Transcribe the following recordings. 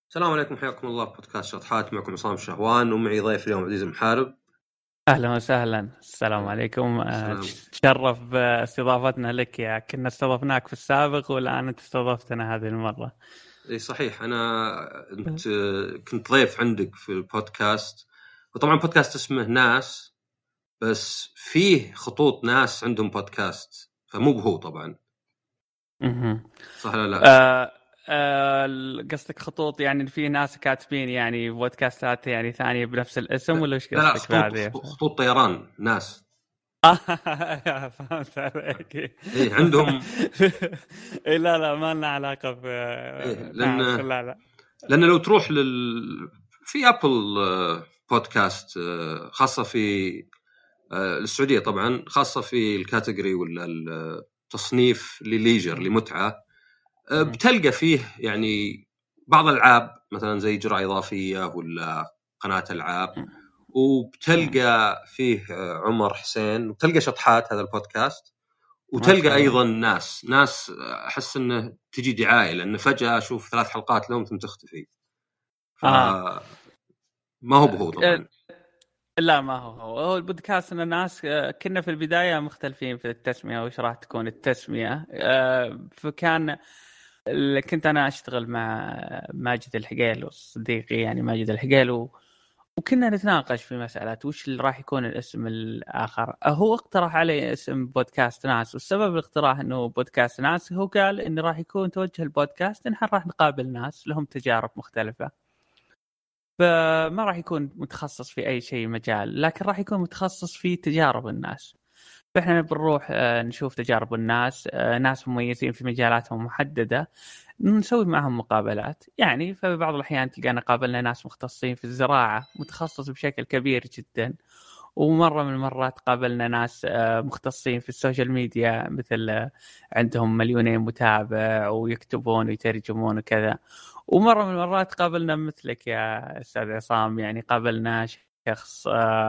السلام عليكم، حياكم الله في بودكاست شطحات. معكم عصام الشهوان ومعي ضيف اليوم عزيز المحارب. أهلا وسهلا. السلام عليكم. السلام. تشرف باستضافتنا لك. يا كنا استضفناك في السابق والآن أنت استضفتنا هذه المرة. اي صحيح، انت كنت ضيف عندك في البودكاست، وطبعا بودكاست اسمه ناس، بس فيه خطوط ناس عندهم بودكاست، فمو بهو طبعا. صح ولا لا؟ قصدك خطوط يعني في ناس كاتبين يعني بودكاستات يعني ثانية بنفس الاسم ولا وش لا، قصدك خطوط بهذه؟ خطوط طيران ناس. فهمت عليك. ايه عندهم. إيه لا ما لنا علاقة ب ايه ناس. لان لا. لان لو تروح في ابل بودكاست، خاصة في السعودية طبعا، خاصة في الكاتيجوري ولا التصنيف لليجر لمتعة. بتلقى فيه يعني بعض الألعاب مثلا زي جرعة إضافية ولا قناة ألعاب، وبتلقى فيه عمر حسين، وبتلقى شطحات هذا البودكاست، وتلقى أيضا ناس أحس أنه تجي دعاية، لأن فجأة أشوف 3 حلقات لهم ثم تختفي. فما هو بهو طبعا. لا ما هو البودكاست. ان الناس كنا في البدايه مختلفين في التسميه وش راح تكون التسميه. فكان كنت انا اشتغل مع ماجد الحقيل وصديقي يعني ماجد الحقيل وكنا نتناقش في مساله وش اللي راح يكون الاسم الاخر. هو اقترح علي اسم بودكاست ناس، والسبب الاقتراح انه بودكاست ناس هو قال ان راح يكون توجه البودكاست ان راح نقابل ناس لهم تجارب مختلفه، فما راح يكون متخصص في أي شيء مجال، لكن راح يكون متخصص في تجارب الناس. فإحنا بنروح نشوف تجارب الناس، ناس مميزين في مجالاتهم محددة، نسوي معهم مقابلات يعني. ففي بعض الأحيان تلقانا قابلنا ناس مختصين في الزراعة متخصص بشكل كبير جدا، ومرة من المرات قابلنا ناس مختصين في السوشيال ميديا، مثل عندهم مليونين متابع ويكتبون ويترجمون وكذا. ومرة من المرات قابلنا مثلك يا أستاذ عصام، يعني قابلنا شخص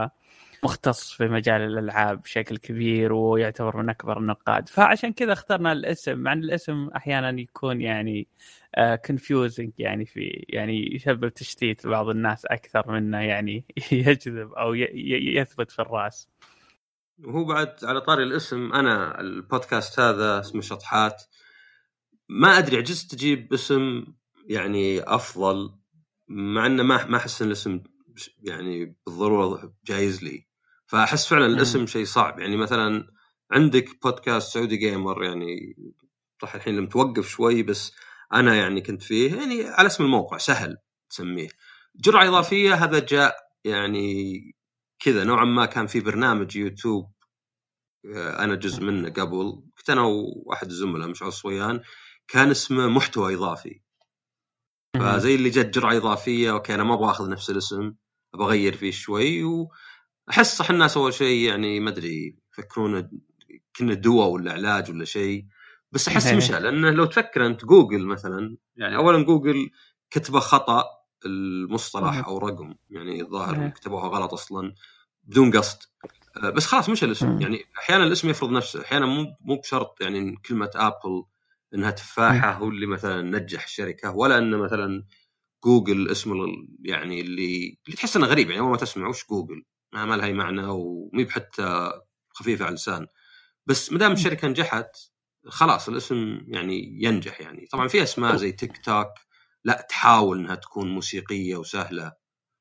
مختص في مجال الألعاب بشكل كبير ويعتبر من أكبر النقاد. فعشان كذا اخترنا الاسم، مع أن الاسم أحيانا يكون يعني confusing، يعني في يعني يسبب تشتيت لبعض الناس أكثر منه يعني يجذب أو يثبت في الرأس. وهو بعد على طاري الاسم، أنا البودكاست هذا اسمه شطحات. ما أدري، عجزت تجيب اسم يعني أفضل، مع أنه ما أحس إن الاسم يعني بالضرورة جايز لي. فأحس فعلا الاسم شيء صعب. يعني مثلا عندك بودكاست سعودي جيمر، يعني صح الحين لم توقف شوي، بس أنا يعني كنت فيه يعني على اسم الموقع سهل تسميه. جرعة إضافية هذا جاء يعني كذا نوعا ما، كان في برنامج يوتيوب أنا جزء منه قبل، كنت أنا وواحد الزملاء مش عصويان، كان اسمه محتوى إضافي. فزي اللي جت جرعة إضافية، أوكي أنا ما أبغى أخذ نفس الاسم، أبغى أغير فيه شوي. وأحس صح الناس أول شيء يعني ما أدري يفكرون كنا دواء ولا علاج ولا شيء، بس أحس مشى. لأنه لو تفكر أنت جوجل مثلا، يعني أولا جوجل كتبه خطأ المصطلح أو رقم، يعني الظاهر كتبوها غلط أصلا بدون قصد. بس خلاص مش الاسم. يعني احيانا الاسم يفرض نفسه، احيانا مو بشرط يعني كلمه ابل انها تفاحه هو اللي مثلا نجح الشركه، ولا ان مثلا جوجل اسم يعني اللي تحس انه غريب. يعني اول ما تسمع وش جوجل، ما لها اي معنى ومي بحتى خفيفه على اللسان. بس ما دام الشركه نجحت خلاص الاسم يعني ينجح. يعني طبعا في اسماء زي تيك توك لا تحاول انها تكون موسيقيه وسهله،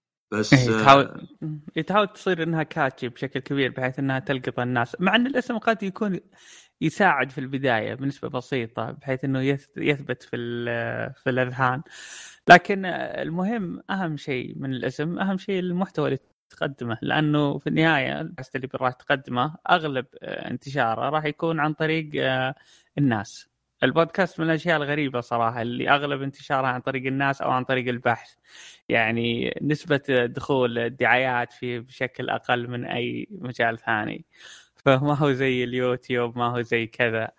بس تحاول تصير انها كاتشي بشكل كبير بحيث انها تلقط الناس، مع ان الاسم قد يكون يساعد في البدايه بنسبه بسيطه بحيث انه يثبت في الاذهان. لكن المهم اهم شيء من الاسم، اهم شيء المحتوى اللي تقدمه، لانه في النهايه البحث اللي راح تقدمه اغلب انتشاره راح يكون عن طريق الناس. البودكاست من الاشياء الغريبه صراحه اللي اغلب انتشارها عن طريق الناس او عن طريق البحث، يعني نسبة دخول الدعايات فيه بشكل أقل من أي مجال ثاني. فما هو زي اليوتيوب، ما هو زي كذا.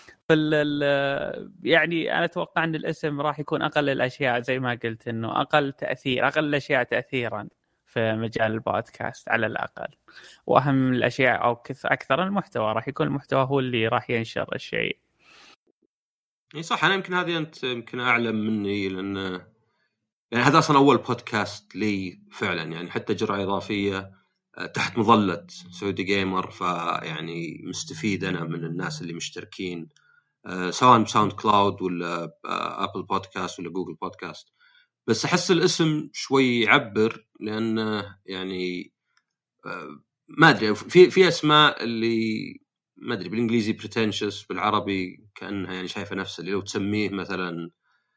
يعني أنا أتوقع أن الاسم راح يكون أقل الأشياء، زي ما قلت أنه أقل تأثير، أقل الأشياء تأثيرا في مجال البودكاست على الأقل. وأهم الأشياء أو أكثر المحتوى، راح يكون المحتوى هو اللي راح ينشر الشيء. صح. أنا يمكن هذه أنت يمكن أعلم مني، لأن يعني هذا أصلا أول بودكاست لي فعلا، يعني حتى جرعة إضافية تحت مظلة سعودي جيمر، فيعني مستفيد أنا من الناس اللي مشتركين سواء بساوند كلاود ولا أبل بودكاست ولا جوجل بودكاست. بس أحس الاسم شوي يعبر، لأنه يعني ما أدري، في أسماء اللي ما أدري بالإنجليزي pretentious، بالعربي كأنها يعني شايفة نفسه، اللي لو تسميه مثلا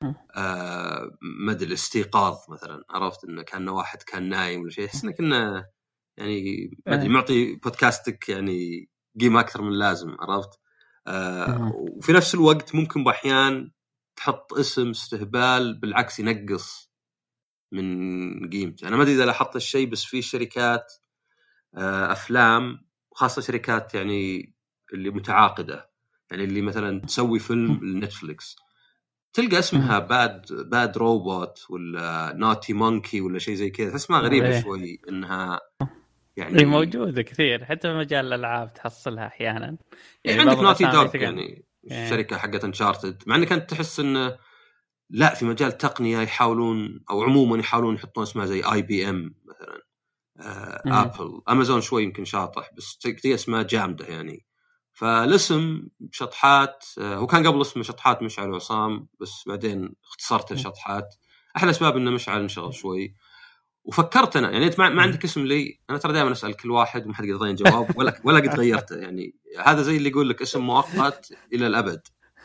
ما أدري الاستيقاظ مثلا، عرفت إنه كأنه واحد كان نايم ولا شيء، أحس إنه كنا يعني ما أدري معطي بودكاستك يعني قيمة أكثر من اللازم، عرفت. وفي نفس الوقت ممكن بأحيان تحط اسم استهبال بالعكس ينقص من قيمته. أنا ما أدري إذا لاحظت الشيء، بس في شركات أفلام، خاصة شركات يعني اللي متعاقدة، يعني اللي مثلا تسوي فيلم لنتفليكس، تلقى اسمها باد روبوت ولا نوتي مونكي ولا شيء زي كذا، اسمها غريبة شوي إنها يعني موجودة كثير حتى في مجال الألعاب تحصلها أحيانا. يعني عندك نوتي دوغ يعني الشركة حقت انشارتد، مع انك انت تحس انه لا، في مجال التقنية يحاولون او عموما يحاولون يحطون اسمها زي IBM مثلا، ابل، امازون شوي يمكن شاطح، بس تلقى اسمها جامدة يعني. فالاسم شطحات، هو كان قبل اسمه شطحات مشعل وعصام، بس بعدين اختصرت لشطحات. احلى اسباب انه مشعل انشغل شوي. وفكرت انا يعني انت ما عندك اسم لي، انا ترى دائما اسال كل واحد وما حد يقدر يعطيني جواب ولا قد غيرته، يعني هذا زي اللي يقول لك اسم مؤقت الى الابد.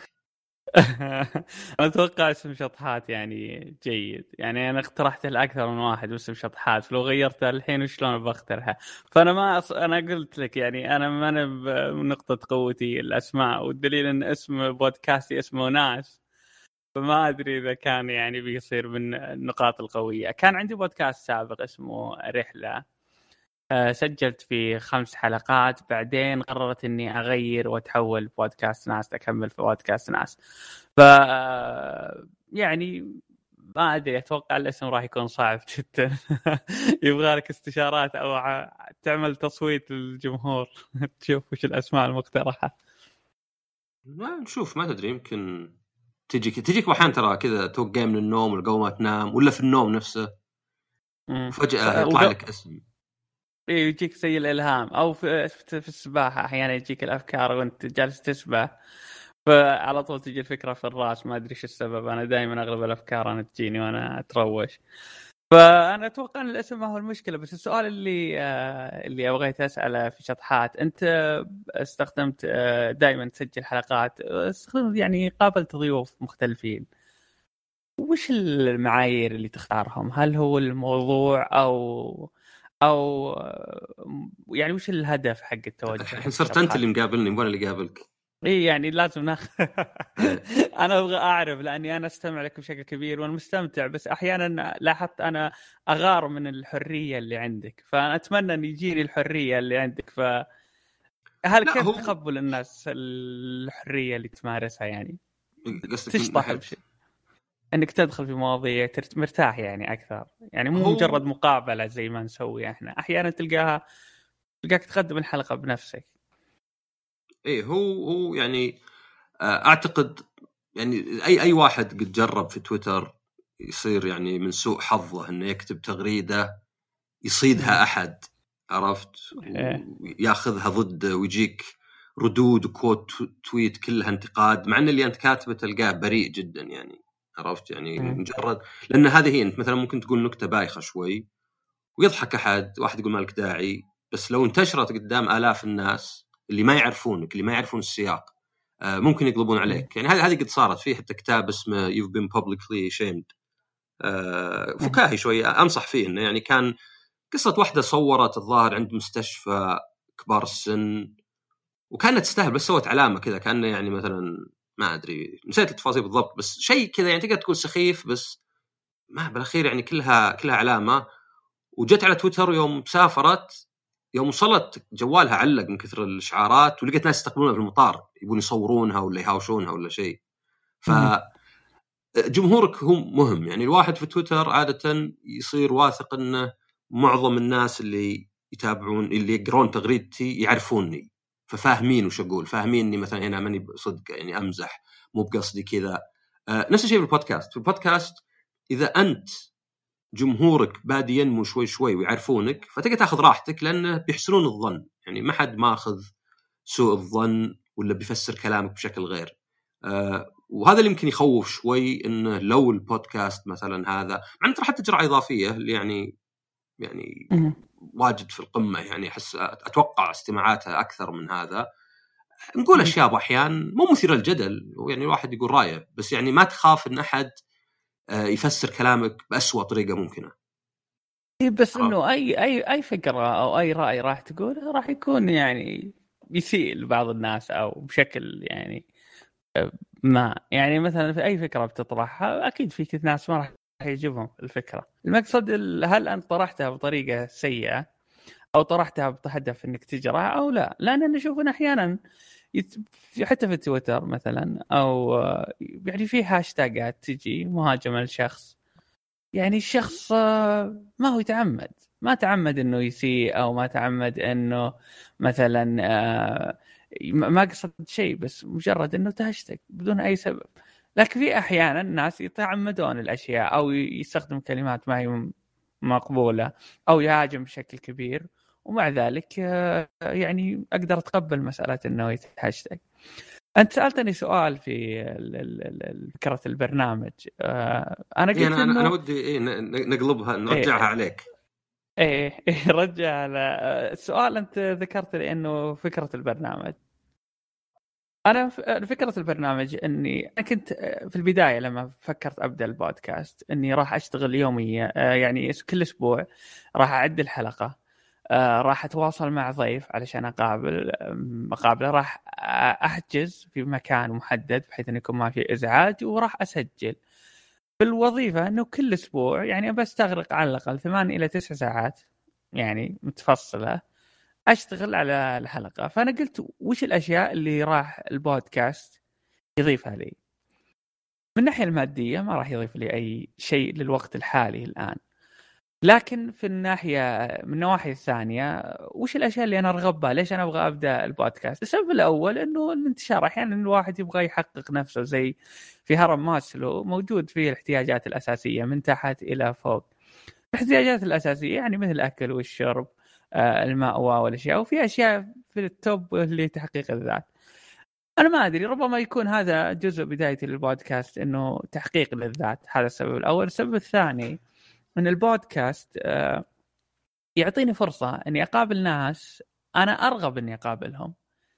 أتوقع اسم شطحات يعني جيد، يعني أنا اقترحت لأكثر من واحد اسم شطحات، فلو غيرتها الحين وشلون بقترحها؟ فأنا ما أنا قلت لك يعني أنا ما أنا بنقطة قوتي الأسماء، والدليل أن اسم بودكاستي اسمه ناس، فما أدري إذا كان يعني بيصير من النقاط القوية. كان عندي بودكاست سابق اسمه رحلة، سجلت في 5 حلقات، بعدين قررت اني اغير واتحول بودكاست ناس، اكمل في بودكاست ناس. ف يعني ما ادري، اتوقع الاسم راح يكون صعب جدا. يبغى لك استشارات او تعمل تصويت للجمهور تشوف وش الاسماء المقترحه. ما نشوف، ما تدري، يمكن تجيك احيانا ترى كذا توقع من النوم ولا قبل ما تنام ولا في النوم نفسه، وفجأة يطلع لك اسم. يجيك زي الالهام، او في السباحه احيانا يجيك الافكار وانت جالس تسبح، فعلى طول تجي الفكرة في الراس، ما أدري إيش السبب. أنا دائما أغلب الأفكار أنا تجيني وأنا أتروش. فأنا أتوقع أن الاسم ما هو المشكلة، بس السؤال اللي أبغيت أسأله في شطحات، أنت استخدمت دائما تسجل حلقات، استخدمت يعني قابلت ضيوف مختلفين، وش المعايير اللي تختارهم؟ هل هو الموضوع أو يعني وش الهدف حق التوجه؟ الحين صرت أنت اللي مقابلني، مو أنا اللي قابلك. اي يعني لازم ناخذ. انا ابغى اعرف لاني انا استمع لك بشكل كبير وانا مستمتع، بس احيانا لاحظت انا اغار من الحريه اللي عندك، فانا اتمنى ان يجيني الحريه اللي عندك. هل كيف تقبل الناس الحريه اللي تمارسها؟ يعني تشطح بشيء انك تدخل في مواضيع مرتاح يعني اكثر، يعني مو مجرد مقابله زي ما نسوي احنا احيانا تلقاك تقدم الحلقه بنفسك. ايه هو يعني اعتقد يعني اي واحد قد جرب في تويتر يصير يعني من سوء حظه انه يكتب تغريده يصيدها احد، عرفت، وياخذها ضده ويجيك ردود وكوت تويت كلها انتقاد، مع ان اللي انت كاتبه تلقاه بريء جدا يعني، عرفت، يعني مجرد لان هذه هي، انت مثلا ممكن تقول نكته بايخه شوي ويضحك احد، واحد يقول مالك داعي، بس لو انتشرت قدام آلاف الناس اللي ما يعرفونك، اللي ما يعرفون السياق، ممكن يقلبون عليك. يعني هذه قد صارت فيه، حتى كتاب اسمه You've been publicly shamed، فكاهي شوي، أنصح فيه. إنه يعني كان قصة واحدة صورت الظاهر عند مستشفى كبار السن، وكانت تستاهل، بس سوت علامة كذا كأنه يعني مثلا ما أدري، نسيت التفاصيل بالضبط، بس شيء كذا يعني تقدر تقول سخيف، بس ما بالأخير يعني كلها علامة. وجت على تويتر يوم سافرت، يوم وصلت جوالها علق من كثر الإشعارات، ولقيت ناس يستقبلونها في المطار يبون يصورونها ولا يهاوشونها ولا شيء. فجمهورك هو مهم، يعني الواحد في تويتر عادة يصير واثق أنه معظم الناس اللي يتابعون اللي يقرون تغريدتي يعرفوني، ففاهمين وش أقول، فاهمين أني مثلا هنا ماني صدق يعني أمزح، مو بقصدي كذا. نفس الشيء في البودكاست إذا أنت جمهورك بادي ينمو شوي شوي ويعرفونك، فتقدر تاخذ راحتك لأنه بيحسنون الظن. يعني ما حد ماخذ سوء الظن ولا بيفسر كلامك بشكل غير. وهذا اللي يمكن يخوف شوي، إنه لو البودكاست مثلا هذا مع أنه حتى تجربة إضافية اللي يعني واجد في القمة، يعني أحس أتوقع استماعاتها أكثر من هذا. نقول أشياء أحيان مو مثيرة للجدل، يعني الواحد يقول رأيه، بس يعني ما تخاف إن أحد يفسر كلامك بأسوأ طريقة ممكنة. بس إنه أي فكرة أو أي رأي راح تقول راح يكون يعني يسيء لبعض الناس أو بشكل يعني ما، يعني مثلا في أي فكرة بتطرحها أكيد في ناس ما راح يعجبهم الفكرة. المقصد هل أنت طرحتها بطريقة سيئة أو طرحتها بهدف إنك تجرح أو لا؟ لأن أنا أشوف إن أحيانا حتى في تويتر مثلا أو يعني في هاشتاجات تجي مهاجمة لشخص، يعني الشخص ما هو يتعمد، ما تعمد إنه يسيء أو ما تعمد إنه مثلا ما قصد شيء، بس مجرد إنه تهاشتاج بدون أي سبب. لكن في أحيانا الناس يتعمدون الأشياء أو يستخدم كلمات ما هي مقبولة أو يهاجم بشكل كبير، ومع ذلك يعني أقدر أتقبل مسألة إنه يتهاشتاج. أنت سألتني سؤال في فكرة البرنامج، أنا قلت يعني إنه أنا ودي نقلبها نرجعها عليك. إيه رجع السؤال. أنت ذكرت لي إنه فكرة البرنامج، أنا فكرة البرنامج إني أنا كنت في البداية لما فكرت أبدأ البودكاست إني راح أشتغل يوميا، يعني كل أسبوع راح أعد الحلقة، راح أتواصل مع ضيف علشان أقابله، راح أحجز في مكان محدد بحيث أن يكون ما في إزعاج، وراح أسجل في الوظيفة أنه كل أسبوع يعني بستغرق على الأقل 8 إلى 9 ساعات يعني متفصلة أشتغل على الحلقة. فأنا قلت وش الأشياء اللي راح البودكاست يضيفها لي؟ من الناحية المادية ما راح يضيف لي أي شيء للوقت الحالي الآن، لكن في الناحية من النواحي الثانية وش الأشياء اللي أنا أرغب بها؟ ليش أنا أبغى أبدأ البودكاست؟ السبب الأول إنه الانتشار. أحيانا الواحد يبغى يحقق نفسه، زي في هرم ماسلو موجود فيه الاحتياجات الأساسية من تحت إلى فوق. الاحتياجات الأساسية يعني مثل الأكل والشرب، الماء والأشياء، وفي أشياء في التوب اللي تحقيق الذات. أنا ما أدري، ربما يكون هذا جزء بدايتي للبودكاست، إنه تحقيق للذات. هذا السبب الأول. السبب الثاني ان البودكاست يعطيني فرصة اني اقابل ناس انا ارغب اني اقابلهم،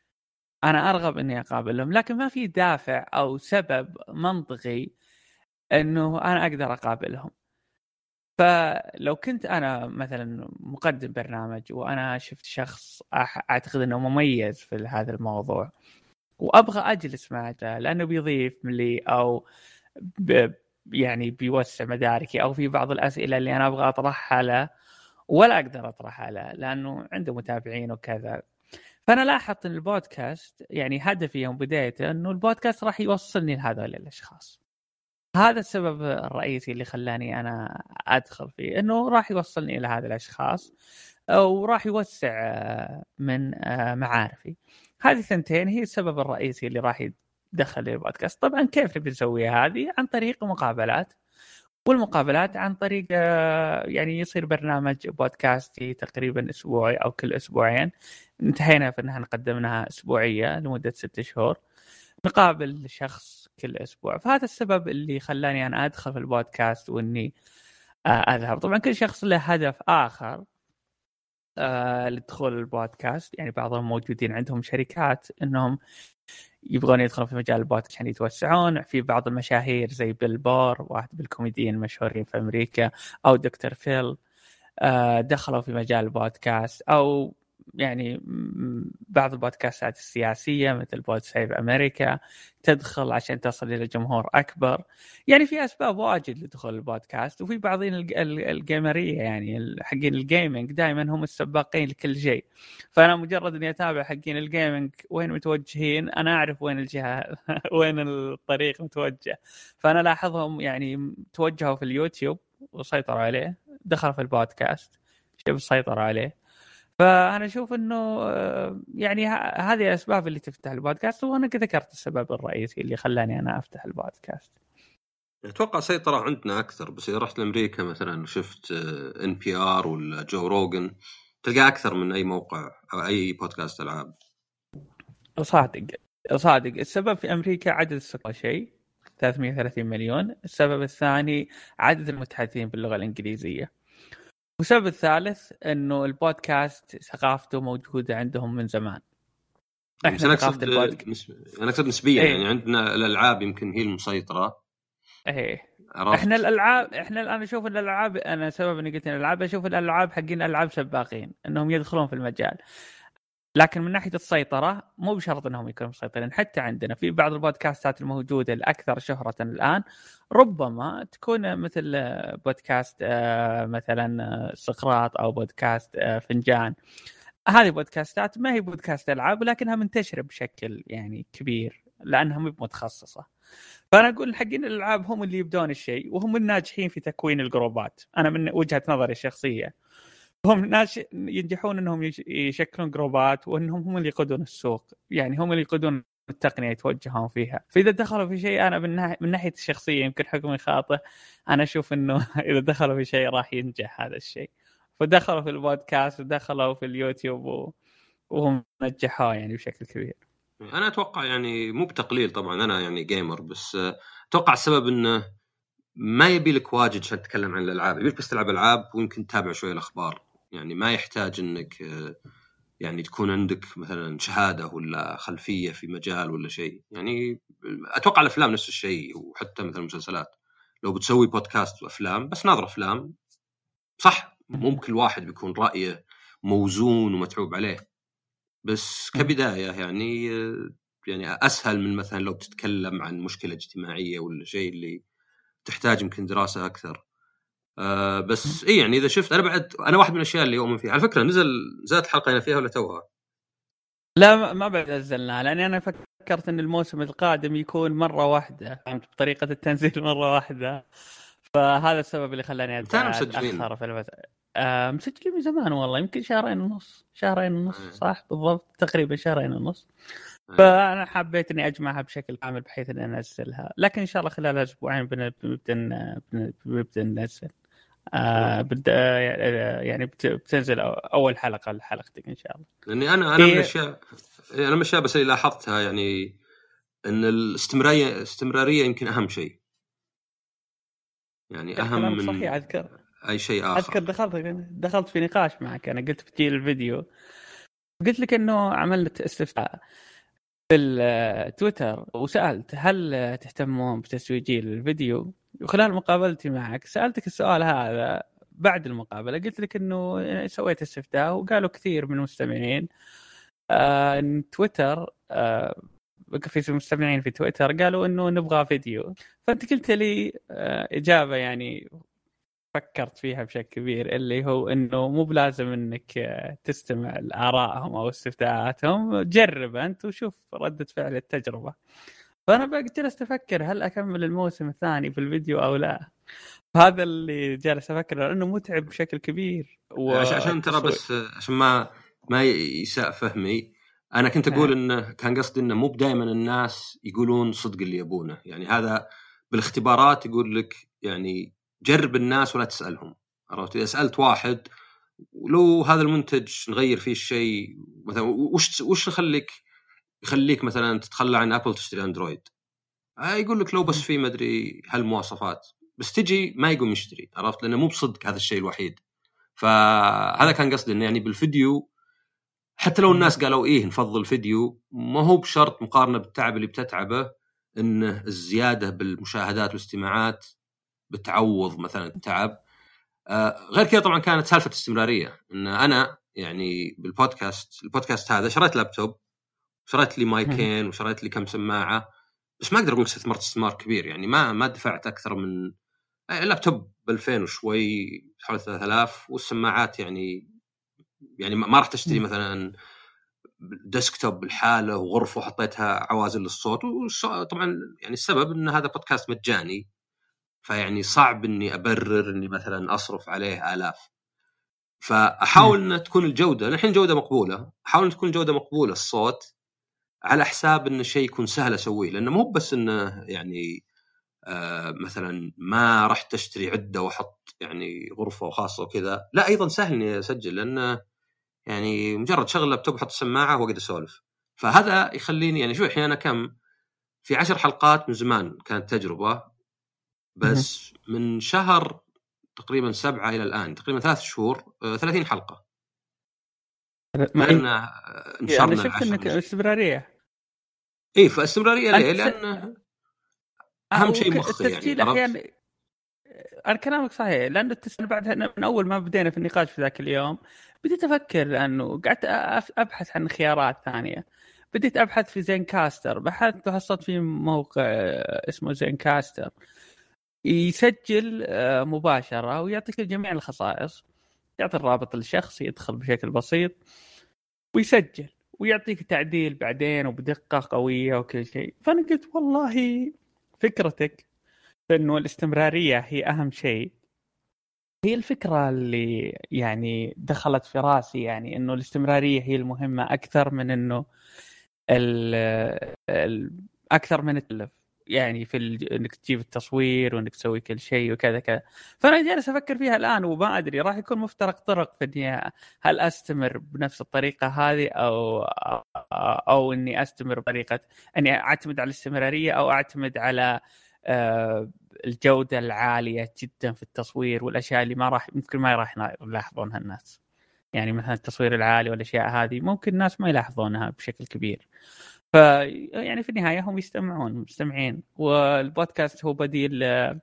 لكن ما في دافع او سبب منطقي انه انا اقدر اقابلهم. فلو كنت انا مثلا مقدم برنامج وانا شفت شخص اعتقد انه مميز في هذا الموضوع وابغى اجلس معه لانه بيضيف لي او يعني بيوسع مداركي، او في بعض الاسئله اللي انا ابغى اطرحها له ولا أقدر أطرحها له لأنه عنده متابعين وكذا. فأنا لاحظت أن البودكاست يعني هدفي يوم بدايته أنه البودكاست راح يوصلني لهذول الأشخاص. هذا السبب الرئيسي اللي خلاني أنا أدخل فيه، أنه راح يوصلني إلى هذه الأشخاص وراح يوسع من معارفي. هذه ثنتين هي السبب الرئيسي اللي راح يدخل لي البودكاست. طبعا كيف بنسويها هذه؟ عن طريق مقابلات، والمقابلات عن طريق يعني يصير برنامج بودكاستي تقريبا أسبوعي أو كل أسبوعين. انتهينا في أنها قدمناها أسبوعية لمدة 6 شهور، نقابل شخص كل أسبوع. فهذا السبب اللي خلاني أنا أدخل في البودكاست وإني أذهب. طبعا كل شخص له هدف آخر لدخول البودكاست، يعني بعضهم موجودين عندهم شركات أنهم يبغون يدخلوا في مجال البودكاست عشان يتوسعون. في بعض المشاهير زي بيل بور، واحد من الكوميديين المشهورين في أمريكا، أو دكتور فيل، دخلوا في مجال البودكاست. أو يعني بعض البودكاستات السياسية مثل بود سيف أمريكا تدخل عشان تصل إلى جمهور أكبر. يعني في أسباب واجد لدخول البودكاست. وفي بعضين الجيمرية، يعني حقين الجيمنج دائما هم السباقين لكل شيء. فأنا مجرد أني أتابع حقين الجيمنج وين متوجهين، أنا أعرف وين الجهة وين الطريق متوجه. فأنا لاحظهم يعني توجهوا في اليوتيوب وسيطروا عليه، دخل في البودكاست شبه سيطروا عليه. فأنا أشوف أنه يعني هذه الأسباب اللي تفتح البودكاست، وأنا ذكرت السبب الرئيسي اللي خلاني أنا أفتح البودكاست. اتوقع سيطره عندنا اكثر، بس اذا رحت لامريكا مثلا شفت NPR ولا جو روجن تلقى اكثر من اي موقع او اي بودكاست العاب. صادق السبب في امريكا عدد السكان شيء 330 مليون. السبب الثاني عدد المتحدثين باللغه الانجليزيه. والسبب الثالث انه البودكاست ثقافته موجوده عندهم من زمان. بس انا اقصد نسبيا ايه. يعني عندنا الالعاب يمكن هي المسيطره. ايه عرفت؟ احنا الالعاب، احنا الان اشوف الالعاب، انا سبب اني قلت الالعاب اشوف الالعاب حقين الالعاب سباقين انهم يدخلون في المجال. لكن من ناحيه السيطره مو بشرط انهم يكونوا مسيطرين. حتى عندنا في بعض البودكاستات الموجوده الاكثر شهره الان ربما تكون مثل بودكاست مثلا سقراط او بودكاست فنجان. هذه بودكاستات ما هي بودكاست العاب لكنها منتشره بشكل يعني كبير لانها مو متخصصه. فانا اقول حقين الالعاب هم اللي يبدون الشيء وهم الناجحين في تكوين الجروبات. انا من وجهه نظري الشخصيه هم ناس ينجحون انهم يشكلون جروبات وانهم هم اللي يقودون السوق، يعني هم اللي يقودون التقنيه يتوجهون فيها. فاذا دخلوا في شيء انا من ناحيه الشخصيه يمكن حكمي خاطئ، انا اشوف انه اذا دخلوا في شيء راح ينجح هذا الشيء. فدخلوا في البودكاست ودخلوا في اليوتيوب وهم نجحوا يعني بشكل كبير. انا اتوقع يعني مو بتقليل طبعا، انا يعني جيمر، بس اتوقع السبب انه ما يبي لك واجد عشان تتكلم عن الالعاب، يبيك بس تلعب العاب ويمكن تتابع شويه الاخبار. يعني ما يحتاج انك يعني تكون عندك مثلا شهاده ولا خلفيه في مجال ولا شيء. يعني اتوقع الافلام نفس الشيء، وحتى مثلا المسلسلات. لو بتسوي بودكاست وافلام بس ناظر افلام صح، ممكن الواحد بيكون رايه موزون ومتعوب عليه، بس كبدايه يعني اسهل من مثلا لو بتتكلم عن مشكله اجتماعيه ولا شيء اللي تحتاج يمكن دراسه اكثر. بس اي يعني اذا شفت انا واحد من الاشياء اللي اؤمن فيها على فكره، نزلت حلقه هنا فيها ولا توها؟ لا ما بعد نزلناها لاني انا فكرت ان الموسم القادم يكون مره واحده، فهمت بطريقه التنزيل مره واحده. فهذا السبب اللي خلاني اتاخر في مسجلين من زمان والله، يمكن شهرين ونص صح بالضبط، تقريبا شهرين ونص. فانا حبيت اني اجمعها بشكل كامل بحيث اني انزلها، لكن ان شاء الله خلال اسبوعين بنبدا ننزل. يعني بتنزل اول حلقه لحلقتك ان شاء الله. لاني انا من الاشياء بس اللي لاحظتها يعني ان الاستمراريه يمكن اهم شيء، يعني اهم من صحيح. اذكر اي شيء اخر. دخلت في نقاش معك، انا قلت بتجي الفيديو، قلت لك انه عملت استفتاء في التويتر وسالت هل تهتمون بتسويقي الفيديو. وخلال مقابلتي معك سالتك السؤال هذا بعد المقابله، قلت لك انه سويت استفتاء وقالوا كثير من المستمعين ان تويتر في مستمعين في تويتر قالوا انه نبغى فيديو. فانت قلت لي اجابه يعني فكرت فيها بشكل كبير، اللي هو انه مو بلازم انك تستمع لآرائهم او استفتاءاتهم، جرب انت وشوف ردة فعل التجربة. فانا بقى جلست افكر هل اكمل الموسم الثاني في الفيديو او لا. هذا اللي جالس افكر لانه متعب بشكل كبير. عشان ترى بس عشان ما يساء فهمي، انا كنت اقول انه كان قصدي انه مو دائما الناس يقولون صدق اللي يبونه. يعني هذا بالاختبارات يقول لك يعني جرب الناس ولا تسالهم. عرفت؟ اذا سالت واحد ولو هذا المنتج نغير فيه الشيء مثلا، وش يخليك مثلا تتخلى عن ابل تشتري اندرويد؟ يقول لك لو بس في ما ادري هالمواصفات، بس تجي ما يقوم يشتري. عرفت؟ لانه مو بصدق هذا الشيء الوحيد. فهذا كان قصدي انه يعني بالفيديو حتى لو الناس قالوا ايه نفضل فيديو، ما هو بشرط مقارنه بالتعب اللي بتتعبه انه الزياده بالمشاهدات والاستماعات بتعوض مثلا التعب. غير كذا طبعا كانت سالفه استمراريه، ان انا يعني البودكاست هذا شريت لابتوب، شريت لي مايكين، وشريت لي كم سماعه، بس ما اقدر اقول استثمرت استثمار كبير. يعني ما دفعت اكثر من اللابتوب ب2000 وشوي حوالي 3000، والسماعات يعني ما راح تشتري مثلا ديسكتوب بالحاله وغرفه وحطيتها عوازل للصوت. طبعا يعني السبب ان هذا بودكاست مجاني، فيعني صعب اني ابرر اني مثلا اصرف عليه آلاف. فاحاول ان تكون الجوده الحين جوده مقبوله، احاول ان تكون جوده مقبوله الصوت، على حساب ان شيء يكون سهل اسويه. لانه مو بس انه يعني مثلا ما رحت تشتري عده واحط يعني غرفه خاصه وكذا، لا ايضا سهل اني اسجل، لانه يعني مجرد شغل لابتوب احط السماعه واقعد اسولف. فهذا يخليني يعني شوف احيانا كم في 10 حلقات من زمان كانت تجربه، بس من شهر تقريبا 7 الى الان تقريبا 3 شهور 30 حلقه. غيرنا نشرنا انا شفت انك استمراريه. اي فاستمراريه ليه؟ لان اهم شيء مخي التسجيل يعني احيانا. انا كلامك صحيح، لانه التسجيل بعد من اول ما بدينا في النقاش في ذاك اليوم بديت افكر، لانه قعدت ابحث عن خيارات ثانيه. بديت ابحث في زين كاستر، بحثت وحصلت في موقع اسمه زين كاستر يسجل مباشره ويعطيك جميع الخصائص، يعطي الرابط للشخص يدخل بشكل بسيط ويسجل ويعطيك تعديل بعدين وبدقة قوية وكل شيء. فأنا قلت والله فكرتك إنه الاستمرارية هي أهم شيء، هي الفكرة اللي يعني دخلت في راسي، يعني إنه الاستمرارية هي المهمة أكثر من إنه أكثر من التلف، يعني في انك تجيب التصوير وانك تسوي كل شيء وكذا كذا. فانا جالس افكر فيها الان وما ادري راح يكون مفترق طرق في اني هل استمر بنفس الطريقه هذه او اني استمر بطريقه اني اعتمد على الاستمراريه او اعتمد على الجوده العاليه جدا في التصوير والاشياء اللي ما راح ممكن ما راح يلاحظونها الناس. يعني مثلا التصوير العالي والاشياء هذه ممكن الناس ما يلاحظونها بشكل كبير. يعني في النهاية هم يستمعون مستمعين، والبودكاست هو بديل،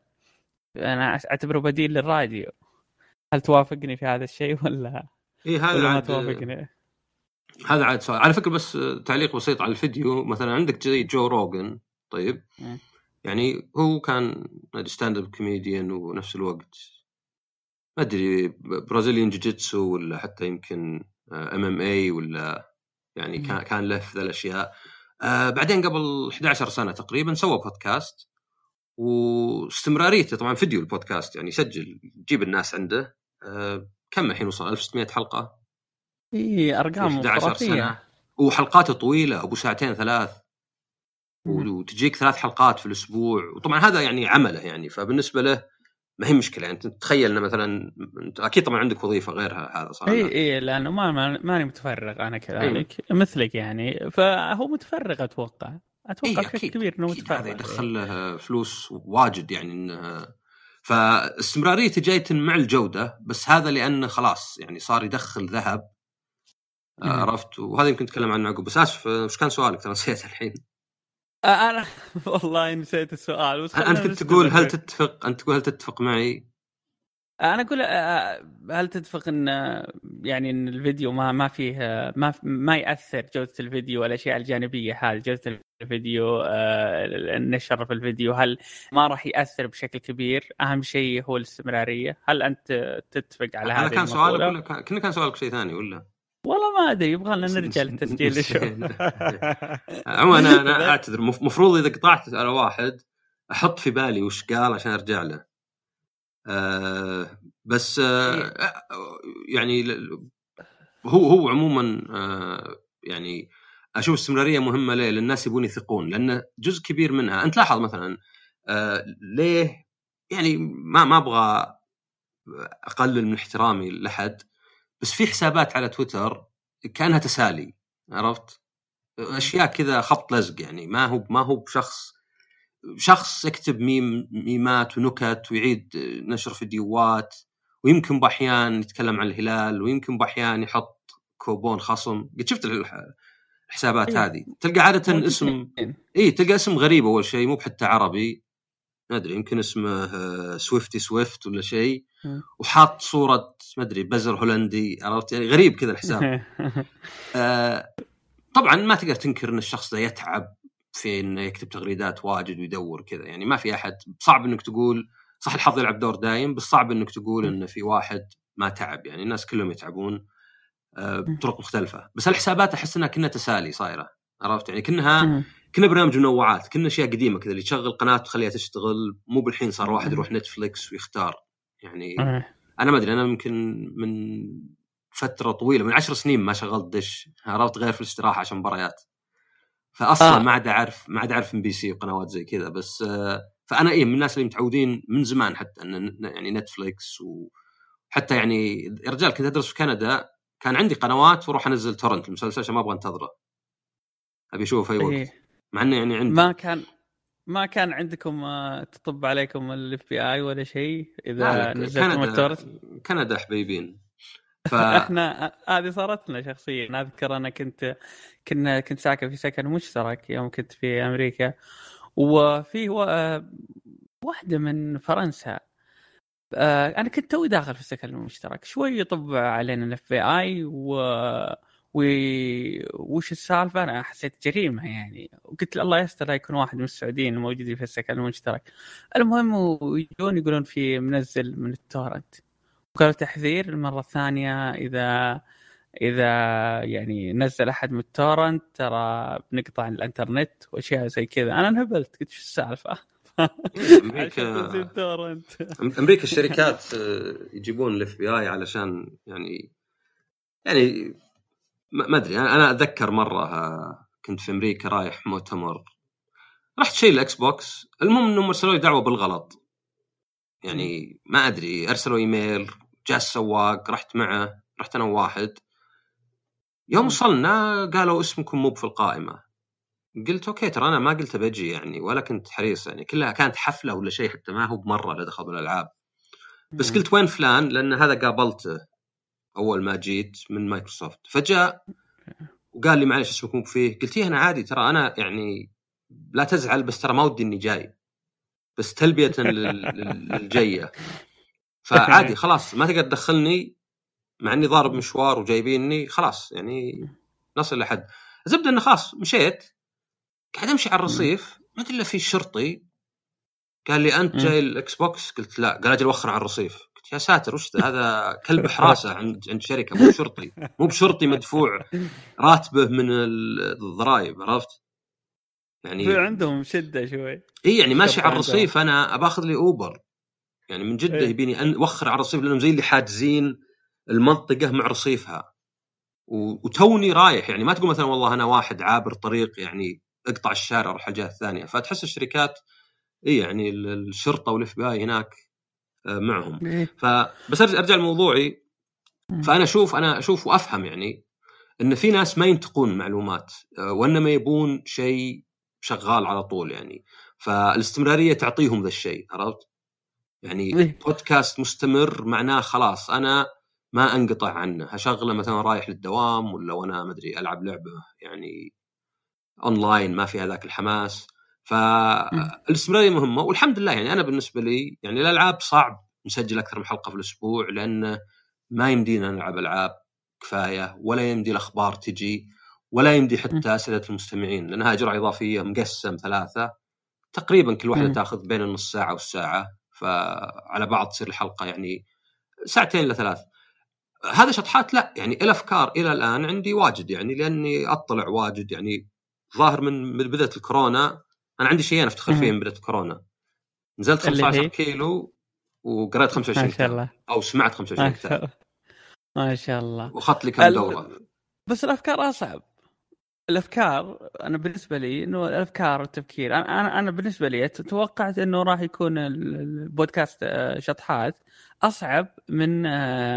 أنا أعتبره بديل للراديو. هل توافقني في هذا الشيء ولا هذا ولا ما توافقني؟ هذا عاد سؤال على فكرة. بس تعليق بسيط على الفيديو، مثلا عندك زي جو روغن، طيب يعني هو كان ستاند اب كوميديان ونفس الوقت ما أدري برازيليان جيجيتسو ولا حتى يمكن MMA ولا يعني كان له في ذا الأشياء. بعدين قبل 11 سنة تقريبا سوى بودكاست، واستمراريته طبعا فيديو البودكاست يعني يسجل يجيب الناس عنده. كم الحين وصل 1600 حلقة. أرقام 11 سنة، وحلقاته طويلة أبو 2-3 وتجيك 3 حلقات في الأسبوع. وطبعا هذا يعني عمله يعني، فبالنسبة له ما هي مشكلة. يعني تتخيل أنه مثلا أنت أكيد طبعا عندك وظيفة غيرها هذا صار. إيه لأنه ماني متفرغ أنا كذلك مثلك يعني، فهو متفرغ أتوقع بشكل كبير إنه متفرغ. هذا يدخل له فلوس واجد يعني إنه فاستمراريته جاية مع الجودة، بس هذا لأنه خلاص يعني صار يدخل ذهب. عرفت؟ وهذا يمكن نتكلم عنه عقب. بس آسف، وش كان سؤالك؟ ترى نسيت الحين. أنا والله نسيت السؤال. أنت كنت تقول هل تتفق معي؟ انا اقول هل تتفق ان يعني ان الفيديو ما فيه ما ياثر جوده الفيديو والاشياء الجانبيه هذه، جوده الفيديو النشر في الفيديو هل ما راح ياثر بشكل كبير؟ اهم شيء هو الاستمراريه. هل انت تتفق على هذه كان المقولة؟ سؤالك ولا كان سؤالك شيء ثاني ولا؟ والله ما ادري، يبغى لنا نرجع للتسجيل نشوف. عموما انا اعتذر، مفروض اذا قطعت على واحد احط في بالي وش قال عشان ارجع له. بس يعني هو عموما يعني اشوف استمراريه مهمه. ليه؟ للناس يبون يثقون، لان جزء كبير منها انت لاحظ مثلا ليه يعني ما ابغى اقلل من احترامي لحد، بس في حسابات على تويتر كانها تسالي، عرفت؟ اشياء كذا خبط لزق يعني، ما هو بشخص يكتب ميمات ونكت ويعيد نشر فيديوهات، ويمكن بأحيان يتكلم عن الهلال، ويمكن بأحيان يحط كوبون خصم. قد شفت الحسابات هذه؟ تلقى عادة اسم تلقى اسم غريب أول شيء، مو حتى عربي، ما أدري يمكن اسمه سويفت ولا شيء، وحاط صورة ما أدري بزر هولندي، عرفت؟ يعني غريب كذا الحساب. طبعا ما تقدر تنكر ان الشخص ده يتعب في انه يكتب تغريدات واجد ويدور كذا، يعني ما في احد صعب انك تقول صح الحظ يلعب دور دايم، بس صعب انك تقول انه في واحد ما تعب. يعني الناس كلهم يتعبون بطرق مختلفة. بس الحسابات احس انها كنا تسالي صايره، عرفت؟ يعني كنا برنامج منوعات، كنا اشياء قديمه كذا اللي تشغل قناه وتخليها تشتغل، مو بالحين صار واحد يروح نتفليكس ويختار. يعني انا ما ادري، انا يمكن من فترة طويلة من 10 سنين ما شغلت دش، عرفت؟ غير في الاستراحة عشان مباريات. فأصلا ما عاد أعرف MBC وقنوات زي كذا. بس فانا من الناس اللي متعودين من زمان حتى ان يعني نتفليكس وحتى يعني رجال كنت ادرس في كندا كان عندي قنوات واروح انزل تورنت المسلسل عشان ما ابغى انتظره ابي اشوفه في اي وقت مع انه يعني عندي ما كان عندكم تطب عليكم الاف بي اي ولا شيء اذا لا نزلتم التورنت؟ كندا حبيبين احنا هذه صارت لنا شخصيا. اذكر انا كنت ساكن في سكن مشترك يوم كنت في امريكا، وفي واحده من فرنسا. انا كنت توي داخل في السكن المشترك، شوي يطب علينا الاف بي اي وش السالفه. انا حسيت جريمه يعني، وقلت الله يستر لا يكون واحد من السعوديين الموجودين في السكن المشترك. المهم ويجون يقولون في منزل من التورنت، وقالوا تحذير المره الثانيه اذا يعني نزل احد من التورنت ترى بنقطع الانترنت واشياء زي كذا. انا انهبلت، قلت شو السالفه؟ أمريكا الشركات يجيبون الاف بي اي علشان يعني ما ادري. انا اتذكر مره كنت في امريكا رايح مؤتمر، رحت شيء الاكس بوكس، المهم انهم ارسلوا لي دعوه بالغلط يعني ما ادري، ارسلوا ايميل، جاء السواق رحت معه، رحت انا وواحد، يوم وصلنا قالوا اسمكم مو في القائمه. قلت اوكي ترى انا ما قلت بجي يعني ولا كنت حريص يعني، كلها كانت حفله ولا شيء، حتى ما هو بمره لا دخل بالالعاب. بس قلت وين فلان، لان هذا قابلته اول ما جيت من مايكروسوفت، فجاء وقال لي معلش اسمك مو فيه. قلت انا عادي ترى انا يعني لا تزعل، بس ترى ما ودي اني جاي، بس تلبيه للجيه، فعادي خلاص ما تقدر تدخلني مع اني ضارب مشوار وجايبيني خلاص يعني نصل لحد. زبده انه خلاص مشيت، قاعد امشي على الرصيف ما ادري الا في شرطي قال لي انت جاي الاكس بوكس؟ قلت لا. قال اجل وخر على الرصيف. قلت يا ساتر وش هذا؟ كلب حراسه عند شركه، مو شرطي، مو بشرطي مدفوع راتبه من الضرائب، عرفت يعني؟ في عندهم شده شوي. اي يعني ماشي على الرصيف، انا اباخذ لي اوبر يعني من جده، إيه؟ يبيني اوخر على الرصيف لانهم زي اللي حاجزين المنطقه مع رصيفها، وتوني رايح يعني. ما تقول مثلا والله انا واحد عابر طريق يعني اقطع الشارع اروح الجهه الثانيه. فتحس الشركات اي يعني الشرطه والاف بي اي هناك معهم. فبس ارجع لموضوعي، فانا اشوف وافهم يعني ان في ناس ما ينتقون معلومات وانما يبون شيء شغال على طول يعني، فالاستمراريه تعطيهم ذا الشيء، عرفت يعني؟ بودكاست مستمر معناه خلاص انا ما انقطع عنه، هشغله مثلا رايح للدوام ولا وانا ما ادري العب لعبه يعني اونلاين ما في هذاك الحماس. فالاستمراريه مهمه، والحمد لله يعني. انا بالنسبه لي يعني الالعاب صعب نسجل اكثر من حلقه في الاسبوع، لان ما يمدينا نلعب العاب كفايه، ولا يمدي الاخبار تجي، ولا يمدي حتى اسئله المستمعين، لانها جرعه اضافيه مقسم 3 تقريبا، كل واحده تاخذ بين النص ساعه والساعه، فعلى بعض تصير الحلقه يعني 2 إلى 3. هذا شطحات لا يعني. الافكار الى الان عندي واجد يعني، لاني اطلع واجد يعني. ظاهر من بدايه الكورونا انا عندي شيئين افتخر فيهم. بدايه الكورونا نزلت 15 كيلو وقرأت 25 كتاب او سمعت 25 كتاب ما شاء الله، واخذت لي كم دوره. بس الافكار اصعب. الافكار انا بالنسبه لي انه الافكار والتفكير، انا بالنسبه لي توقعت انه راح يكون البودكاست شطحات اصعب من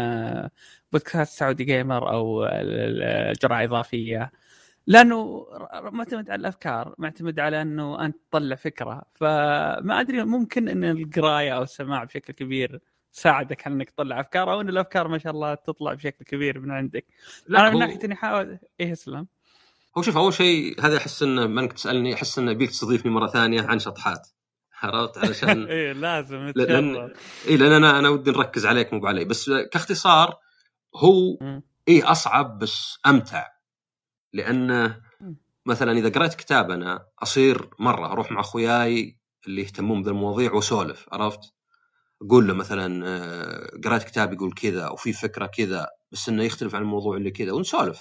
بودكاست سعودي جيمر او الجرعه اضافيه، لانه معتمد على الافكار، معتمد على انه انت تطلع فكره. فما ادري ممكن ان القرايه او السماع بشكل كبير ساعدك على انك تطلع افكار، او ان الافكار ما شاء الله تطلع بشكل كبير من عندك. انا من ناحيه اني احاول اسلم. هو شوف اول شيء هذا احس انه منك تسالني، احس انه بيك تستضيفني مره ثانيه عن شطحات، عرفت؟ علشان ايه لازم لان انا ودي نركز عليك مو علي. بس كاختصار هو ايه اصعب بس امتع، لانه مثلا اذا قرأت كتاب انا اصير مره اروح مع اخوياي اللي يهتمون بالمواضيع وسولف، عرفت؟ اقول له مثلا قرأت كتاب يقول كذا او في فكره كذا بس انه يختلف عن الموضوع اللي كذا، ونسولف.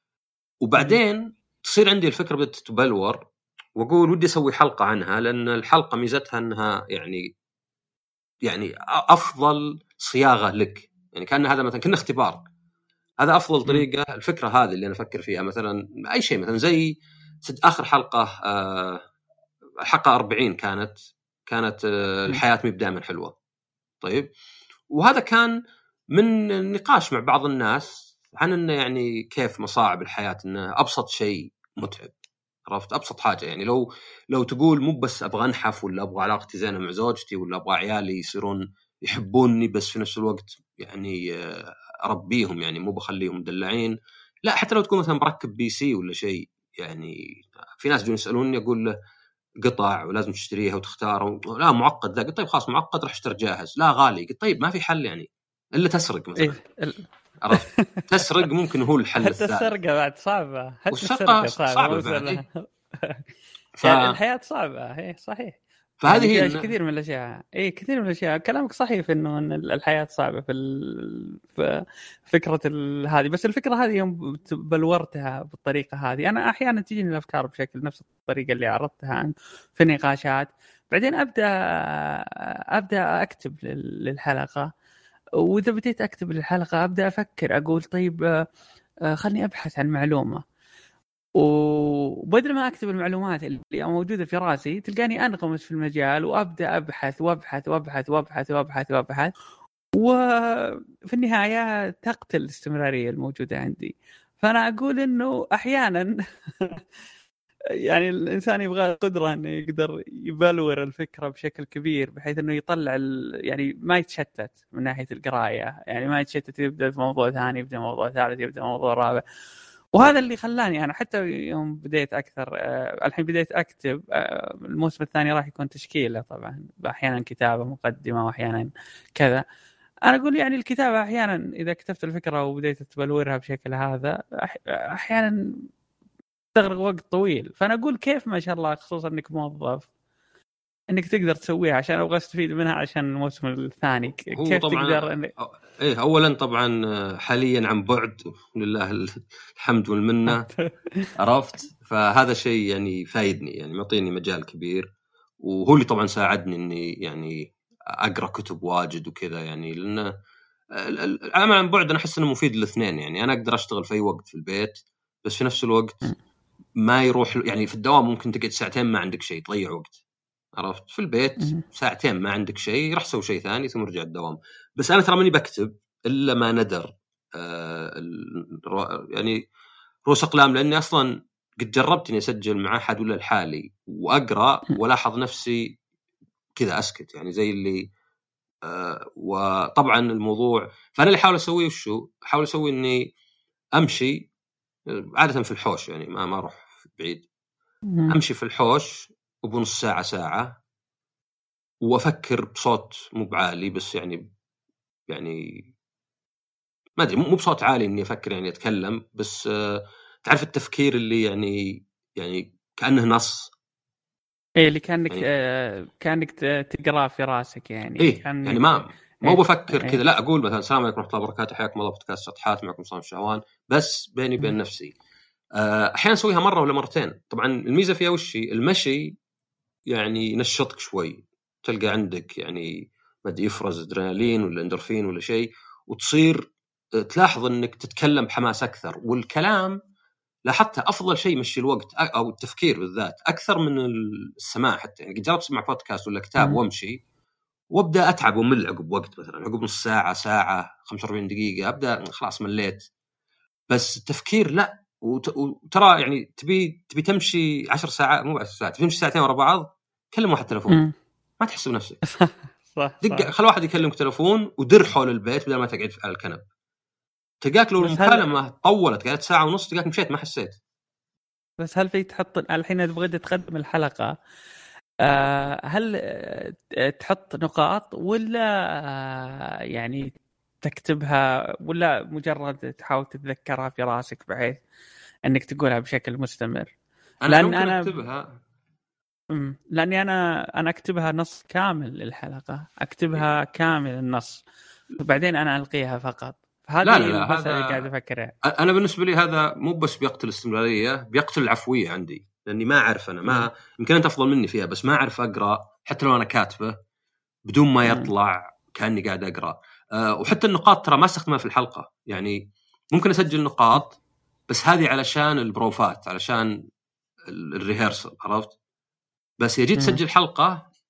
وبعدين تصير عندي الفكره بدأت تبلور، واقول ودي اسوي حلقه عنها، لان الحلقه ميزتها انها يعني افضل صياغه لك يعني. كان هذا مثلا كنا اختبار، هذا افضل طريقه. الفكره هذه اللي انا افكر فيها مثلا اي شيء، مثلا زي اخر حلقه الحلقه 40 كانت كانت الحياة مي دائما حلوة. طيب، وهذا كان من النقاش مع بعض الناس عن انه يعني كيف مصاعب الحياة، انه ابسط شيء متعب. عرفت؟ ابسط حاجة يعني لو تقول مو بس ابغى انحف، ولا ابغى علاقتي زينة مع زوجتي، ولا ابغى عيالي يصيرون يحبوني، بس في نفس الوقت يعني اربيهم، يعني مو بخليهم مدلعين. لا، حتى لو تكون مثلا بركب بي سي ولا شيء، يعني في ناس يجون يسالوني اقول له قطع ولازم تشتريها وتختار، لا معقد ذا. قلت طيب خلاص معقد، راح اشتري جاهز. لا غالي. قلت طيب ما في حل يعني الا تسرق مثلا. عرفت؟ تسرق ممكن هو الحل حتى الثالث. السرقة بعد صعبة، حتى والسرقة السرقة صعبة مو بعد. سهلة. إيه؟ يعني الحياة صعبة، هي صحيح. فهذه يعني هي في كثير من الاشياء، كثير من الاشياء كلامك صحيح في انه إن الحياه صعبه في فكره هذه. بس الفكره هذه يوم بلورتها بالطريقه هذه، انا احيانا تجيني الافكار بشكل نفس الطريقه اللي عرضتها في النقاشات، بعدين ابدا اكتب للحلقه. واذا بديت اكتب للحلقه ابدا افكر، اقول طيب خلني ابحث عن معلومه، وبدل ما اكتب المعلومات اللي موجوده في راسي تلقاني انغمس في المجال وابدا ابحث وابحث وابحث وابحث وابحث وابحث، وفي النهايه تقتل الاستمراريه الموجوده عندي. فانا اقول انه احيانا يعني الانسان يبغى قدره انه يقدر يبلور الفكره بشكل كبير، بحيث انه يطلع يعني ما يتشتت من ناحيه القرايه، يعني ما يتشتت، يبدا في موضوع ثاني، يبدا موضوع ثالث، يبدا موضوع رابع. وهذا اللي خلاني أنا حتى يوم بديت أكثر الحين بديت أكتب. الموسم الثاني راح يكون تشكيلة طبعا، أحيانا كتابة مقدمة وأحيانا كذا. أنا أقول يعني الكتابة أحيانا إذا كتبت الفكرة وبديت تبلورها بشكل هذا أحيانا تستغرق وقت طويل. فأنا أقول كيف ما شاء الله، خصوصا أنك موظف، انك تقدر تسويها عشان ابغى استفيد منها عشان الموسم الثاني. كيف تقدر ايه اولا طبعا حاليا عن بعد، لله الحمد والمنه. عرفت؟ فهذا شيء يعني فايدني، يعني معطيني مجال كبير، وهو اللي طبعا ساعدني اني يعني اقرا كتب واجد وكذا، يعني لان العمل عن بعد انا احس انه مفيد للاثنين. يعني انا اقدر اشتغل في اي وقت في البيت، بس في نفس الوقت ما يروح، يعني في الدوام ممكن تقعد ساعتين ما عندك شيء تضيع وقت. عرفت؟ في البيت ساعتين ما عندك شيء، راح تسوي شيء ثاني ثم رجع الدوام. بس انا ترى ماني بكتب الا ما ندر يعني رؤوس اقلام، لاني اصلا قد جربت اني اسجل مع احد ولا لحالي واقرا ولاحظ نفسي كذا اسكت، يعني زي اللي وطبعا الموضوع. فانا اللي احاول اسويه وشو احاول اسوي اني امشي عاده في الحوش، يعني ما اروح بعيد، امشي في الحوش وبنص ساعه ساعه، وافكر بصوت مو بعالي، بس يعني ما ادري، مو بصوت عالي اني افكر يعني اتكلم، بس تعرف التفكير اللي يعني كانه نص. ايه اللي كانك يعني كانك تقراه في راسك، يعني ايه كانك يعني ما بفكر إيه. كذا، لا اقول مثلا السلام عليكم ورحمه الله وبركاته، حياكم الله بودكاست شطحات، معكم صام الشهوان، بس بيني وبين نفسي. احيانا اسويها مره ولا مرتين. طبعا الميزه فيها وشي المشي، يعني ينشطك شوي، تلقى عندك يعني ما ادري يفرز ادرينالين ولا اندورفين ولا شيء، وتصير تلاحظ انك تتكلم بحماس اكثر. والكلام لاحظتها افضل شيء يمشي الوقت، او التفكير بالذات اكثر من السماع. حتى يعني جربت اسمع بودكاست ولا كتاب وامشي وابدا اتعب ومل عقب وقت، مثلا عقب نص ساعه 45 دقيقه ابدا خلاص مليت. بس التفكير لا. وترى يعني تبي تمشي 10 ساعات، مو 10 ساعات، تمشي ساعتين ورا بعض، كلم واحد تلفون، ما تحس بنفسك. صح دق، خل واحد يكلمك تلفون ودر حول البيت بدل ما تقعد على الكنب. تلقاك لو المكالمه طولت قعدت ساعه ونص تلقاك مشيت ما حسيت. بس هل في تحط الحين تبغى تقدم الحلقه، هل تحط نقاط ولا يعني تكتبها، ولا مجرد تحاول تتذكرها في راسك بحيث انك تقولها بشكل مستمر؟ لان انا اكتبها، لاني انا اكتبها نص كامل للحلقه، اكتبها كامل النص، وبعدين انا القيها فقط. هذه لا بس اللي قاعد افكرها. انا بالنسبه لي هذا مو بس بيقتل الاستمراريه، بيقتل العفويه عندي، لاني ما اعرف انا ما يمكن انت افضل مني فيها، بس ما اعرف اقرا حتى لو انا كاتبه بدون ما يطلع كاني قاعد اقرا. وحتى النقاط ترى ما استخدمها في الحلقه، يعني ممكن اسجل نقاط بس هذه علشان البروفات، علشان الريهرسل، عرفت؟ بس يجي تسجل حلقه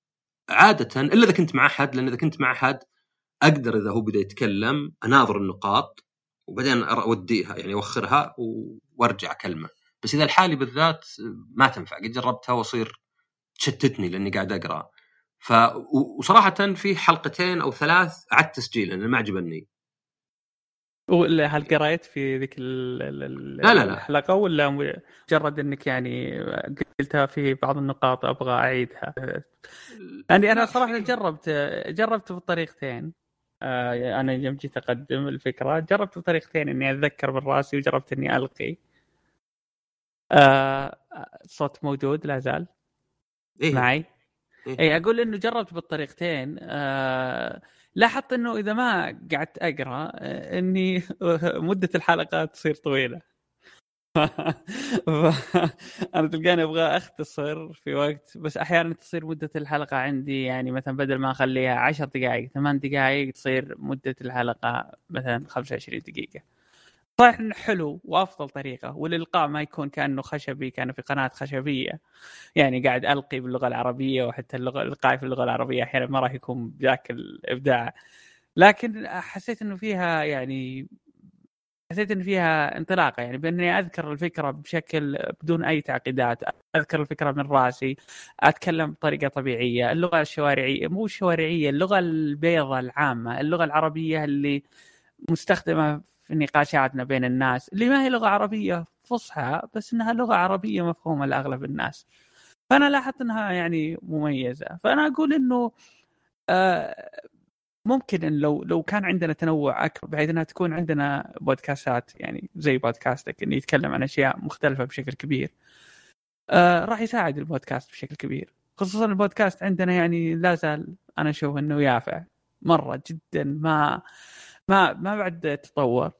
عاده الا اذا كنت مع احد، لان اذا كنت مع احد اقدر اذا هو بدا يتكلم اناظر النقاط وبعدين اوديها يعني اوخرها وارجع كلمه. بس اذا الحالي بالذات ما تنفع، قد جربتها واصير تشتتني لاني قاعد اقرا. وصراحه في حلقتين او 3 عدت تسجيل لان ما عجبني. ولا هل قرأت في ذيك لا الحلقة ولا مجرد انك يعني قلتها في بعض النقاط ابغى اعيدها؟ يعني انا صراحة جربت بالطريقتين. انا يوم جيت اقدم الفكرة جربت بطريقتين، اني اتذكر من راسي وجربت اني القي. صوت موجود لا زال إيه؟ معي. إيه؟ اي اقول انه جربت بالطريقتين. لاحظت انه اذا ما قعدت اقرا اني مده الحلقات تصير طويله. انا تلقاني ابغى اختصر في وقت، بس احيانا تصير مده الحلقه عندي يعني مثلا بدل ما اخليها 10 دقائق 8 دقائق تصير مده الحلقه مثلا 25 دقيقه. صحيح انه حلو وافضل طريقه، والالقاء ما يكون كانه خشبي، كانه في قناه خشبيه يعني قاعد ألقي باللغة العربية، وحتى الإلقاء في اللغة العربية أحيانا ما راح يكون بذاك الإبداع. لكن حسيت إنه فيها انطلاقة، يعني بأني أذكر الفكرة بشكل بدون أي تعقيدات، أذكر الفكرة من رأسي، أتكلم بطريقة طبيعية. اللغة الشوارعية مو الشوارعية، اللغة البيضاء العامة، اللغة العربية اللي مستخدمة في نقاشاتنا بين الناس، اللي ما هي لغة عربية فصحى بس إنها لغة عربية مفهومة لأغلب الناس. فأنا لاحظت أنها يعني مميزة. فأنا أقول أنه ممكن إن لو كان عندنا تنوع أكبر، بحيث أنها تكون عندنا بودكاستات يعني زي بودكاستك إنه يتكلم عن أشياء مختلفة بشكل كبير، راح يساعد البودكاست بشكل كبير. خصوصا البودكاست عندنا يعني لا زال أنا أشوف أنه يافع مرة جدا، ما بعد تطور.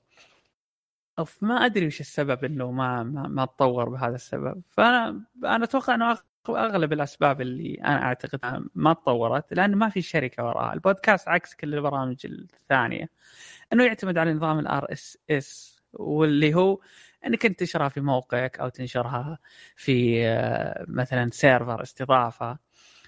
ما أدري وش السبب إنه ما تطور بهذا السبب. فأنا أتوقع إنه أغلب الأسباب اللي أنا أعتقدها ما تطورت لأن ما في شركة وراها. البودكاست عكس كل البرامج الثانية إنه يعتمد على نظام الRSS، واللي هو إنك أنت تنشرها في موقعك أو تنشرها في مثلا سيرفر استضافة،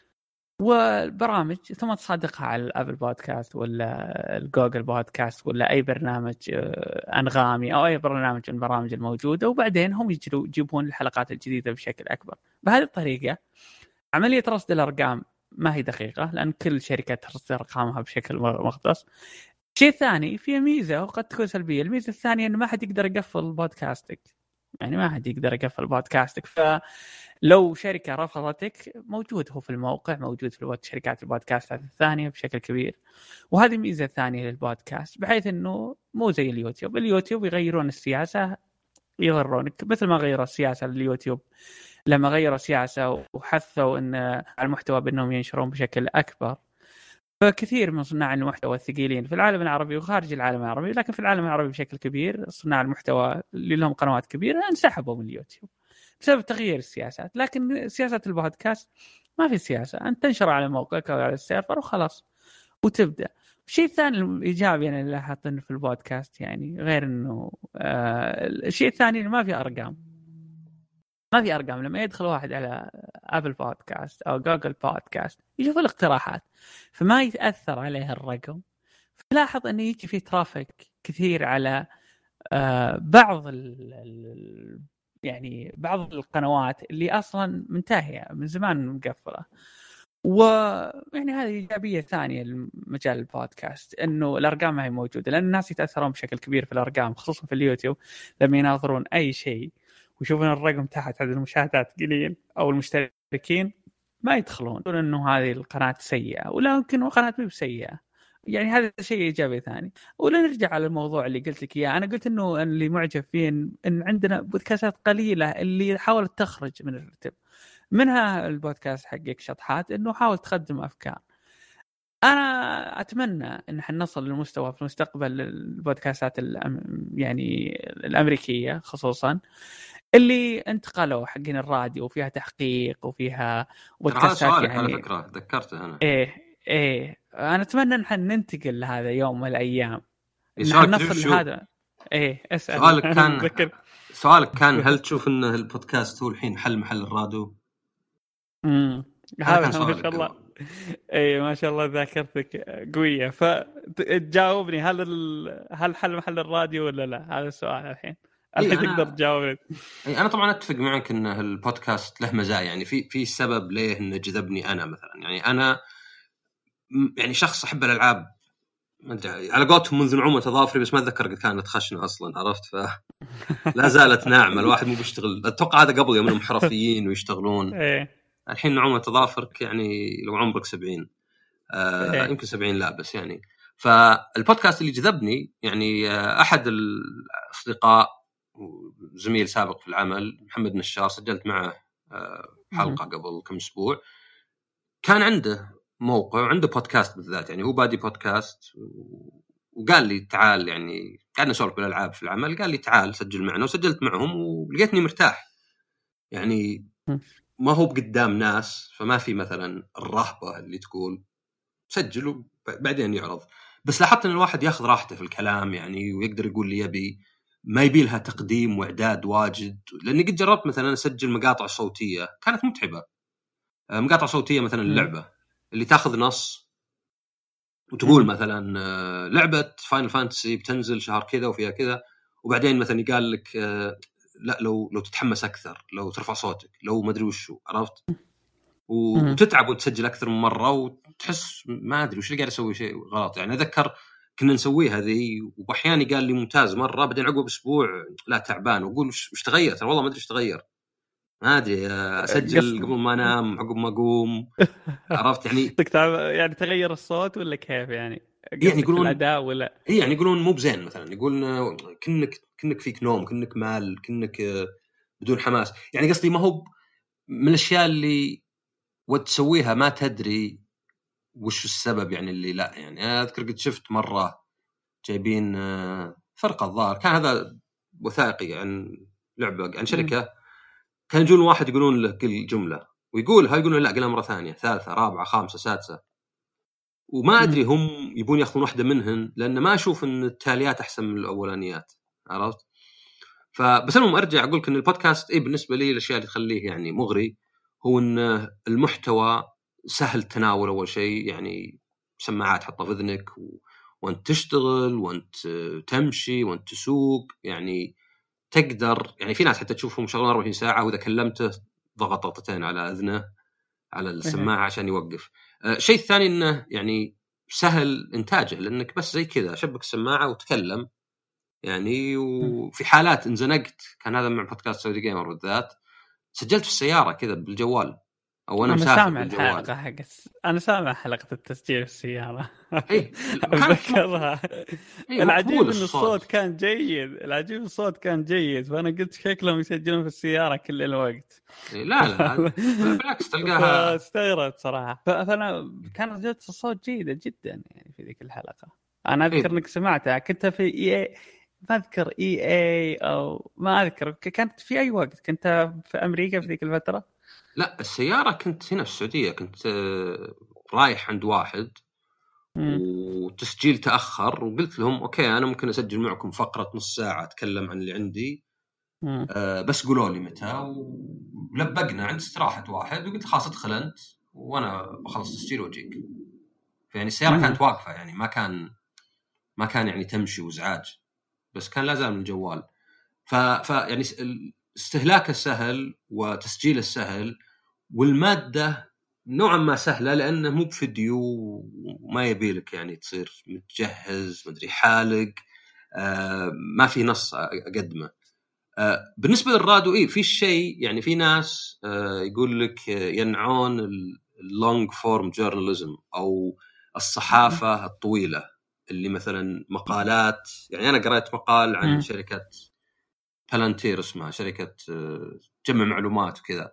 والبرامج ثم تصادقها على الابل بودكاست ولا الجوجل بودكاست ولا اي برنامج انغامي او اي برنامج من البرامج الموجوده، وبعدين هم يجيبون الحلقات الجديده بشكل اكبر. بهذه الطريقه عمليه رصد الارقام ما هي دقيقه، لان كل شركه ترصد ارقامها بشكل مختص. شيء ثاني فيه ميزه وقد تكون سلبيه. الميزه الثانيه انه ما حد يقدر يقفل بودكاستك، يعني ما حد يقدر يقفل بودكاستك. فلو شركة رفضتك موجود هو في الموقع، موجود في شركات البودكاستات الثانية بشكل كبير. وهذه ميزة ثانية للبودكاست، بحيث انه مو زي اليوتيوب يغيرون السياسة يضرونك، مثل ما غيروا السياسة لليوتيوب لما غيروا السياسة وحثوا ان على المحتوى بانهم ينشرون بشكل اكبر. فكثير من صناع المحتوى الثقيلين في العالم العربي وخارج العالم العربي، لكن في العالم العربي بشكل كبير صناع المحتوى اللي لهم قنوات كبيرة انسحبوا من اليوتيوب بسبب تغيير السياسات. لكن سياسة البودكاست ما في سياسة، أنت تنشر على موقعك أو على السيرفر وخلاص وتبدأ. الشيء الثاني الإيجابي يعني اللي لاحظت إنه في البودكاست يعني غير إنه الشيء الثاني إنه ما في أرقام. لما يدخل واحد على أبل بودكاست أو جوجل بودكاست يشوف الاقتراحات، فما يتأثر عليه الرقم. فلاحظ أنه يجي فيه ترافيك كثير على بعض يعني بعض القنوات اللي أصلا منتهية من زمان مقفلة. ويعني هذه إيجابية ثانية لمجال البودكاست، إنه الأرقام ما هي موجودة، لأن الناس يتأثرون بشكل كبير في الأرقام، خصوصا في اليوتيوب لما يناظرون أي شيء ويشوفون الرقم تحت عدد المشاهدات قليل أو المشتركين ما يدخلون، يقولون إنه هذه القناة سيئة، ولا يمكن قناة مو سيئة. يعني هذا شيء إيجابي ثاني. ولا نرجع على الموضوع اللي قلت لك إياه، أنا قلت إنه اللي معجب فيه إن عندنا بودكاستات قليلة اللي حاولت تخرج من الرتب، منها البودكاست حقك شطحات، إنه حاول تقدم أفكار. أنا أتمنى إن حنصل للمستوى في المستقبل البودكاستات يعني الأمريكية خصوصا اللي انتقلوا حقين الراديو وفيها تحقيق وفيها بودكاستات. يعني على فكرة ذكرته أنا. إيه أنا أتمنى إن حن ننتقل لهذا يوم من الأيام، إن نصل لهذا. اسأل. سؤالك كان هل تشوف إن البودكاست هو الحين حل محل الراديو؟ هذا ما شاء الله اي ما شاء الله ذاكرتك قويه. فتجاوبني، هل حل محل الراديو ولا لا؟ هذا السؤال الحين اي تقدر انا تجاوب. انا طبعا اتفق معك ان البودكاست له مزايا، يعني في سبب ليه انه جذبني انا مثلا. يعني انا يعني شخص احب الالعاب، ما ادري على قولتهم منذ نعومه اظافري، بس ما اتذكر قد كانت خشنه اصلا، عرفت؟ فلا زالت ناعمه، الواحد مو بيشتغل، اتوقع هذا قبل يوم انهم حرفيين ويشتغلون. ايه الحين نعومه اظافرك يعني لو عمرك 70، ايه يمكن 70 لا بس يعني. فالبودكاست اللي جذبني يعني احد الاصدقاء وزميل سابق في العمل، محمد نشار، سجلت معه حلقه قبل كم اسبوع. كان عنده موقع وعنده بودكاست بالذات، يعني هو بادي بودكاست، وقال لي تعال، يعني قعدنا نسولف بالالعاب في العمل، قال لي تعال سجل معنا، وسجلت معهم ولقيتني مرتاح. يعني ما هو بقدام ناس، فما في مثلا الرهبه اللي تقول سجل وبعدين يعرض. بس لاحظت ان الواحد ياخذ راحته في الكلام يعني، ويقدر يقول اللي يبي، ما يبي لها تقديم واعداد واجد. لاني قد جربت مثلا اسجل مقاطع صوتيه كانت متعبه، مقاطع صوتيه مثلا اللعبه اللي تاخذ نص وتقول مثلا لعبه فاينل فانتسي بتنزل شهر كذا وفيها كذا، وبعدين مثلا يقال لك لا لو تتحمس اكثر، لو ترفع صوتك، لو ما ادري وشو، عرفت؟ وتتعب وتسجل اكثر من مره وتحس ما ادري وش اللي قاعد اسوي شيء غلط. يعني اذكر كنا نسويها ذي، واحيانا قال لي ممتاز مره، بعدين عقب اسبوع لا تعبان، واقول وش تغير؟ ترى والله ما ادري ايش تغير، ما ادري، اسجل قبل ما انام عقب ما اقوم، عرفت يعني؟ يعني تغير الصوت ولا كيف يعني؟ يعني قصدك في يقولون الاداء ولا؟ يعني يقولون مو بزين، مثلا يقولون كنك فيك نوم، كنك مال، كنك بدون حماس. يعني قصدي ما هو من الاشياء اللي وتسويها ما تدري وش السبب يعني اللي لا. يعني اذكر قد شفت مره جايبين فرقه الظاهر، كان هذا وثائقي عن لعبه عن شركه، كان يجون واحد يقولون له كل جمله ويقولها، يقولون لا قلها مره ثانيه ثالثه رابعه خامسه سادسه، وما ادري هم يبون ياخذون واحده منهن، لان ما اشوف ان التاليات احسن من الاولانيات، عرفت؟ فبس المهم ارجع اقول لك ان البودكاست بالنسبه لي الاشياء اللي تخليه يعني مغري هو ان المحتوى سهل التناول اول شيء. يعني سماعات حطها في اذنك وانت تشتغل، وانت تمشي، وانت تسوق، يعني تقدر، يعني في ناس حتى تشوفهم شغلين 24 ساعه، واذا كلمته ضغط ضغطتين على اذنه على السماعه عشان يوقف. شيء الثاني انه يعني سهل انتاجه، لانك بس زي كذا شبك السماعه وتكلم يعني. وفي حالات انزنقت، كان هذا مع بودكاست سعودي جيمر بالذات، سجلت في السياره كذا بالجوال، او انا انا مسافر سامع بالجوال. الحلقه انا سامع حلقه التسجيل في السياره. اي كانت اتذكرها. مقبول العجيب ان الصوت الصوت. كان جيد، فانا قلت شكلهم يسجلون في السياره كل الوقت. لا بالعكس تلقاها. فاستغربت صراحه. فانا كانت جوده الصوت جيده جدا يعني في ذيك الحلقه. انا اذكر انك سمعتها، كنت في اي، ما اذكر اي او ما اذكر، كانت في اي وقت كنت في امريكا في ذيك الفتره. لا السياره كنت هنا في السعوديه، كنت رايح عند واحد وتسجيل تاخر، وقلت لهم اوكي انا ممكن اسجل معكم فقره نص ساعه اتكلم عن اللي عندي، بس قولوا لي متى. ولبقنا عند استراحه واحد، وقلت خلاص ادخل انت وانا بخلص تسجيل واجيك. يعني السياره كانت واقفه، يعني ما كان يعني تمشي وازعاج، بس كان لا زال من الجوال. يعني استهلاكه سهل وتسجيله السهل، والماده نوعا ما سهله لانه مو بفيديو وما يبي لك يعني تصير متجهز مدري حالق، ما في نص اقدمه. بالنسبه للراديو في شيء، يعني في ناس يقول لك ينعون اللونج فورم جورناليزم او الصحافه الطويله، اللي مثلا مقالات. يعني انا قرأت مقال عن شركه بلانتير، اسمها شركه جمع معلومات وكذا،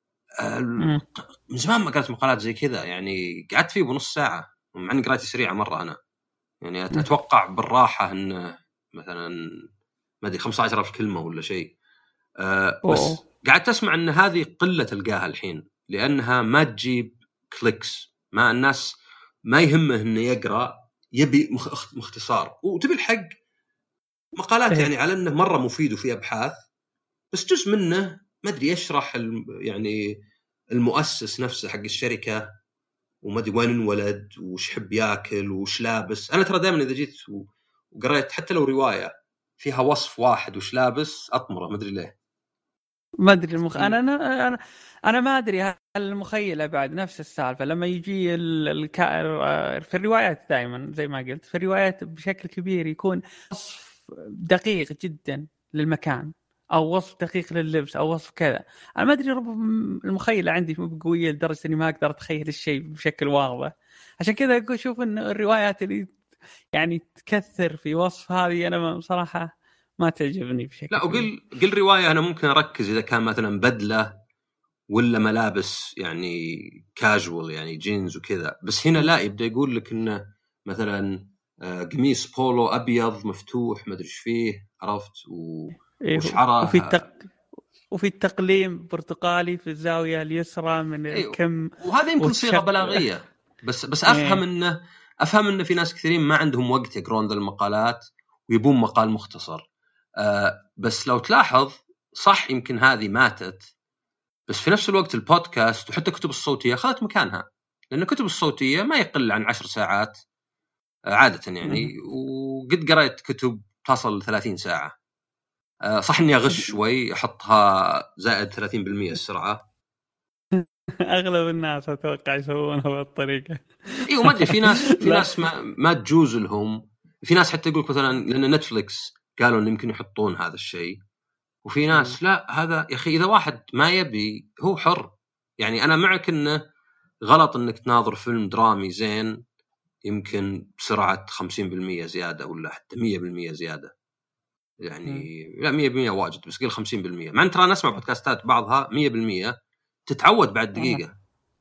من زمان ما قرأت مقالات زي كذا، يعني قعدت فيه بنص ساعه، مع اني قراءتي سريعه مره انا. يعني اتوقع بالراحه انه مثلا ما ادري 15,000 كلمه ولا شيء. بس قعدت اسمع ان هذه قله تلقاها الحين، لانها ما تجيب كليكس، ما الناس ما يهمه انه يقرا، يبي مختصار. وتبي الحق مقالات يعني على انه مره مفيد وفي ابحاث، بس جزء منه ما ادري يشرح يعني المؤسس نفسه حق الشركه وما ادري وين انولد وش يحب ياكل وش لابس. انا ترى دائما اذا جيت وقريت حتى لو روايه فيها وصف واحد وش لابس اطمره، ما ادري ليه. ما ادري انا ما ادري هل المخيله بعد نفس السالفه لما يجي في الروايات دائما زي ما قلت في الروايات بشكل كبير يكون وصف دقيق جدا للمكان او وصف دقيق لللبس او وصف كذا. انا ما ادري ربما المخيله عندي مو قويه لدرجه اني ما اقدر اتخيل الشيء بشكل واضح. عشان كذا اقول اشوف ان الروايات اللي يعني تكثر في وصف هذه انا بصراحه ما تعجبني بشكل لا وقل روايه انا ممكن اركز اذا كان مثلا بدله ولا ملابس يعني كاجوال يعني جينز وكذا، بس هنا لا يبدا يقول لك انه مثلا قميص بولو ابيض مفتوح ما ادري ايش فيه، عرفت؟ وشعره وفي التقليم برتقالي في الزاويه اليسرى من الكم. وهذا يمكن صيغه بلاغيه بس افهم انه في ناس كثيرين ما عندهم وقت يقرون ذا المقالات ويبون مقال مختصر. بس لو تلاحظ صح يمكن هذه ماتت، بس في نفس الوقت البودكاست وحتى كتب الصوتيه اخذت مكانها، لأن الكتب الصوتيه ما يقل عن 10 ساعات عاده يعني، وقد قرأت كتب تصل 30 ساعه. صح اني اغش شوي احطها زائد 30% السرعه. اغلب الناس اتوقع يسوونها بالطريقه. ايوه ما ادري في ناس ما تجوز لهم. في ناس حتى يقولك مثلا لان نتفليكس قالوا ان يمكن يحطون هذا الشيء، وفي ناس لا هذا يا اخي اذا واحد ما يبي هو حر. يعني انا معك انه غلط انك تناظر فيلم درامي زين يمكن بسرعه 50% زياده ولا حتى 100% زياده يعني. لا 100% واجد، بس قل 50%. مع ان ترى نسمع بودكاستات بعضها 100% تتعود بعد دقيقه.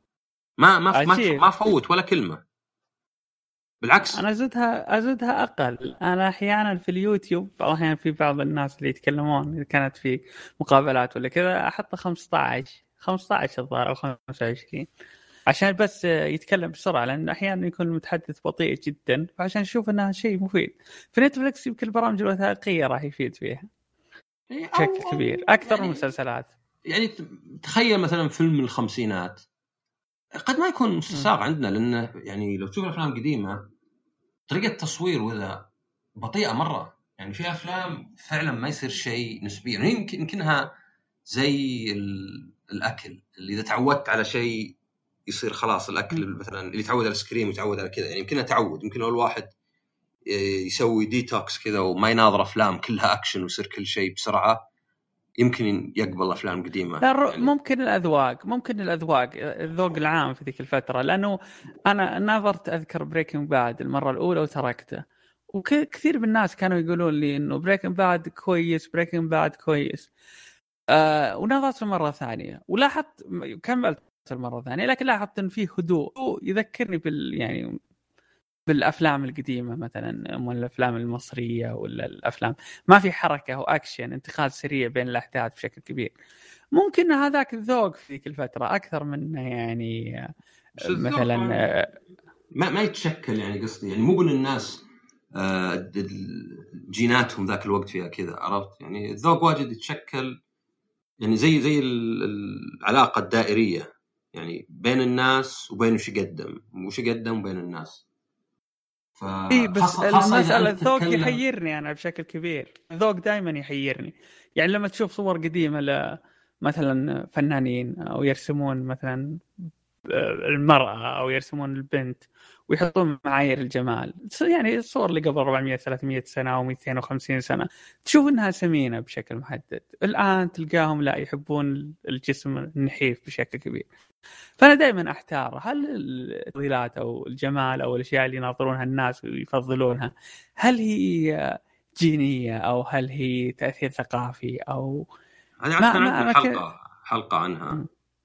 ما فوت ولا كلمه، بالعكس. انا ازودها اقل. انا احيانا في اليوتيوب او احيانا في بعض الناس اللي يتكلمون اذا كانت في مقابلات ولا كذا احط 15 الظاهر او 25 عشان بس يتكلم بسرعه، لان احيانا يكون المتحدث بطيء جدا، فعشان اشوف انها شيء مفيد. في نتفلكس يمكن البرامج الوثائقيه راح يفيد فيها بشكل كبير اكثر من المسلسلات. يعني تخيل مثلا فيلم من الخمسينات قد ما يكون مستساغ عندنا، لانه يعني لو تشوف الافلام القديمه طريقه تصوير وذا بطيئه مره. يعني في افلام فعلا ما يصير شيء نسبيا، يعني يمكنها زي الاكل اللي اذا تعودت على شيء يصير خلاص. الاكل مثلا اللي تعود على السكرين وتعود على كذا، يعني يمكنها تعود. يمكن اول واحد يسوي ديتوكس كذا وما يناظر افلام كلها اكشن ويصير كل شيء بسرعه، يمكن يقبل افلام قديمه. يعني ممكن الذوق العام في ذيك الفتره، لانه انا نظرت اذكر بريكنج باد المره الاولى وتركته، وكثير من الناس كانوا يقولون لي انه بريكنج باد كويس. ونظرت المره الثانيه ولاحظت كملت المره الثانيه، لكن لاحظت ان فيه هدوء يذكرني يعني بالافلام القديمه مثلا، من الافلام المصريه ولا الافلام ما في حركه واكشن انتقال سريع بين الاحداث بشكل كبير. ممكن هذاك الذوق في ذيك الفتره اكثر من يعني مثلا ما يتشكل. يعني قصدي يعني مو بان الناس جيناتهم ذاك الوقت فيها كذا، عرفت؟ يعني الذوق واجد يتشكل، يعني زي العلاقه الدائريه يعني بين الناس وبين وش يقدم وبين الناس. بس المسألة الذوق يحيرني أنا بشكل كبير. الذوق دائما يحيرني. يعني لما تشوف صور قديمة مثلا فنانين أو يرسمون مثلا المرأة أو يرسمون البنت ويحطون معايير الجمال، يعني الصور اللي قبل 400-300 سنة أو 250 سنة تشوف إنها سمينة بشكل محدد. الآن تلقاهم لا يحبون الجسم النحيف بشكل كبير. فأنا دائما أحتار هل التفضيلات أو الجمال أو الأشياء اللي يناظرونها الناس ويفضلونها هل هي جينية أو هل هي تأثير ثقافي أو أنا حلقة عنها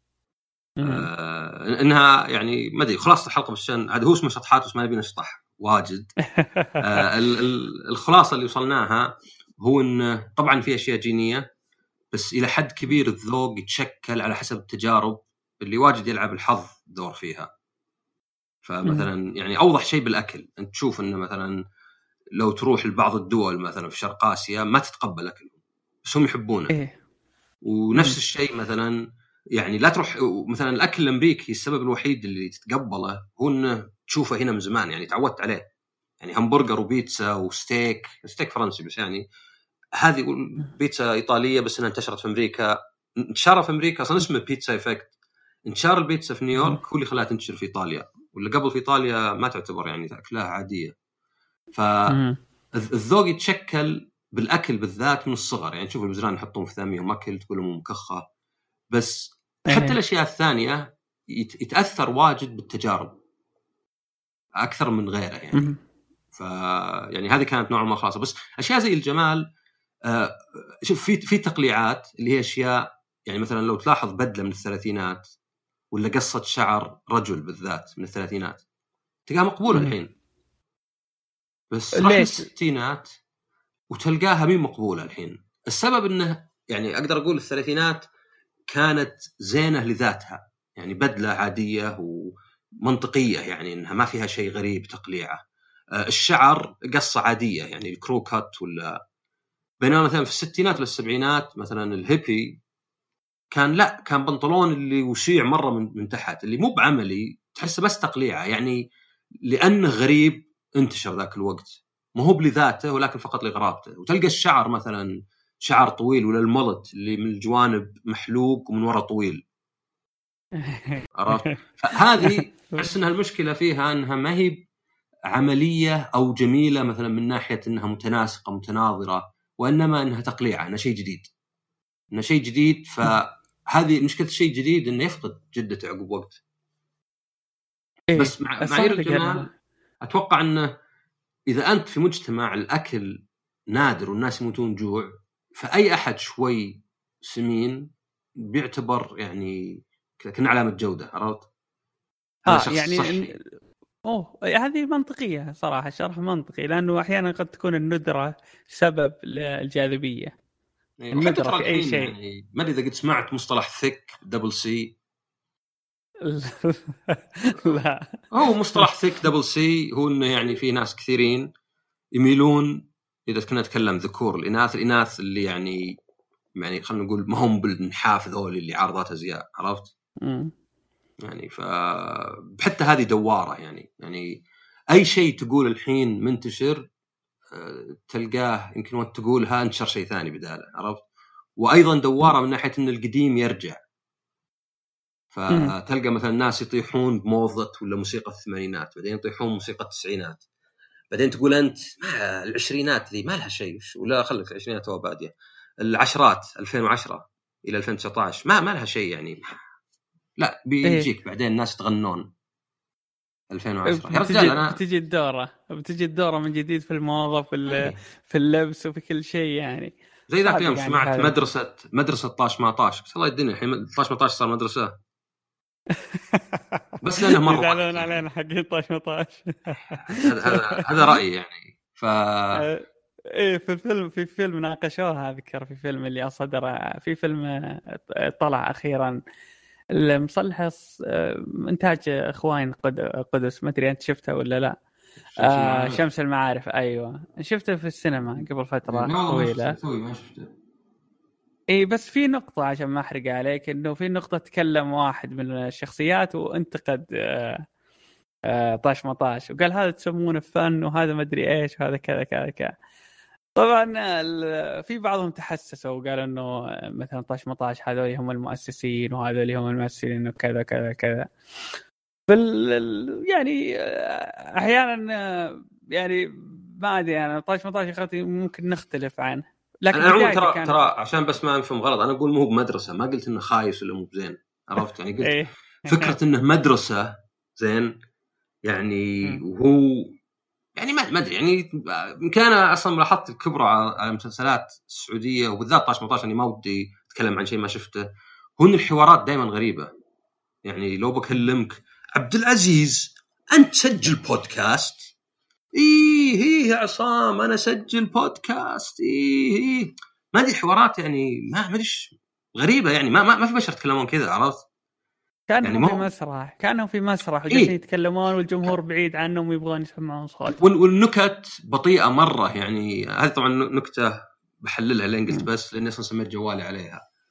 إنها يعني ما أدري خلاصة الحلقة، بس عشان هذا هو اسمه شطحات بس ما نبي نشطح واجد. الخلاصة اللي وصلناها هو إن طبعا في أشياء جينية، بس إلى حد كبير الذوق يتشكل على حسب التجارب اللي واجد يلعب الحظ دور فيها. فمثلا يعني أوضح شيء بالأكل، أنت تشوف إنه مثلا لو تروح لبعض الدول مثلا في شرق آسيا ما تتقبل أكلهم بس هم يحبونه. ونفس الشيء مثلا يعني لا تروح مثلا الاكل الامريكي السبب الوحيد اللي تتقبله هو انه تشوفه هنا من زمان، يعني تعودت عليه، يعني همبرجر وبيتزا وستيك فرنسي، بس يعني هذه بيتزا ايطاليه بس انها انتشرت في امريكا. انتشار في امريكا اصلا اسمه بيتزا افكت. انتشار البيتزا في نيويورك هو اللي خلاها تنتشر في ايطاليا، واللي قبل في ايطاليا ما تعتبر يعني تاكلها عاديه. فالذوق يتشكل بالاكل بالذات من الصغر، يعني تشوف البزران يحطون في ثاميهم اكل تقول لهم مكخه، بس حتى الاشياء الثانيه يتاثر واجد بالتجارب اكثر من غيره يعني. يعني هذه كانت نوعا ما خاصه. بس اشياء زي الجمال شوف في تقليعات اللي هي اشياء، يعني مثلا لو تلاحظ بدله من الثلاثينات ولا قصه شعر رجل بالذات من الثلاثينات تلقاها مقبوله الحين، بس راح الستينات وتلقاها مين مقبوله الحين. السبب انه يعني اقدر اقول الثلاثينات كانت زينه لذاتها، يعني بدله عاديه ومنطقيه، يعني انها ما فيها شيء غريب تقليعه. الشعر قصه عاديه يعني الكرو كات ولا. بينما مثلا في الستينات والسبعينات مثلا الهيبي كان بنطلون اللي وشيع مره من تحت، اللي مو بعملي تحسه بس تقليعه، يعني لانه غريب انتشر ذاك الوقت، ما هو بذاته ولكن فقط لغرابته. وتلقى الشعر مثلا شعر طويل ولا الملت اللي من الجوانب محلوق ومن وراء طويل، عرفت؟ فهذه أحس أنها المشكلة فيها أنها ما هي عملية أو جميلة مثلا من ناحية أنها متناسقة متناظرة، وإنما أنها تقليعة، أنها شيء جديد. فهذه مشكلة الشيء الجديد أنه يفقد جدته عقب وقت. بس معايير الجمال أتوقع أنه إذا أنت في مجتمع الأكل نادر والناس يموتون جوع، فأي أحد شوي سمين بيعتبر يعني كنا علامة جودة، عرفت؟ يعني صحي. هذه منطقية صراحة، شرح منطقي، لأنه أحيانا قد تكون الندرة سبب للجاذبية. الندرة في أي شيء. يعني ما أدري إذا قد سمعت مصطلح ثيك دبل سي. لا، هو مصطلح ثيك دبل سي هو إنه يعني في ناس كثيرين يميلون، إذا كنا نتكلم ذكور الإناث اللي يعني خلنا نقول ما هم بالنحاف ذول اللي عارضات أزياء، عرفت؟ يعني حتى هذه دوارة يعني أي شيء تقول الحين منتشر تلقاه يمكن وقت تقولها انتشر شيء ثاني بداله، عرفت؟ وأيضا دوارة من ناحية أن القديم يرجع، فتلقى مثلا الناس يطيحون بموضة ولا موسيقى الثمانينات، بعدين يطيحون موسيقى التسعينات، بعدين تقول أنت العشرينات ذي ما لها شيء، ولا خلك العشرينات وبادية العشرات 2010 إلى 2019 ما لها شيء يعني. لا بيجيك بعدين الناس تغنون 2010 يا رجال. أنا بتجي الدورة من جديد في الموضة في اللبس وفي كل شيء، يعني زي ذاك اليوم يعني سمعت مدرسة طاش ما طاش، بس الله الدنيا الحين طاش ما طاش صار مدرسة بس لأنه مرة يزعلون علينا حقين طاش ما طاش. هذا رأيي يعني. ايه في فيلم ناقشوها، اذكر في فيلم اللي صدر، في فيلم طلع اخيرا المصلحص انتاج اخوان قدس، ما ادري انت شفته ولا لا. شمس المعارف. ايوه شفته في السينما قبل فتره طويله. ما شفته. اي بس في نقطه عشان ما احرق عليك، انه في نقطه تكلم واحد من الشخصيات وانتقد طاش مطاش، وقال هذا تسمونه فن وهذا ما ادري ايش وهذا كذا كذا كذا. طبعا في بعضهم تحسسوا وقال انه مثلا طاش مطاش هذول هم المؤسسين وهذول هم الممثلين وكذا كذا كذا. يعني احيانا يعني ما ادري، انا طاش مطاش اخوتي ممكن نختلف عنه، لكن أنا ترى عشان بس ما نفهم غلط، انا اقول مو بمدرسه، ما قلت انه خايس ولا مو بزين، عرفت؟ يعني قلت فكره انه مدرسه زين يعني. وهو يعني ما ادري يعني يمكن انا اصلا لاحظت الكبرى على المسلسلات السعوديه وبالذات طاش مطاش، اني ما ودي اتكلم عن شيء ما شفته، هو الحوارات دائما غريبه. يعني لو بكلمك عبد العزيز انت سجل بودكاست، ايه يا عصام انا سجل بودكاست، ايه ما ادري حوارات يعني ما ادري غريبه، يعني ما في بشر يتكلمون كذا، عرفت؟ كانهم يعني في مسرح، كانوا في مسرح وجالسين يتكلمون والجمهور بعيد عنهم ويبغون يسمعون صوت، والنكت بطيئه مره. يعني هذه طبعا نكته بحللها لين قلت بس لاني اصلا سميت جوالي عليها.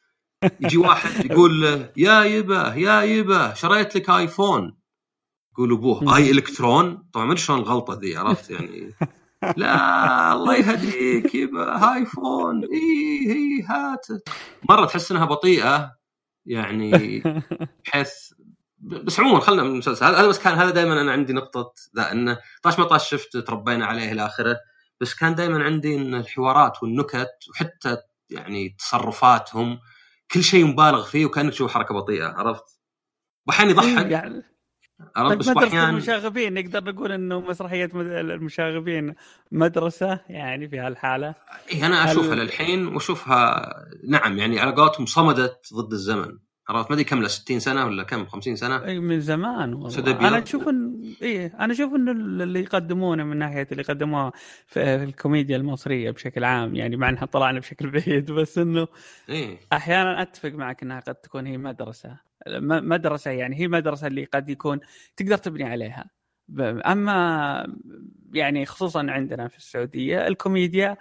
يجي واحد يقول له يا يبه شريت لك ايفون، يقول ابوه اي الكترون. طبعا ما ادري شلون الغلطه ذي، عرفت يعني. لا الله يهديك يبه ايفون، هي هات. مره تحس انها بطيئه يعني، بحيث بس عموما خلنا من المسلسل هذا بس كان هذا دائما انا عندي نقطه ذا انه طاش ما طاش شفت تربينا عليه الى اخره، بس كان دائما عندي ان الحوارات والنكت وحتى يعني تصرفاتهم كل شيء مبالغ فيه وكانك تشوف حركه بطيئه، عرفت. واحيانا يضحك يعني عرفت، طيب بس مدرسة واحيانا المشاغبين نقدر نقول انه مسرحية المشاغبين مدرسة يعني في هالحالة. إيه انا اشوفها للحين واشوفها نعم يعني على قولتهم صمدت ضد الزمن، عرفت. ما ادري كم له 60 سنه ولا كم 50 سنه من زمان سد والله. انا ابيض. اشوف ان انا اشوف انه اللي يقدمونه من ناحيه اللي قدموه في الكوميديا المصريه بشكل عام، يعني مع انها طلعنا بشكل بعيد، بس انه ايه احيانا اتفق معك انها قد تكون هي مدرسه يعني هي مدرسه اللي قد يكون تقدر تبني عليها. اما يعني خصوصا عندنا في السعوديه الكوميديا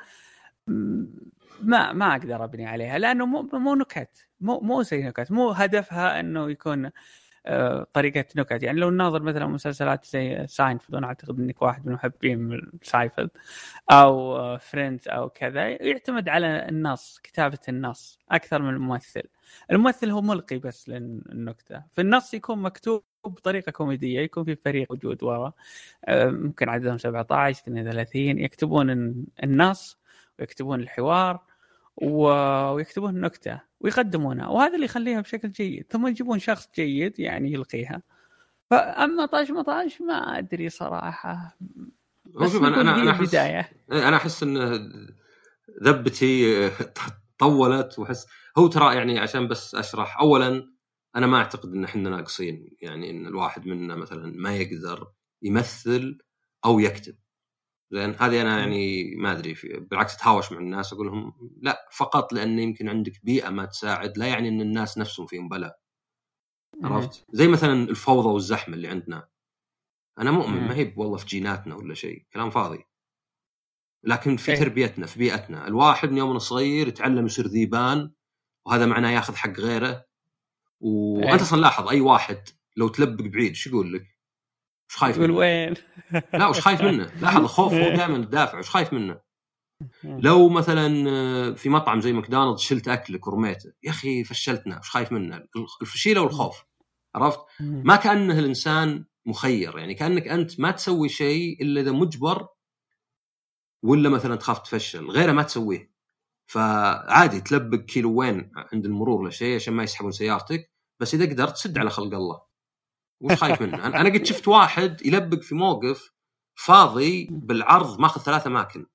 ما اقدر ابني عليها، لانه مو نكت، مو زي نكت، مو هدفها انه يكون طريقة نكت. يعني لو نناظر مثلا مسلسلات زي ساينفيلد، أنا أعتقد أنك واحد من محبين ساينفيلد، أو فريندز أو كذا، يعتمد على النص، كتابة النص أكثر من الممثل. الممثل هو ملقي بس للنكتة، في النص يكون مكتوب بطريقة كوميدية، يكون في فريق وجود وراء ممكن عددهم 17 32 يكتبون النص ويكتبون الحوار ويكتبون النكتة ويقدمونها، وهذا اللي يخليها بشكل جيد، ثم يجيبون شخص جيد يعني يلقيها. فأما طاش مطاش ما أدري صراحة، بس نقول هي البداية. انا احس ان ذبتي طولت، وحس هو ترى يعني عشان بس اشرح اولا، انا ما اعتقد ان احنا ناقصين، يعني ان الواحد منا مثلا ما يقدر يمثل او يكتب زين. هذه انا يعني ما ادري بالعكس اتهاوش مع الناس اقول لهم لا، فقط لان يمكن عندك بيئه ما تساعد لا يعني ان الناس نفسهم فيهم بلا، عرفت. زي مثلا الفوضى والزحمه اللي عندنا، انا مؤمن ما هي والله في جيناتنا ولا شيء، كلام فاضي، لكن في تربيتنا في بيئتنا. الواحد من يوم صغير يتعلم يصير ذيبان، وهذا معناه ياخذ حق غيره. وانت اصلا لاحظ اي واحد لو تلبق بعيد ايش يقول لك؟ وش خايف يقول منه؟ وين؟ لا وش خايف منه؟ لاحظ الخوف هو دائما الدافع، وش خايف منه؟ لو مثلا في مطعم زي ماكدونالدز شلت اكلك ورميته، يا اخي فشلتنا، وش خايف منه؟ الفشيله والخوف، عرفت. ما كانه الانسان مخير، يعني كانك انت ما تسوي شيء الا اذا مجبر، ولا مثلا تخاف تفشل غيره ما تسويه. فعادي تلبق كيلوين عند المرور ولا شيء عشان ما يسحبون سيارتك، بس اذا قدرت تسد على خلق الله، وش خايف منه؟ انا قد شفت واحد يلبق في موقف فاضي بالعرض ماخذ 3 اماكن،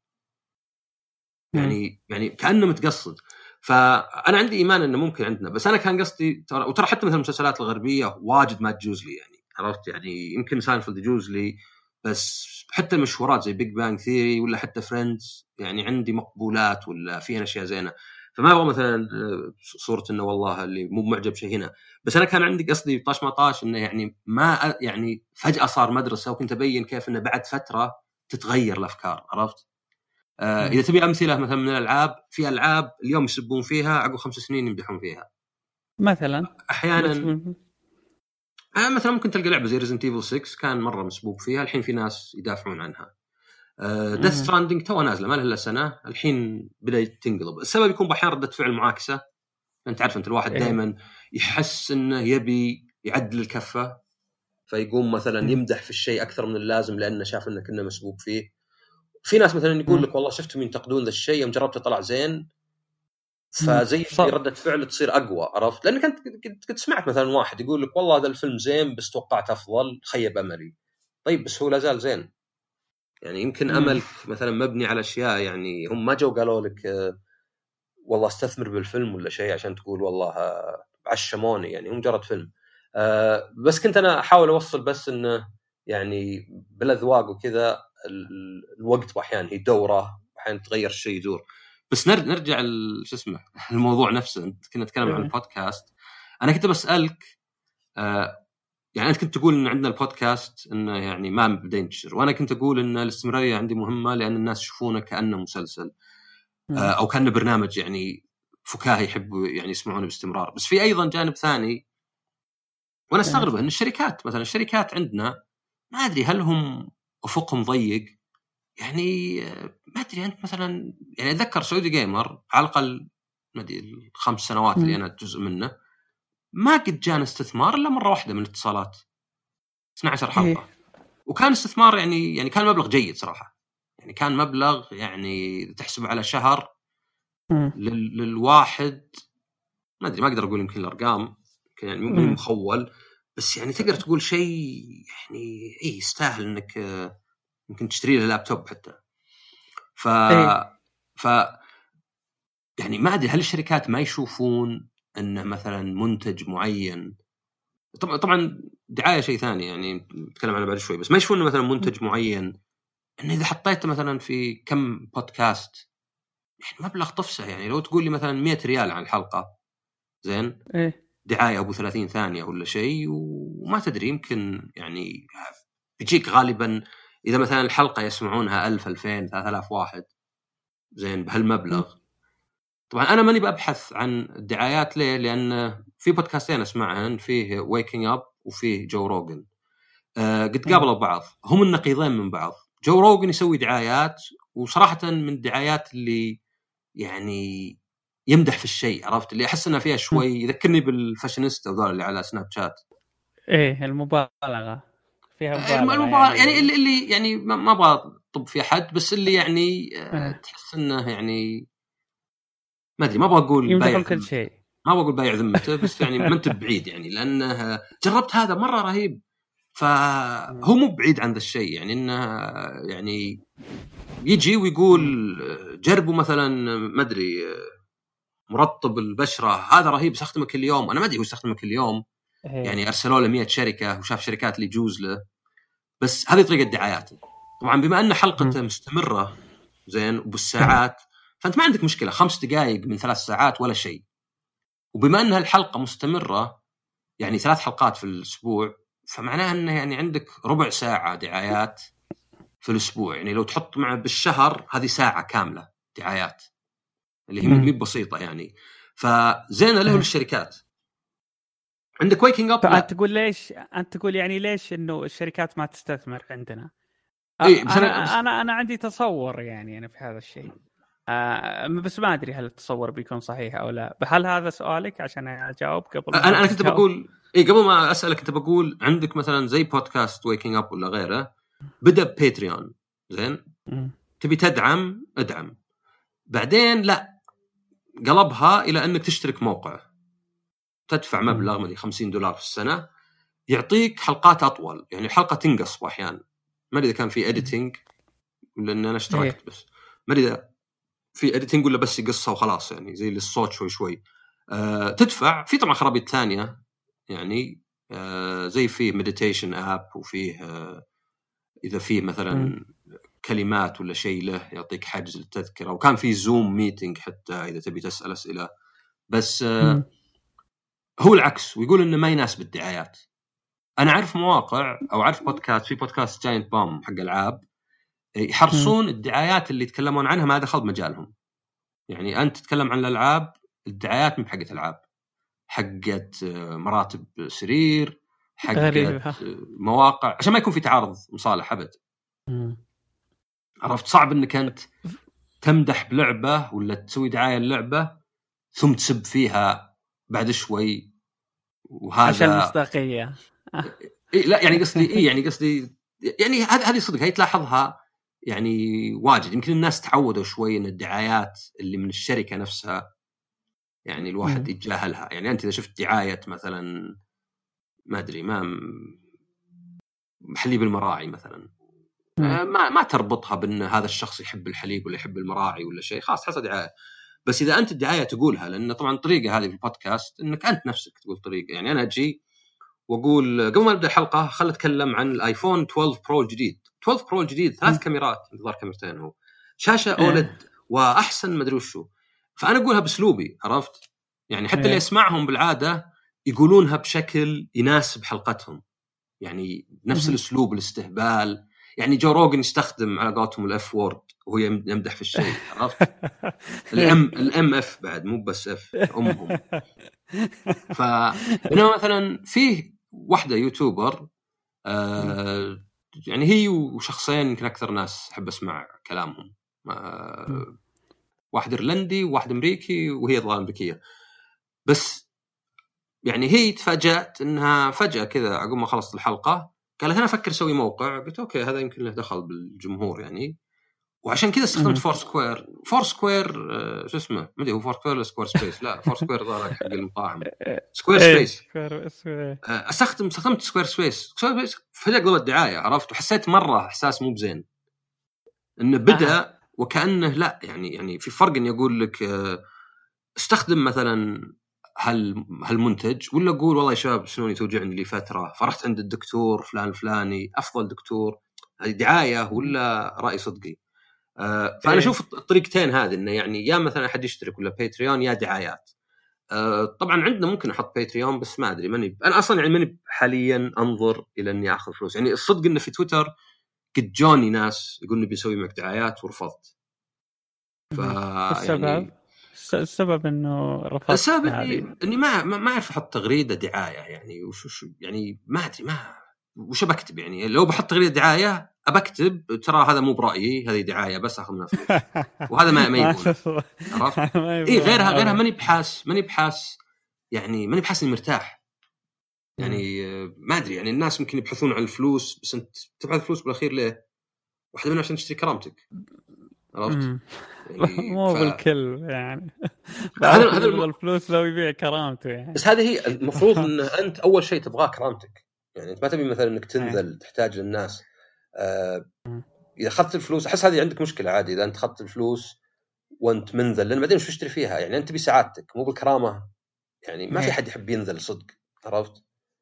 يعني كانه متقصد. فانا عندي ايمان انه ممكن عندنا، بس انا كان قصدي وترى حتى مثل المسلسلات الغربيه واجد ما تجوز لي، يعني عرفت، يعني يمكن ساينفيلد يجوز لي، بس حتى المشهورات زي بيج بانج ثيري ولا حتى فريندز يعني عندي مقبولات ولا فيها اشياء زينه. فما ابغى مثلا صوره انه والله اللي مو معجب شيء هنا، بس انا كان عندي قصدي طاش ما طاش انه يعني ما يعني فجاه صار مدرسه، وكنت ابين كيف انه بعد فتره تتغير الافكار، عرفت. اذا تبي امثله مثلا من الالعاب، في العاب اليوم يسبون فيها عقب 5 سنين يمدحون فيها مثلا احيانا. مثلا ممكن تلقى لعبه زي ريزنت ايفل 6 كان مره مسبوب فيها، الحين في ناس يدافعون عنها. ديث ستراندنج تو نازله ما لها الا سنه، الحين بدأت تنقلب. السبب يكون بحيان رده فعل معاكسه، انت عارف انت الواحد دائما يحس انه يبي يعدل الكفه، فيقوم مثلا يمدح في الشيء اكثر من اللازم لانه شاف انه كنا مسبوب فيه. في ناس مثلا يقول لك والله شفتهم ينتقدون ذا الشيء يوم جربته طلع زين، فزي ردة فعل تصير اقوى، عرفت. لانك انت كنت سمعت مثلا واحد يقول لك والله هذا الفيلم زين بس توقعت افضل، خيب املي. طيب بس هو لا زال زين، يعني يمكن املك مثلا مبني على اشياء، يعني هم ما جو قالوا لك والله استثمر بالفيلم ولا شيء عشان تقول والله عشموني، يعني هم مجرد فيلم. بس كنت انا احاول اوصل بس انه يعني بالاذواق وكذا الوقت احيانا هي دوره، احيانا تغير الشيء يدور. بس نرجع شو اسمه الموضوع نفسه. انت كنا نتكلم عن البودكاست، انا كنت بسالك يعني انت كنت تقول ان عندنا البودكاست انه يعني ما بدا ينتشر، وانا كنت اقول ان الاستمراريه عندي مهمه لان الناس يشوفونه كانه مسلسل او كانه برنامج يعني فكاهي يحبوا يعني يسمعونه باستمرار. بس في ايضا جانب ثاني وانا استغرب ان الشركات مثلا الشركات عندنا ما ادري هل هم افقهم ضيق يعني. ما ادري انت مثلا يعني اتذكر سعودي جيمر على الاقل ما ادري 5 سنوات اللي انا جزء منه ما قد جانا استثمار الا مره واحده من الاتصالات 12 حلقه. وكان استثمار يعني كان مبلغ جيد صراحه، يعني كان مبلغ يعني تحسب على شهر للواحد ما ادري ما اقدر اقول يمكن الارقام يعني مو مخول، بس يعني تقدر تقول شيء يعني يستاهل انك يمكن تشتري له لابتوب حتى. ف يعني ما ادري هل الشركات ما يشوفون انه مثلا منتج معين، طبعا دعايه شيء ثاني يعني نتكلم عنه بعد شوي، بس ما يشوفون مثلا منتج معين انه اذا حطيته مثلا في كم بودكاست يعني مبلغ طفسه. يعني لو تقول لي مثلا 100 ريال عن الحلقه زين دعايه ابو 30 ثانيه ولا شيء وما تدري يمكن يعني بيجيك غالبا اذا مثلا الحلقه يسمعونها 1000 2000 3000 واحد زين بهالمبلغ. طبعا انا ماني ببحث عن الدعايات ليه، لان في بودكاستين اسمعهن فيه ويكينج اب وفيه جو روجن قد قابلوا بعض، هم النقيضين من بعض. جو روجن يسوي دعايات وصراحه من الدعايات اللي يعني يمدح في الشيء، عرفت اللي احس انها فيها شوي يذكرني بالفاشينيستا وذول اللي على سناب شات. المبالغه فيها المبالغه يعني اللي يعني ما ابغى طب في حد بس اللي يعني تحس انه يعني ما ادري ما ابغى اقول بايع كل شيء، ما ابغى اقول بايع ذمته بس يعني ما انت بعيد يعني لانه جربت هذا مره رهيب. فهو مو بعيد عن ذا الشيء يعني انه يعني يجي ويقول جربوا مثلا ما ادري مرطب البشره هذا رهيب استخدمه كل يوم. انا ما ادري هو استخدمه كل يوم يعني ارسلوا له 100 شركه وشاف شركات اللي يجوز له، بس هذه طريقه دعاياته. طبعا بما ان حلقته مستمره زين وبالساعات فانت ما عندك مشكله 5 دقائق من 3 ساعات ولا شيء. وبما ان الحلقه مستمره يعني 3 حلقات في الاسبوع فمعناه انه يعني عندك ربع ساعه دعايات في الاسبوع. يعني لو تحط معه بالشهر هذه ساعه كامله دعايات اللي هي مو بسيطه يعني. فزين له الشركات. عندك ويكينج اب انت تقول ليش انت تقول يعني ليش انه الشركات ما تستثمر عندنا؟ إيه انا عندي تصور يعني انا في هذا الشيء بس ما ادري هل التصور بيكون صحيح او لا. هل هذا سؤالك عشان اجاوب قبل ما انا كنت بقول قبل ما اسالك كنت بقول عندك مثلا زي بودكاست ويكينج اب ولا غيره بدا باتريون زين تبي تدعم ادعم، بعدين لا قلبها الى انك تشترك موقع تدفع مبلغ مدري $50 في السنه يعطيك حلقات اطول. يعني الحلقه تنقص احيانا ما ادري اذا كان في اديتنج لان انا اشتركت بس ما ادري اذا في اديتنج ولا بس قصه وخلاص يعني زي الصوت شوي تدفع. في طبعا خرابيط ثانيه يعني زي فيه مديتيشن اب وفيه اذا فيه مثلا كلمات ولا شيء له يعطيك حجز للتذكره، وكان في زوم ميتنج حتى اذا تبي تسال اسئله. بس هو العكس ويقول انه ما يناسب الدعايات. انا اعرف مواقع او اعرف بودكاست في بودكاست جاينت بوم حق العاب يحرصون الدعايات اللي يتكلمون عنها ما دخل مجالهم. يعني انت تتكلم عن الالعاب الدعايات مو حقت العاب، حقت مراتب سرير حقت مواقع عشان ما يكون في تعارض مصالح ابد. عرفت صعب انك انت تمدح بلعبه ولا تسوي دعايه اللعبه ثم تسب فيها بعد شوي وهذا عشان المصداقيه. لا يعني قصدي يعني قصدي يعني هذه صدق هي تلاحظها يعني واجد. يمكن الناس تعودوا شوي ان الدعايات اللي من الشركه نفسها يعني الواحد يتجاهلها. يعني انت اذا شفت دعايه مثلا ما ادري ما حليب المراعي مثلا ما تربطها بان هذا الشخص يحب الحليب ولا يحب المراعي ولا شيء، خلاص حصل دعايه. بس اذا انت الدعايه تقولها لان طبعا الطريقه هذه في البودكاست انك انت نفسك تقول طريقه. يعني انا اجي واقول قبل ما نبدا الحلقه خلينا نتكلم عن الايفون 12 برو الجديد. 12 برو الجديد 3 كاميرات انتظار كاميرتين هو شاشه اولد واحسن ما ادري وشو. فانا اقولها باسلوبي عرفت يعني حتى اللي يسمعهم بالعاده يقولونها بشكل يناسب حلقتهم يعني نفس الاسلوب الاستهبال. يعني جو روجن يستخدم على قولتهم الاف وورد وهو يمدح في الشيء، عرفت؟ الام اف بعد مو بس اف امهم. فإنه مثلا فيه واحدة يوتيوبر يعني هي وشخصين يمكن أكثر ناس أحب أسمع كلامهم، واحد إيرلندي وواحد أمريكي وهي ظاهرة أمريكية. بس يعني هي تفاجأت إنها فجأة كذا عقب ما خلصت الحلقة قالت أنا أفكر أسوي موقع. قلت أوكي هذا يمكن له دخل بالجمهور يعني، وعشان كذا استخدمت فور سكوير شو اسمه ما ادري هو فور سكوير ولا سكوير سبيس. لا فور سكوير ظهر حق المطاعم سكوير سبيس. استخدمت سكوير سبيس فجأة قلبت دعاية، عرفت؟ وحسيت مرة إحساس مو بزين إنه بدأ وكأنه لا يعني في فرق إني أقول لك استخدم مثلا هالمنتج ولا أقول والله يا شباب سنوني توجعني لي فترة فرحت عند الدكتور فلان الفلاني أفضل دكتور. هذه دعاية ولا رأي صدقي؟ فأنا أشوف الطريقتين هذه إنه يعني يا مثلا حد يشترك ولا باتريون يا دعايات. طبعا عندنا ممكن أحط باتريون بس ما أدري أنا أصلا يعني ماني حاليا أنظر إلى إني أخذ فلوس. يعني الصدق إنه في تويتر قد جوني ناس يقولون بيسوي معك دعايات ورفضت. السبب إنه رفضت. السبب إني ما أعرف أحط تغريدة دعاية يعني وش يعني ما أدري وش بكتب. يعني لو بحط تغريدة دعاية أبكتب ترى هذا مو برأيي هذه دعاية بس أخذ منها فلوس وهذا ما يبون. عرفت؟ إيه غيرها ماني بحاس يعني ماني بحاس إني مرتاح يعني ما أدري. يعني الناس ممكن يبحثون عن الفلوس بس أنت تبحث فلوس بالأخير ليه؟ واحدة منها عشان تشتري كرامتك، عرفت؟ يعني مو بالكل يعني هذا الفلوس لو يبيع كرامته يعني. بس هذه هي المفروض إن أنت أول شيء تبغاه كرامتك. يعني أنت ما تبي مثلا إنك تنزل تحتاج للناس. إذا أخذت الفلوس أحس هذه عندك مشكلة عادي إذا أنت أخذت الفلوس وأنت منزل لأن بعدين وش تشتري فيها؟ يعني أنت بسعادتك مو بالكرامة. يعني ما في حد يحب ينزل صدق، عرفت؟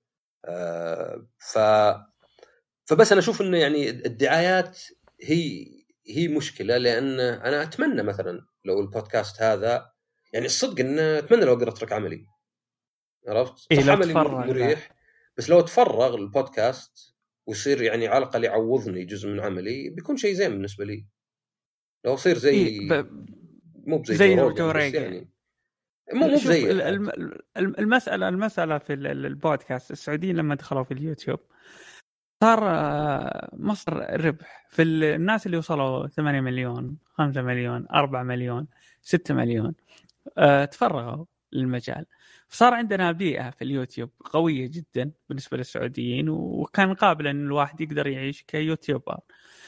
فبس أنا أشوف إنه يعني الدعايات هي مشكلة. لأن أنا أتمنى مثلا لو البودكاست هذا يعني الصدق إنه أتمنى لو أقدر أترك عملي، عرفت؟ صح عملي مريح بس لو أتفرغ البودكاست ويصير يعني على الأقل يعوضني جزء من عملي بيكون شيء زين بالنسبة لي. لو أصير زي مو بزي جو روجن يعني مو زي المسألة في البودكاست السعوديين لما دخلوا في اليوتيوب صار مصر الربح في الناس اللي وصلوا 8 مليون 5 مليون 4 مليون 6 مليون تفرغوا للمجال. صار عندنا بيئة في اليوتيوب قوية جدا بالنسبة للسعوديين وكان قابل أن الواحد يقدر يعيش كيوتيوبر.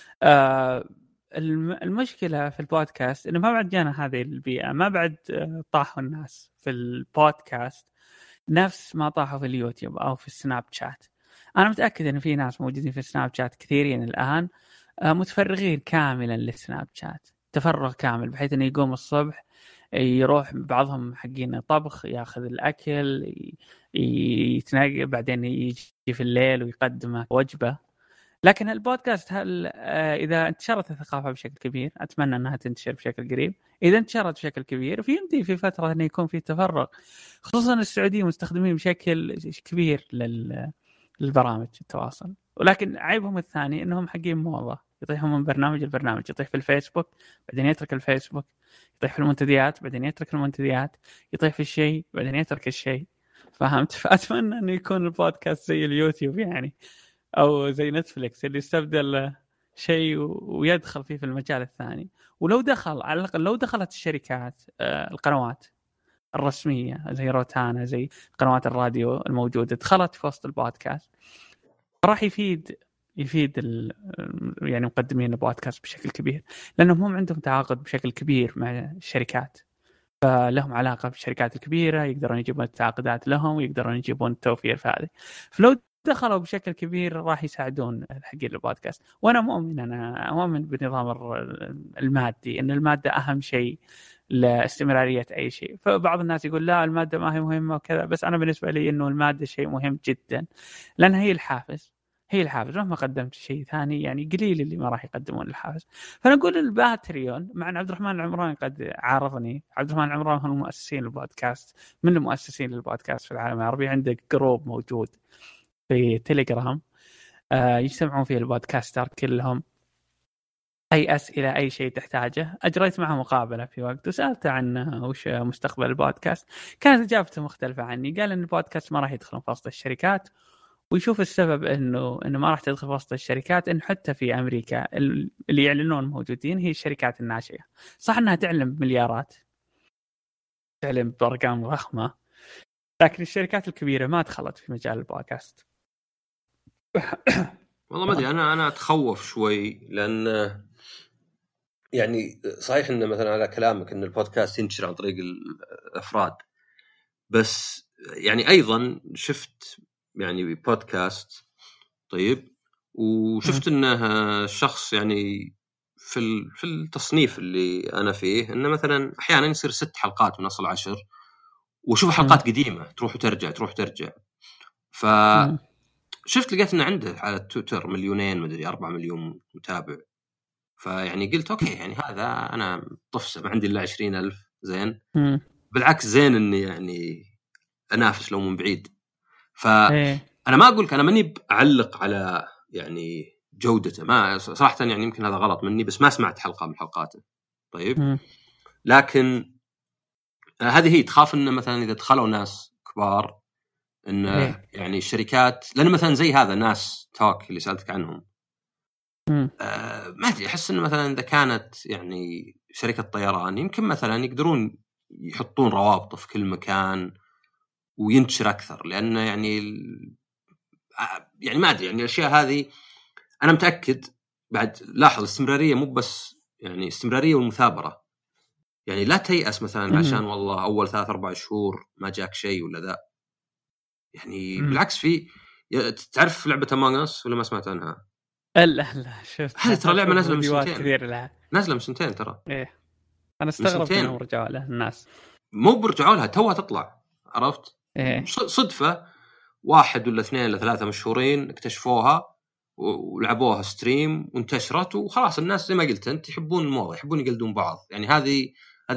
المشكلة في البودكاست إنه ما بعد جانا هذه البيئة، ما بعد طاحوا الناس في البودكاست نفس ما طاحوا في اليوتيوب أو في السناب شات. أنا متأكد إن في ناس موجودين في السناب شات كثيرين الآن متفرغين كاملا للسناب شات، تفرغ كامل بحيث إنه يقوم الصبح يروح بعضهم حقين طبخ ياخذ الأكل يتنقل بعدين يجي في الليل ويقدمه وجبة. لكن البودكاست إذا انتشرت الثقافة بشكل كبير أتمنى أنها تنتشر بشكل قريب. إذا انتشرت بشكل كبير يمدي في فترة أن يكون في تفرغ، خصوصا السعوديين مستخدمين بشكل كبير للبرامج التواصل. ولكن عيبهم الثاني أنهم حقين موضة، يطيحهم من برنامج البرنامج، يطيح في الفيسبوك بعدين يترك الفيسبوك، يطيح في المنتديات بعدين يترك المنتديات، يطيح في الشيء بعدين يترك الشيء. فهمت؟ فأتمنى أنه يكون البودكاست زي اليوتيوب يعني أو زي نتفليكس اللي يستبدل شيء ويدخل فيه في المجال الثاني. ولو دخل على الأقل لو دخلت الشركات القنوات الرسمية زي روتانا زي قنوات الراديو الموجودة دخلت في وسط البودكاست راح يفيد يعني مقدمين البودكاست بشكل كبير، لأنهم هم عندهم تعاقد بشكل كبير مع الشركات، فلهم علاقة بالشركات الكبيرة يقدرون يجيبون التعاقدات لهم ويقدرون يجيبون التوفير في هذه. فلو دخلوا بشكل كبير راح يساعدون حقين البودكاست. وأنا مؤمن بنظام المادي، إن المادة أهم شيء لاستمرارية أي شيء. فبعض الناس يقول لا المادة ما هي مهمة وكذا، بس أنا بالنسبة لي إنه المادة شيء مهم جدا، لأن هي الحافز مهما قدمت شيء ثاني يعني قليل اللي ما راح يقدمون الحافز. فنقول الباتريون مع عبد الرحمن العمراني قد عارضني. عبد الرحمن العمراني هم المؤسسين للبودكاست، من المؤسسين للبودكاست في العالم العربي. عندك جروب موجود في تيليجرام يجتمعون فيه البودكاستر كلهم، أي أسئلة أي شيء تحتاجه. أجريت معه مقابلة في وقت وسألته عن وش مستقبل البودكاست. كانت إجابته مختلفة عني. قال إن البودكاست ما راح يدخلون في وسط الشركات، ويشوف السبب إنه ما راح تدخل في وسط الشركات إنه حتى في أمريكا اللي يعلنون موجودين هي الشركات الناشئة. صح إنها تعلن بمليارات، تعلن بأرقام ضخمة، لكن الشركات الكبيرة ما دخلت في مجال البودكاست. والله ما ادري، انا اتخوف شوي، لان يعني صحيح ان مثلا على كلامك ان البودكاست ينتشر عن طريق الافراد، بس يعني ايضا شفت يعني بودكاست طيب، وشفت انه شخص يعني في التصنيف اللي انا فيه، انه مثلا احيانا يصير 6 حلقات من اصل 10، وشوف حلقات قديمه تروح وترجع تروح وترجع. فشفت لقيت انه عنده على تويتر 2 مدري 4 مليون متابع. فيعني قلت اوكي، يعني هذا انا طفسه ما عندي الا 20,000 زين. بالعكس زين اني يعني انافس لو من بعيد. فانا ما اقول لك انا ماني بعلق على يعني جودته، ما صراحه يعني يمكن هذا غلط مني، بس ما سمعت حلقه من حلقاته طيب. لكن هذه هي تخاف انه مثلا اذا دخلوا ناس كبار انه يعني الشركات، لان مثلا زي هذا ناس توك اللي سالتك عنهم، ما ادري، احس انه مثلا اذا كانت يعني شركه طيران يمكن مثلا يقدرون يحطون روابط في كل مكان وينتشر اكثر، لانه يعني يعني ما ادري، يعني الاشياء هذه انا متاكد بعد. لاحظ الاستمراريه مو بس يعني استمراريه والمثابره، يعني لا تيأس مثلا عشان والله اول 3-4 شهور ما جاك شيء ولا ذا، يعني بالعكس. في تعرف لعبه Among Us ولا ما سمعت عنها؟ لا شفت هذه ترى لعبه نازله من فيديوهات 2 كثير لها، نازله من 2 ترى. ايه انا استغربت انهم رجعوا لها الناس. مو برجعوا لها، توها تطلع، عرفت؟ إيه. صدفه 1 ولا 2 ولا 3 مشهورين اكتشفوها ولعبوها ستريم وانتشرت، وخلاص الناس زي ما قلت انت يحبون الموضوع، يحبون يقلدون بعض. يعني هذه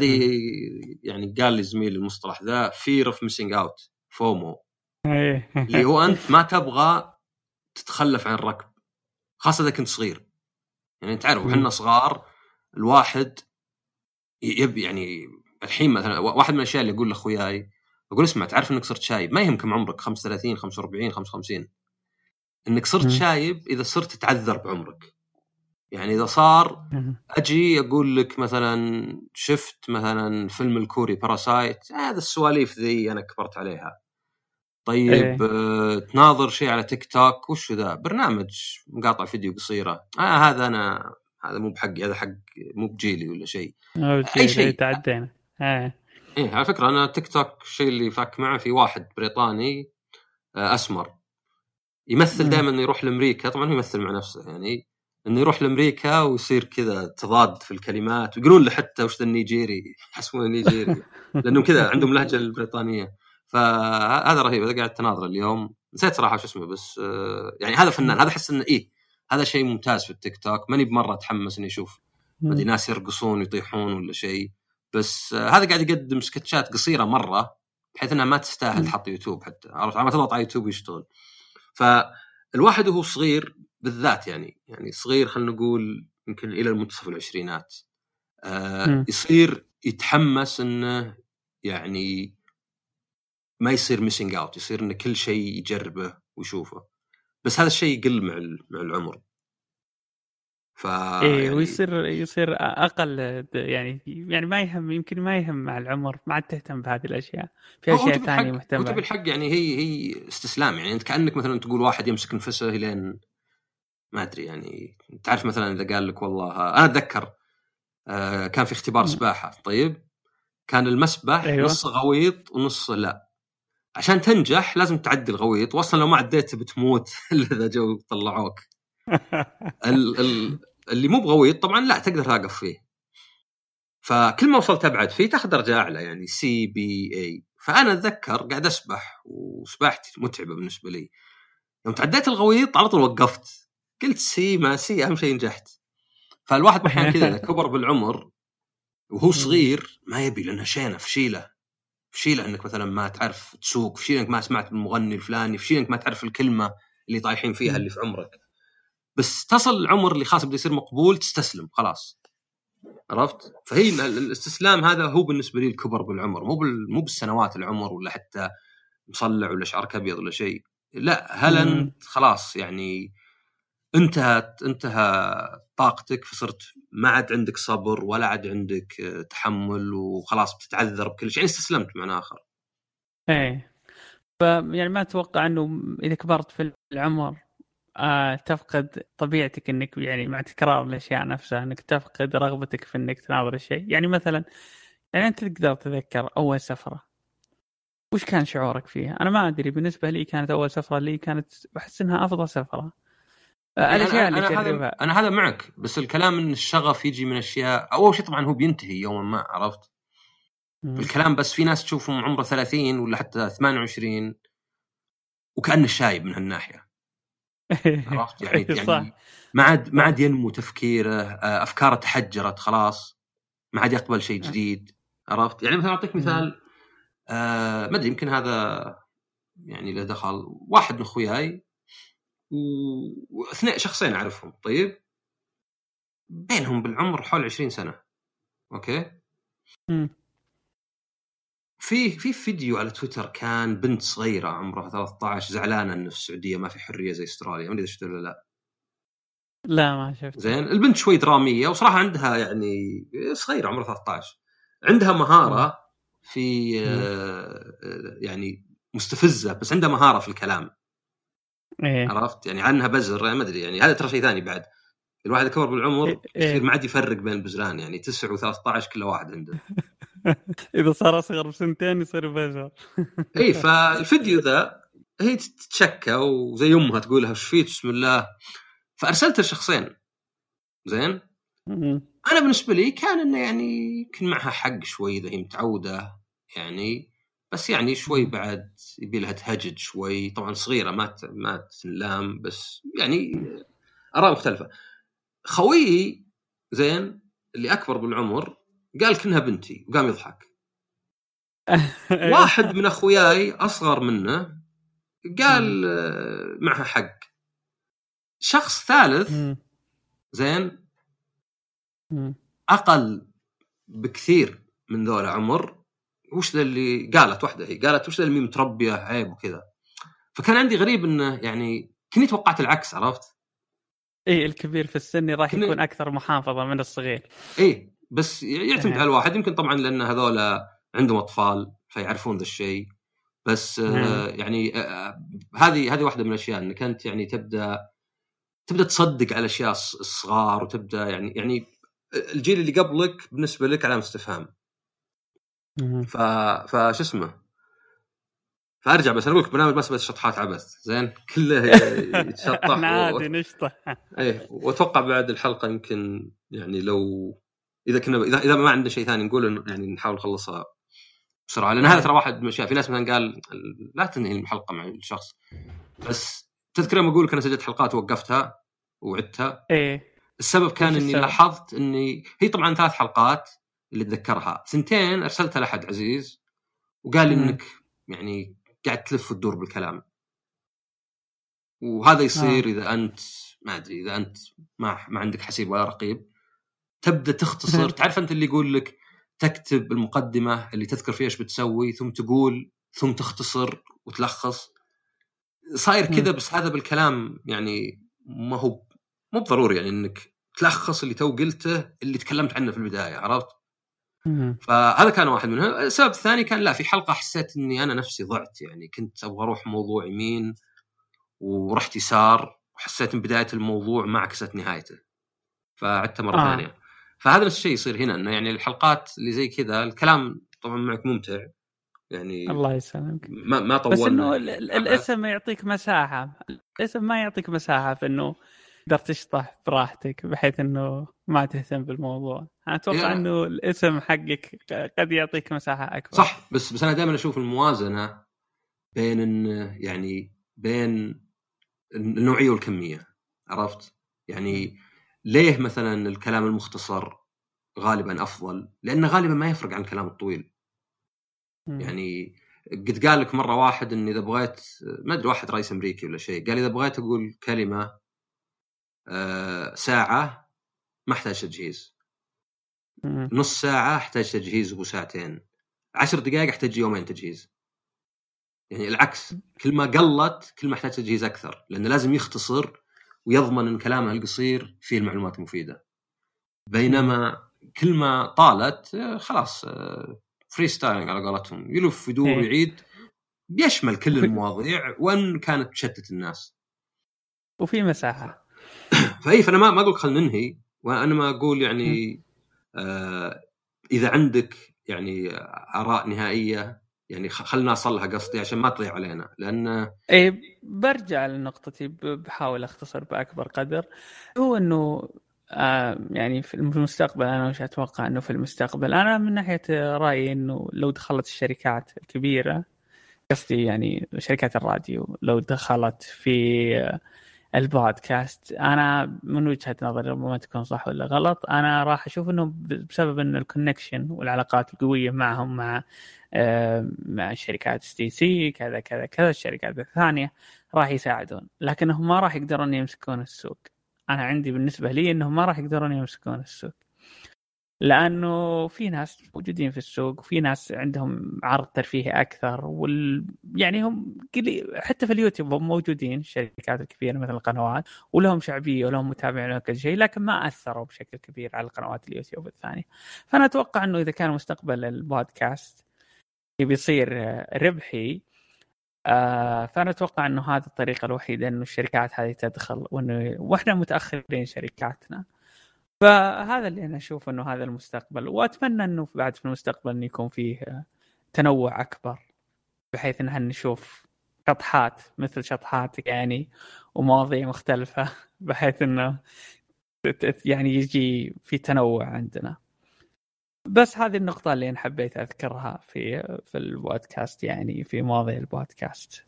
يعني قال لي زميل المصطلح ذا fear of missing out، فومو، اللي هو انت ما تبغى تتخلف عن الركب، خاصه اذا كنت صغير. يعني انت عارف احنا صغار الواحد يبي يعني الحين مثلا واحد من الاشياء اللي اقول لاخوياي، اقول اسمع، تعرف انك صرت شايب، ما يهم كم عمرك، 35 45 55، انك صرت شايب اذا صرت تتعذر بعمرك. يعني اذا صار اجي اقول لك مثلا شفت مثلا فيلم الكوري باراسايت، هذا السواليف ذي انا كبرت عليها. طيب تناظر شيء على تيك توك، وش ذا برنامج مقاطع فيديو قصيره، هذا انا هذا مو بحقي، هذا حق مو بجيلي ولا شيء، اي شيء تعدينا. ايه على فكره انا تيك توك الشيء اللي فاك معه في واحد بريطاني اسمر يمثل دائما يروح لامريكا، طبعا هو يمثل مع نفسه، يعني انه يروح لامريكا ويصير كذا تضاد في الكلمات، ويقولون له حتى وش ذا النيجيري، يحسبونه نيجيري لانهم كذا عندهم لهجه البريطانيه. فهذا رهيب، هذا قاعد تناظر اليوم، نسيت صراحه شو اسمه، بس يعني هذا فنان، هذا احس انه ايه هذا شيء ممتاز في التيك توك. ماني بمره اتحمس اني اشوف بدي ناس يرقصون ويطيحون ولا شيء، بس هذا قاعد يقدم سكتشات قصيره مره بحيث انها ما تستاهل تحط يوتيوب حتى، عرفت؟ ما تضغط على يوتيوب يشتغل. فالواحد وهو صغير بالذات، يعني صغير خلينا نقول يمكن الى المنتصف العشرينات، يصير يتحمس انه يعني ما يصير ميسنج اوت، يصير انه كل شيء يجربه ويشوفه، بس هذا الشيء يقل مع العمر. ايه ويصير اقل، يعني ما يهم، يمكن ما يهم مع العمر، ما عاد تهتم بهذه الاشياء، في اشياء ثانيه مهتم بها. بالحق يعني هي استسلام، يعني انت كانك مثلا تقول واحد يمسك نفسه لين ما ادري، يعني تعرف مثلا اذا قال لك والله انا اتذكر كان في اختبار سباحه، طيب كان المسبح نص غويط ونص لا، عشان تنجح لازم تعدي الغويط، واصلا لو ما عديته بتموت الا اذا جو طلعوك. اللي مو بغويط طبعا لا تقدر توقف فيه، فكل ما وصلت ابعد فيه تاخذ درجه اعلى، يعني CBA. فانا اتذكر قاعد اسبح وسباحتي متعبه بالنسبه لي، يوم تعديت الغويط على طول وقفت، قلت سي ما سي اهم شيء نجحت. فالواحد احيانا كذا كبر بالعمر وهو صغير ما يبي، لانها شينه فشيله انك مثلا ما تعرف تسوق، فشيله انك ما سمعت المغني الفلاني، فشيله انك ما تعرف الكلمه اللي طايحين فيها اللي في عمرك. بس تصل العمر اللي خلاص بده يصير مقبول تستسلم خلاص، عرفت؟ فهي الاستسلام هذا هو بالنسبه لي الكبر بالعمر، مو بالسنوات العمر ولا حتى مصلع ولا شعرك ابيض ولا شيء. لا، هل انت خلاص يعني انتهى طاقتك، فصرت ما عاد عندك صبر ولا عاد عندك تحمل وخلاص بتتعذر بكل شيء، يعني استسلمت معنى آخر. ايه يعني ما اتوقع انه اذا كبرت في العمر تفقد طبيعتك انك يعني مع تكرار الاشياء نفسها انك تفقد رغبتك في انك تناظر الشيء. يعني مثلا يعني انت تقدر تتذكر اول سفرة وش كان شعورك فيها؟ انا ما ادري، بالنسبة لي كانت اول سفرة لي كانت احس انها افضل سفرة. الاشياء اللي تجربها انا هذا معك، بس الكلام ان الشغف يجي من اشياء اول شيء طبعا هو بينتهي يوما ما، عرفت الكلام؟ بس في ناس تشوفهم عمره 30 ولا حتى 28 وكأنه شايب من هالناحيه، عرفت يعني ما عاد ينمو تفكيره، افكاره تحجرت خلاص، ما عاد يقبل شيء جديد، عرفت؟ يعني مثلا اعطيك مثال، ما ادري يمكن هذا يعني له دخل، واحد من اخوياي واثنين شخصين اعرفهم، طيب بينهم بالعمر حول 20 سنه، اوكي. في فيديو على تويتر كان بنت صغيره عمرها 13 زعلانه ان في السعوديه ما في حريه زي استراليا، ما ادري اذا شفت ولا لا. لا ما شفت. زين، البنت شوي دراميه وصراحه عندها يعني صغيره عمرها 13، عندها مهاره في يعني مستفزه، بس عندها مهاره في الكلام، عرفت؟ يعني عنها بزر، يعني ما ادري، يعني هذا ترى شيء ثاني بعد. الواحد كبر بالعمر يصير ما عاد يفرق بين البزران، يعني 9 و13 كل واحد عنده. اذا صار اصغر بسنتين يصير بزر. اي، فالفيديو ذا هي تتشكى وزي امها تقولها وش فيك بسم الله، فارسلت الشخصين. زين، انا بالنسبه لي كان انه يعني يمكن معها حق شوي اذا هي متعوده يعني، بس يعني شوي بعد يبي لها تهجد شوي، طبعا صغيره ما تنلام، بس يعني اراء مختلفه. خويي زين اللي اكبر بالعمر قال كأنها بنتي وقام يضحك. واحد من اخوياي اصغر منه قال معها حق. شخص ثالث زين اقل بكثير من ذول عمر، وش ذا اللي قالت واحده، هي قالت وش ذا اللي متربيه عيب وكذا. فكان عندي غريب انه يعني كني توقعت العكس، عرفت؟ ايه الكبير في السن راح يكون اكثر محافظه من الصغير. ايه بس يعتمد على الواحد، يمكن طبعا لان هذول عندهم اطفال فيعرفون ذا الشيء، بس يعني هذه واحده من الاشياء انك انت يعني تبدا تصدق على الاشياء الصغار، وتبدا يعني الجيل اللي قبلك بالنسبه لك علامه استفهام. فش اسمه، فارجع بس اقول لك برنامج ما بس شطحات عبث، زين كله يتشطح عادي نشطح. ايه، واتوقع بعد الحلقه يمكن يعني لو اذا كنا اذا ما عندنا شيء ثاني نقول يعني نحاول نخلصها بسرعه، لان هذا ترى واحد من الاشياء. في ناس مثلا قال لا تنهي الحلقه مع الشخص، بس تذكر لما اقول لك انا سجلت حلقات ووقفتها وعدتها؟ ايه السبب كان اني لاحظت اني هي طبعا 3 حلقات اللي اتذكرها، 2 ارسلتها لاحد عزيز وقال لي انك يعني قاعد تلف وتدور بالكلام، وهذا يصير اذا انت ما ادري، اذا انت ما عندك حسيب ولا رقيب، تبدا تختصر. تعرف انت اللي يقول لك تكتب المقدمه اللي تذكر فيها ايش بتسوي، ثم تقول، ثم تختصر وتلخص، صاير كذا. بس هذا بالكلام يعني مو ضروري يعني انك تلخص اللي تو قلته اللي تكلمت عنه في البدايه، عرفت؟ فهذا كان واحد منها. السبب الثاني كان لا، في حلقه حسيت اني انا نفسي ضعت، يعني كنت ابغى اروح موضوع يمين ورحت يسار، وحسيت من بدايه الموضوع ما عكست نهايته، فعدت مره ثانيه. فهذا نفس الشيء يصير هنا، انه يعني الحلقات اللي زي كذا الكلام طبعا معك ممتع يعني، الله يسلمك، ما طولنا، بس انه الاسم يعطيك مساحه، الاسم ما يعطيك مساحه في انه تقدر تشطح براحتك بحيث انه ما تهتم بالموضوع. انا اتوقع انه الاسم حقك قد يعطيك مساحه اكبر. صح، بس انا دائما اشوف الموازنه بين يعني بين النوعيه والكميه، عرفت؟ يعني ليه مثلا الكلام المختصر غالبا افضل؟ لانه غالبا ما يفرق عن الكلام الطويل. يعني قد قال لك مره واحد ان اذا بغيت، ما ادري، واحد رئيس امريكي ولا شيء، قال اذا بغيت اقول كلمه ساعة ما احتاج تجهيز، نص ساعة احتاج تجهيز وساعتين، 10 دقائق احتاج يومين تجهيز. يعني العكس، كل ما قلت كل ما احتاج تجهيز أكثر، لأنه لازم يختصر ويضمن أن كلامه القصير فيه المعلومات المفيدة. بينما كل ما طالت خلاص فري ستايلينج على قولتهم، يلف يدور ويعيد، بيشمل كل المواضيع وان كانت تشتت الناس وفي مساحة. فأنا ما أقول خلنا ننهي، وأنا ما أقول يعني إذا عندك يعني آراء نهائية يعني خلنا نصلها قصدي عشان ما تضيع علينا، لأن برجع لنقطتي بحاول أختصر بأكبر قدر. هو أنه يعني في المستقبل أنا وش أتوقع أنه في المستقبل، أنا من ناحية رأيي أنه لو دخلت الشركات الكبيرة، قصدي يعني شركات الراديو لو دخلت في البودكاست، أنا من وجهة نظري ما تكون صح ولا غلط، أنا راح أشوف أنه بسبب أن الكونكشن والعلاقات القوية معهم مع شركات STC كذا كذا كذا الشركات الثانية راح يساعدون، لكنهم ما راح يقدرون يمسكون السوق. أنا عندي بالنسبة لي أنهم ما راح يقدرون يمسكون السوق، لأنه في ناس موجودين في السوق وفي ناس عندهم عرض ترفيهي أكثر يعني هم حتى في اليوتيوب هم موجودين الشركات الكبيرة مثل القنوات ولهم شعبية ولهم متابعين وكل شيء، لكن ما أثروا بشكل كبير على القنوات اليوتيوب الثانية. فأنا أتوقع أنه إذا كان مستقبل البودكاست بيصير ربحي، فأنا أتوقع أنه هذه الطريقة الوحيدة أنه الشركات هذه تدخل، وإحنا متأخرين شركاتنا. فهذا اللي أنا أشوف أنه هذا المستقبل، وأتمنى أنه بعد في المستقبل أن يكون فيه تنوع أكبر، بحيث أنها نشوف شطحات مثل شطحاتك يعني ومواضيع مختلفة، بحيث أنه يعني يجي في تنوع عندنا. بس هذه النقطة اللي أنا حبيت أذكرها في البودكاست، يعني في مواضيع البودكاست.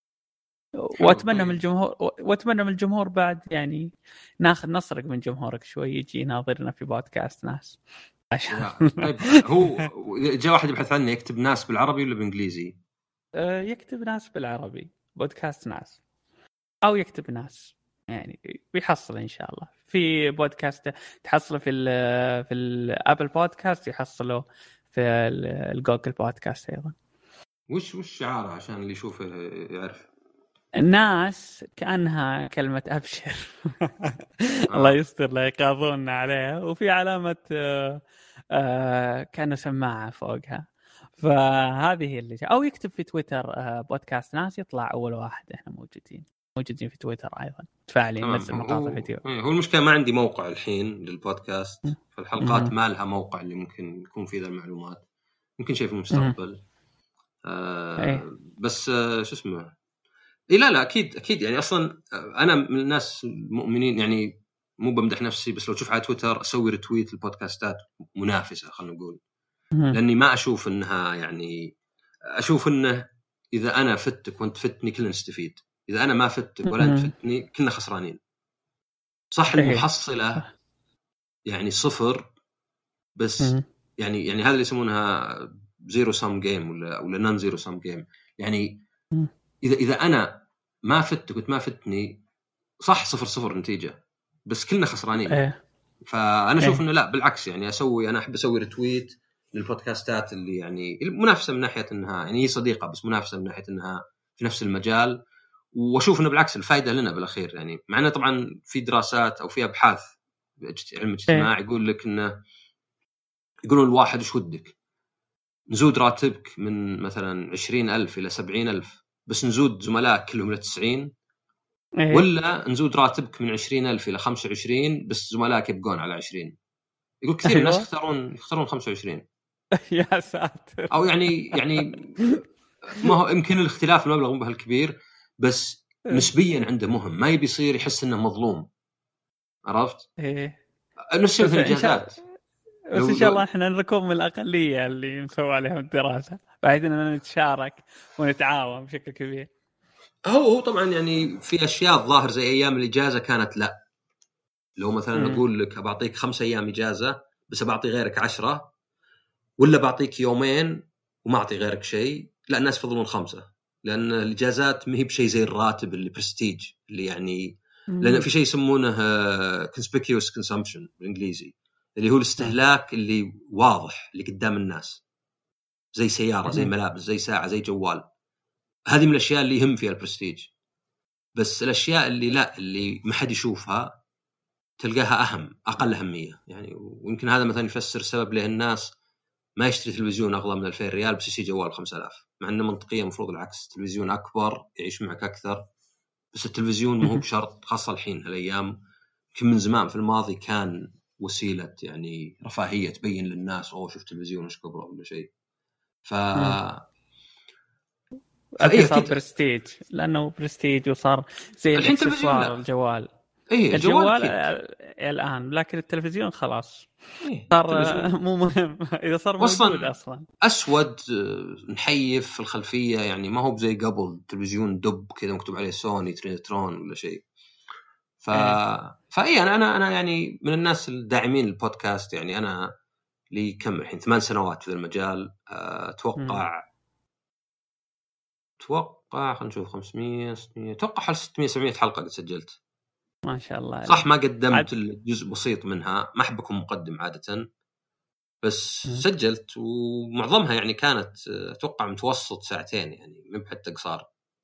واتمنى من الجمهور بعد يعني نسرق من جمهورك شوي يجي يناظرنا في بودكاست ناس طيب هو جاء واحد يبحث عنه يكتب ناس بالعربي ولا بالانجليزي؟ يكتب ناس بالعربي بودكاست ناس، او يكتب ناس يعني بيحصل ان شاء الله في بودكاست، تحصله في الابل بودكاست، يحصله في الجوجل بودكاست ايضا. وش شعاره عشان اللي يشوفه يعرف؟ الناس كأنها كلمة أبشر الله يستر لا يقاضون عليها، وفي علامة كأنه سماعة فوقها. فهذه اللي أو يكتب في تويتر بودكاست ناس، يطلع أول واحد. إحنا موجودين في تويتر أيضا، تفاعلين نفس مقاطع فيديو. هو المشكلة ما عندي موقع الحين للبودكاست، فالحلقات ما لها موقع اللي ممكن يكون فيه ذا المعلومات، ممكن شيء في المستقبل. بس شو اسمه لا اكيد يعني اصلا انا من الناس المؤمنين، يعني مو بمدح نفسي، بس لو تشوف على تويتر اسوي ريتويت البودكاستات منافسه خلينا نقول، لاني ما اشوف انها يعني اشوف انه اذا انا فتك وانت فتني كلنا نستفيد، اذا انا ما فتك ولا انت فتني كلنا خسرانين. صح المحصله يعني صفر، بس يعني هذا اللي يسمونها زيرو سام جيم ولا نون زيرو سام جيم. يعني اذا انا ما فتك وانت ما فتني صح 0-0 نتيجه، بس كلنا خسرانين. فانا اشوف انه لا بالعكس، يعني انا احب اسوي ريتويت للبودكاستات اللي يعني المنافسه من ناحيه انها يعني هي صديقه، بس منافسه من ناحيه انها في نفس المجال. واشوف انه بالعكس الفائده لنا بالاخير، يعني مع انه طبعا في دراسات او في ابحاث علم اجتماع يقول لك انه يقولون الواحد وش ودك نزود راتبك من مثلا 20,000 إلى 70,000 بس نزود زملائك كلهم إلى 90، ولا نزود راتبك من 20,000 إلى 25 بس زملائك يبقون على 20. يقول كثير الناس يختارون 25. يا ساتر. أو يعني ما هو يمكن الاختلاف المبلغ مو بهالكبير، بس نسبيا عنده مهم، ما يبي يصير يحس إنه مظلوم. عرفت؟ نفس مثل الإجازات. بس إن شاء الله إحنا نكون من الأقلية اللي نسوي عليهم الدراسة، بعد أننا نتشارك ونتعاون بشكل كبير. هو طبعا يعني في أشياء ظاهر زي أيام الإجازة كانت لا، لو مثلا أقول لك بعطيك 5 أيام إجازة بس بعطي غيرك 10، ولا بعطيك يومين وما أعطي غيرك شيء، لا الناس يفضلون 5، لأن الإجازات ما هي بشيء زي الراتب اللي برستيج اللي يعني لأن في شيء يسمونه conspicuous consumption بالإنجليزي، اللي هو الاستهلاك اللي واضح اللي قدام الناس، زي سيارة، زي ملابس، زي ساعة، زي جوال. هذه من الأشياء اللي يهم فيها البرستيج. بس الأشياء اللي لا، اللي ما حد يشوفها تلقاها أقل أهمية يعني. ويمكن هذا مثلا يفسر سبب له الناس ما يشتري تلفزيون أغلى من 2000 ريال بس يشتري جوال 5000، مع أنه منطقيا مفروض العكس، التلفزيون أكبر يعيش معك أكثر. بس التلفزيون مو بشرط، خاصة الحين هالأيام، يمكن من زمان في الماضي كان وسيلة يعني رفاهية تبين للناس أوه شوف تلفزيون وش كبره ولا شيء. الحين صار برستيج، لأنه برستيج وصار زي الإكسسوار الجوال. الجوال الآن، لكن التلفزيون خلاص صار مو مهم إذا صار موجود أصلا. أسود نحيف في الخلفية يعني، ما هو زي قبل تلفزيون دب كذا مكتوب عليه سوني ترينترون ولا شيء. فأي أنا يعني من الناس الداعمين البودكاست يعني. أنا لي كم الحين 8 سنوات في المجال. أتوقع خلينا نشوف 500 600 أتوقع حوالي 600 700 حلقة قد سجلت ما شاء الله. صح ما قدمت الجزء بسيط منها، ما أحب أكون مقدم عادة، بس سجلت ومعظمها يعني كانت أتوقع متوسط ساعتين يعني، مو حتى قصار.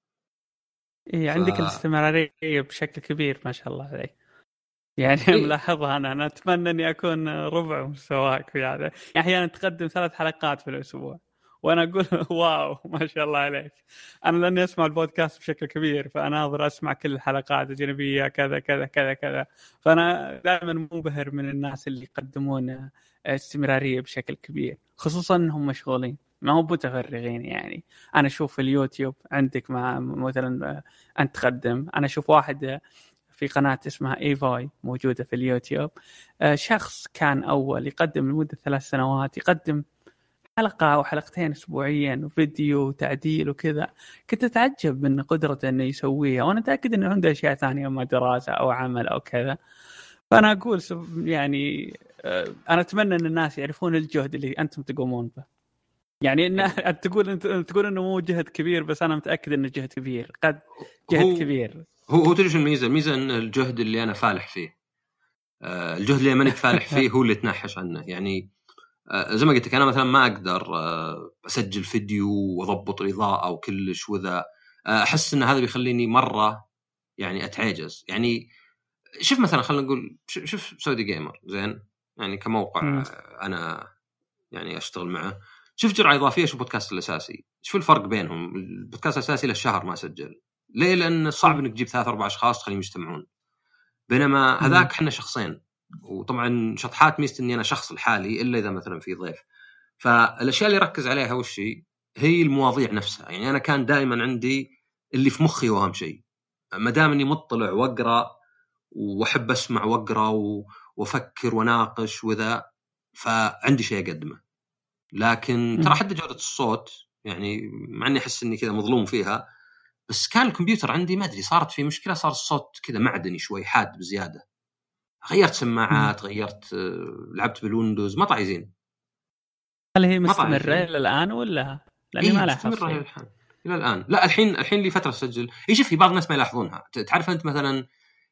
إيه عندك الاستمرارية بشكل كبير ما شاء الله عليك يعني. ملاحظها أنا أتمنى أني أكون ربع مستواك في هذا. يعني أحيانا تقدم 3 حلقات في الأسبوع وأنا أقول واو ما شاء الله عليك. أنا لأني أسمع البودكاست بشكل كبير فأنا أسمع كل الحلقات الجانبية كذا كذا كذا كذا، فأنا دائما منبهر من الناس اللي يقدمون استمرارية بشكل كبير، خصوصا أنهم مشغولين ما هو متفرغين. يعني أنا أشوف اليوتيوب عندك مع مثلا أنت تقدم، أنا أشوف واحد في قناة اسمها إيفاي موجودة في اليوتيوب، شخص كان أول يقدم لمدة 3 سنوات يقدم حلقة أو حلقتين أسبوعيا وفيديو وتعديل وكذا. كنت أتعجب من قدرته أنه يسويها، وأنا أتأكد أنه عنده أشياء ثانية ما دراسة أو عمل أو كذا. فأنا أقول يعني أنا أتمنى أن الناس يعرفون الجهد اللي أنتم تقومون به. يعني أن تقول أنه مو جهد كبير، بس أنا متأكد أنه جهد كبير، قد جهد كبير. هو تدري الميزة أن الجهد اللي أنا فالح فيه، الجهد اللي ماني فالح فيه هو اللي تنحش عنه. يعني زي ما قلت لك أنا مثلا ما أقدر أسجل فيديو وأضبط الإضاءة أو كلش، وذا أحس أن هذا بيخليني مرة يعني أتعجز. يعني شوف مثلا خلينا نقول شوف سعودي جيمر زين يعني كموقع أنا يعني أشتغل معه، شوف جرعة إضافية شوف بودكاست الأساسي، شوف الفرق بينهم. البودكاست الأساسي له شهر ما سجل، ليه؟ لأن صعب إنك تجيب 3-4 أشخاص تخليهم يجتمعون، بينما هذاك حنا شخصين. وطبعا شطحات ميزة إني أنا شخص الحالي إلا إذا مثلا في ضيف. فالأشياء اللي ركز عليها وشي هي المواضيع نفسها. يعني أنا كان دائما عندي اللي في مخي وأهم شيء، ما دام إني مطلع وأقرأ وأحب أسمع وأقرأ وأفكر وناقش وذا، فعندي شيء أقدمه. لكن ترى حتى جودة الصوت يعني مع إني أحس إني كذا مظلوم فيها، بس كان الكمبيوتر عندي ما أدري صارت فيه مشكلة، صار الصوت كذا معدني شوي حاد بزيادة. غيرت سماعات، غيرت لعبت بالويندوز ما طايزين. هل هي مستمرة إلى الآن ولا؟ لأني ما لاحظت إلى الآن. لا الحين لي فترة سجل. شوف في بعض الناس ما يلاحظونها. تعرف أنت مثلا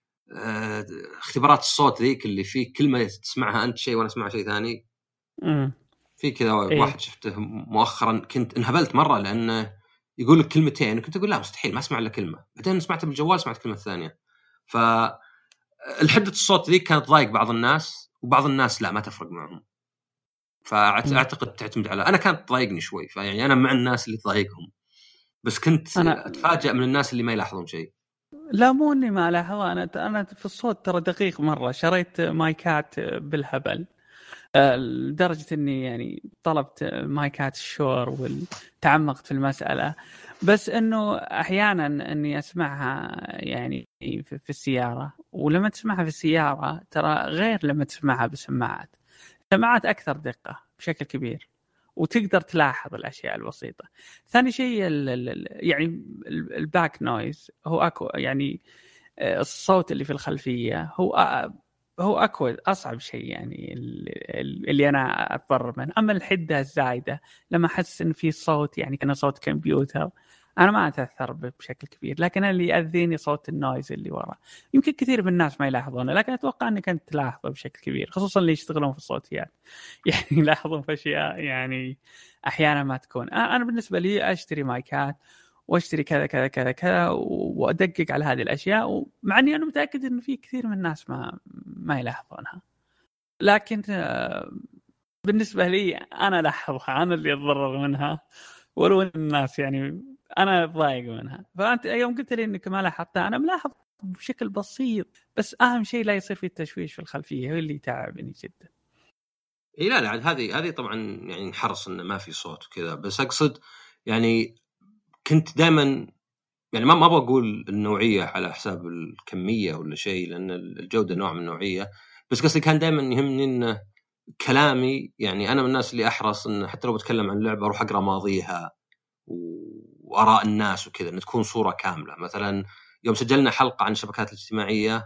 اختبارات الصوت ذيك اللي فيه كلمة تسمعها أنت شيء وأنا أسمع شيء ثاني. في كذا واحد شفته مؤخرا كنت انهبلت مرة لأنه يقول لك كلمتين كنت أقول لا مستحيل ما أسمع إلا كلمة، بعدين سمعت بالجوال سمعت كلمة ثانية. فالحدة الصوت ذيك كانت ضايق بعض الناس، وبعض الناس لا ما تفرق معهم. فأعتقد تعتمد على أنا كانت تضايقني شوي، فيعني أنا مع الناس اللي تضايقهم، بس كنت أتفاجأ من الناس اللي ما يلاحظون شيء. لا مو إني ما لاحظها، أنا في الصوت ترى دقيق مرة. شريت مايكات بالهبل لدرجة إني يعني طلبت مايكات الشور وتعمقت في المسألة، بس إنه أحيانا إني أسمعها يعني في السيارة، ولما تسمعها في السيارة ترى غير لما تسمعها بسماعات. سماعات أكثر دقة بشكل كبير وتقدر تلاحظ الأشياء البسيطة. ثاني شيء يعني الباك نويز هو أكو، يعني الصوت اللي في الخلفية هو أكو أصعب شيء يعني اللي أنا أتضرر منه. أما الحدة الزايدة لما أحس إن في صوت يعني كأنه صوت كمبيوتر انا ما اتاثر بشكل كبير، لكن اللي ياذيني صوت النويز اللي ورا. يمكن كثير من الناس ما يلاحظونه، لكن اتوقع انك انت تلاحظه بشكل كبير، خصوصا اللي يشتغلون في الصوتيات. يعني يلاحظون في اشياء يعني احيانا ما تكون. انا بالنسبه لي اشتري مايكات واشتري كذا كذا كذا كذا وادقق على هذه الاشياء، ومع اني انا متاكد انه في كثير من الناس ما يلاحظونها، لكن بالنسبه لي انا لاحظها، انا اللي اتضرر منها، ولو الناس يعني انا ضايق منها. فانت يوم قلت لي انك ما لاحظتها، انا ملاحظ بشكل بسيط، بس اهم شيء لا يصير في التشويش في الخلفيه، هو اللي يتعبني جدا. اي لا هذه طبعا يعني نحرص انه ما في صوت وكذا، بس اقصد يعني كنت دائما يعني ما ابغى اقول النوعيه على حساب الكميه ولا شيء، لان الجوده نوع من النوعيه، بس قصدي كان دائما يهمني انه كلامي، يعني انا من الناس اللي احرص ان حتى لو بتكلم عن لعبه اروح اقرا ماضيها واراء الناس وكذا، ان تكون صوره كامله. مثلا يوم سجلنا حلقه عن الشبكات الاجتماعيه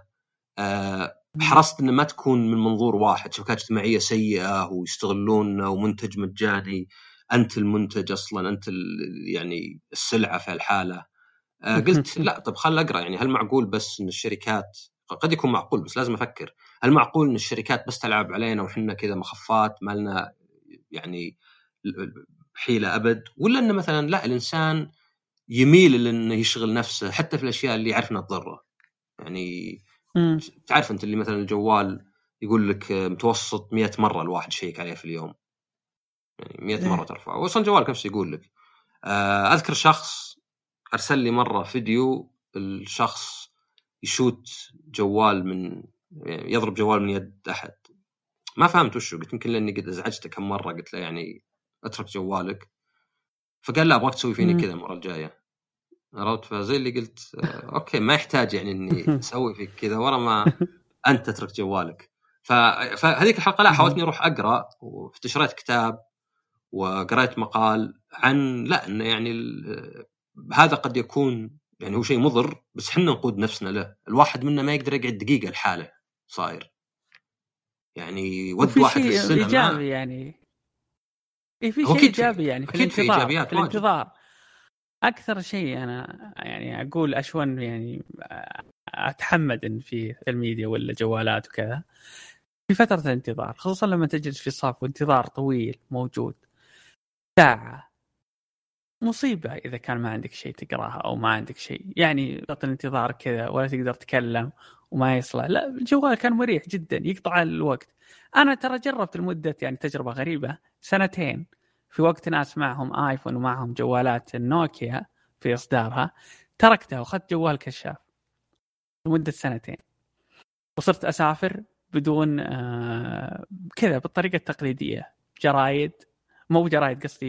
حرصت ان ما تكون من منظور واحد، شبكات اجتماعيه سيئه ويستغلون ومنتج مجاني، انت المنتج اصلا، انت يعني السلعه في الحاله. قلت لا، طب خل اقرا، يعني هل معقول بس ان الشركات، قد يكون معقول بس لازم افكر، هل معقول ان الشركات بس تلعب علينا وحنا كذا مخفات ما لنا يعني حيله ابد، ولا ان مثلا لا، الانسان يميل لانه يشغل نفسه حتى في الاشياء اللي يعرف انها تضره. يعني تعرف انت اللي مثلا الجوال يقول لك متوسط 100 مره الواحد يشيك عليه في اليوم، يعني 100 مره ترفعه، وصل جوالك نفسه يقول لك. اذكر شخص ارسل لي مره فيديو، الشخص يشوت جوال من، يعني يضرب جوال من يد احد، ما فهمت وشو، قلت يمكن لاني قد ازعجته كم مره، قلت له يعني اترك جوالك، فقال لا ابغاك تسوي فيني كذا المره الجايه، عرفت؟ فزي اللي قلت اوكي، ما يحتاج يعني اني اسوي فيك كذا ورا ما انت تترك جوالك. فهذيك الحلقه لا، حاولتني اروح اقرا، واستشريت كتاب وقرأت مقال عن لا، انه يعني هذا قد يكون يعني هو شيء مضر، بس حنا نقود نفسنا له. الواحد منا ما يقدر يقعد دقيقه لحاله صاير، يعني ود وفي واحد في شيء السينما. ايجابي يعني، في هو شيء اكيد في، ايجابي يعني في اكيد في الانتظار، ايجابيات في واجد. الانتظار اكثر شيء. انا يعني اقول اشون يعني اتحمد ان في الميديا ولا جوالات وكذا في فتره الانتظار، خصوصا لما تجلس في صف وانتظار طويل موجود ساعه، مصيبه اذا كان ما عندك شيء تقراها او ما عندك شيء، يعني وقت الانتظار كذا ولا تقدر تتكلم وما يصلح. لا، الجوال كان مريح جدا يقطع الوقت. انا ترى جربت المده يعني تجربه غريبه، 2 في وقت ناس معهم ايفون ومعهم جوالات النوكيا في اصدارها، تركتها واخذت جوال كشاف لمده 2 وصرت اسافر بدون كذا بالطريقه التقليديه، جرايد، مو جرايد قصدي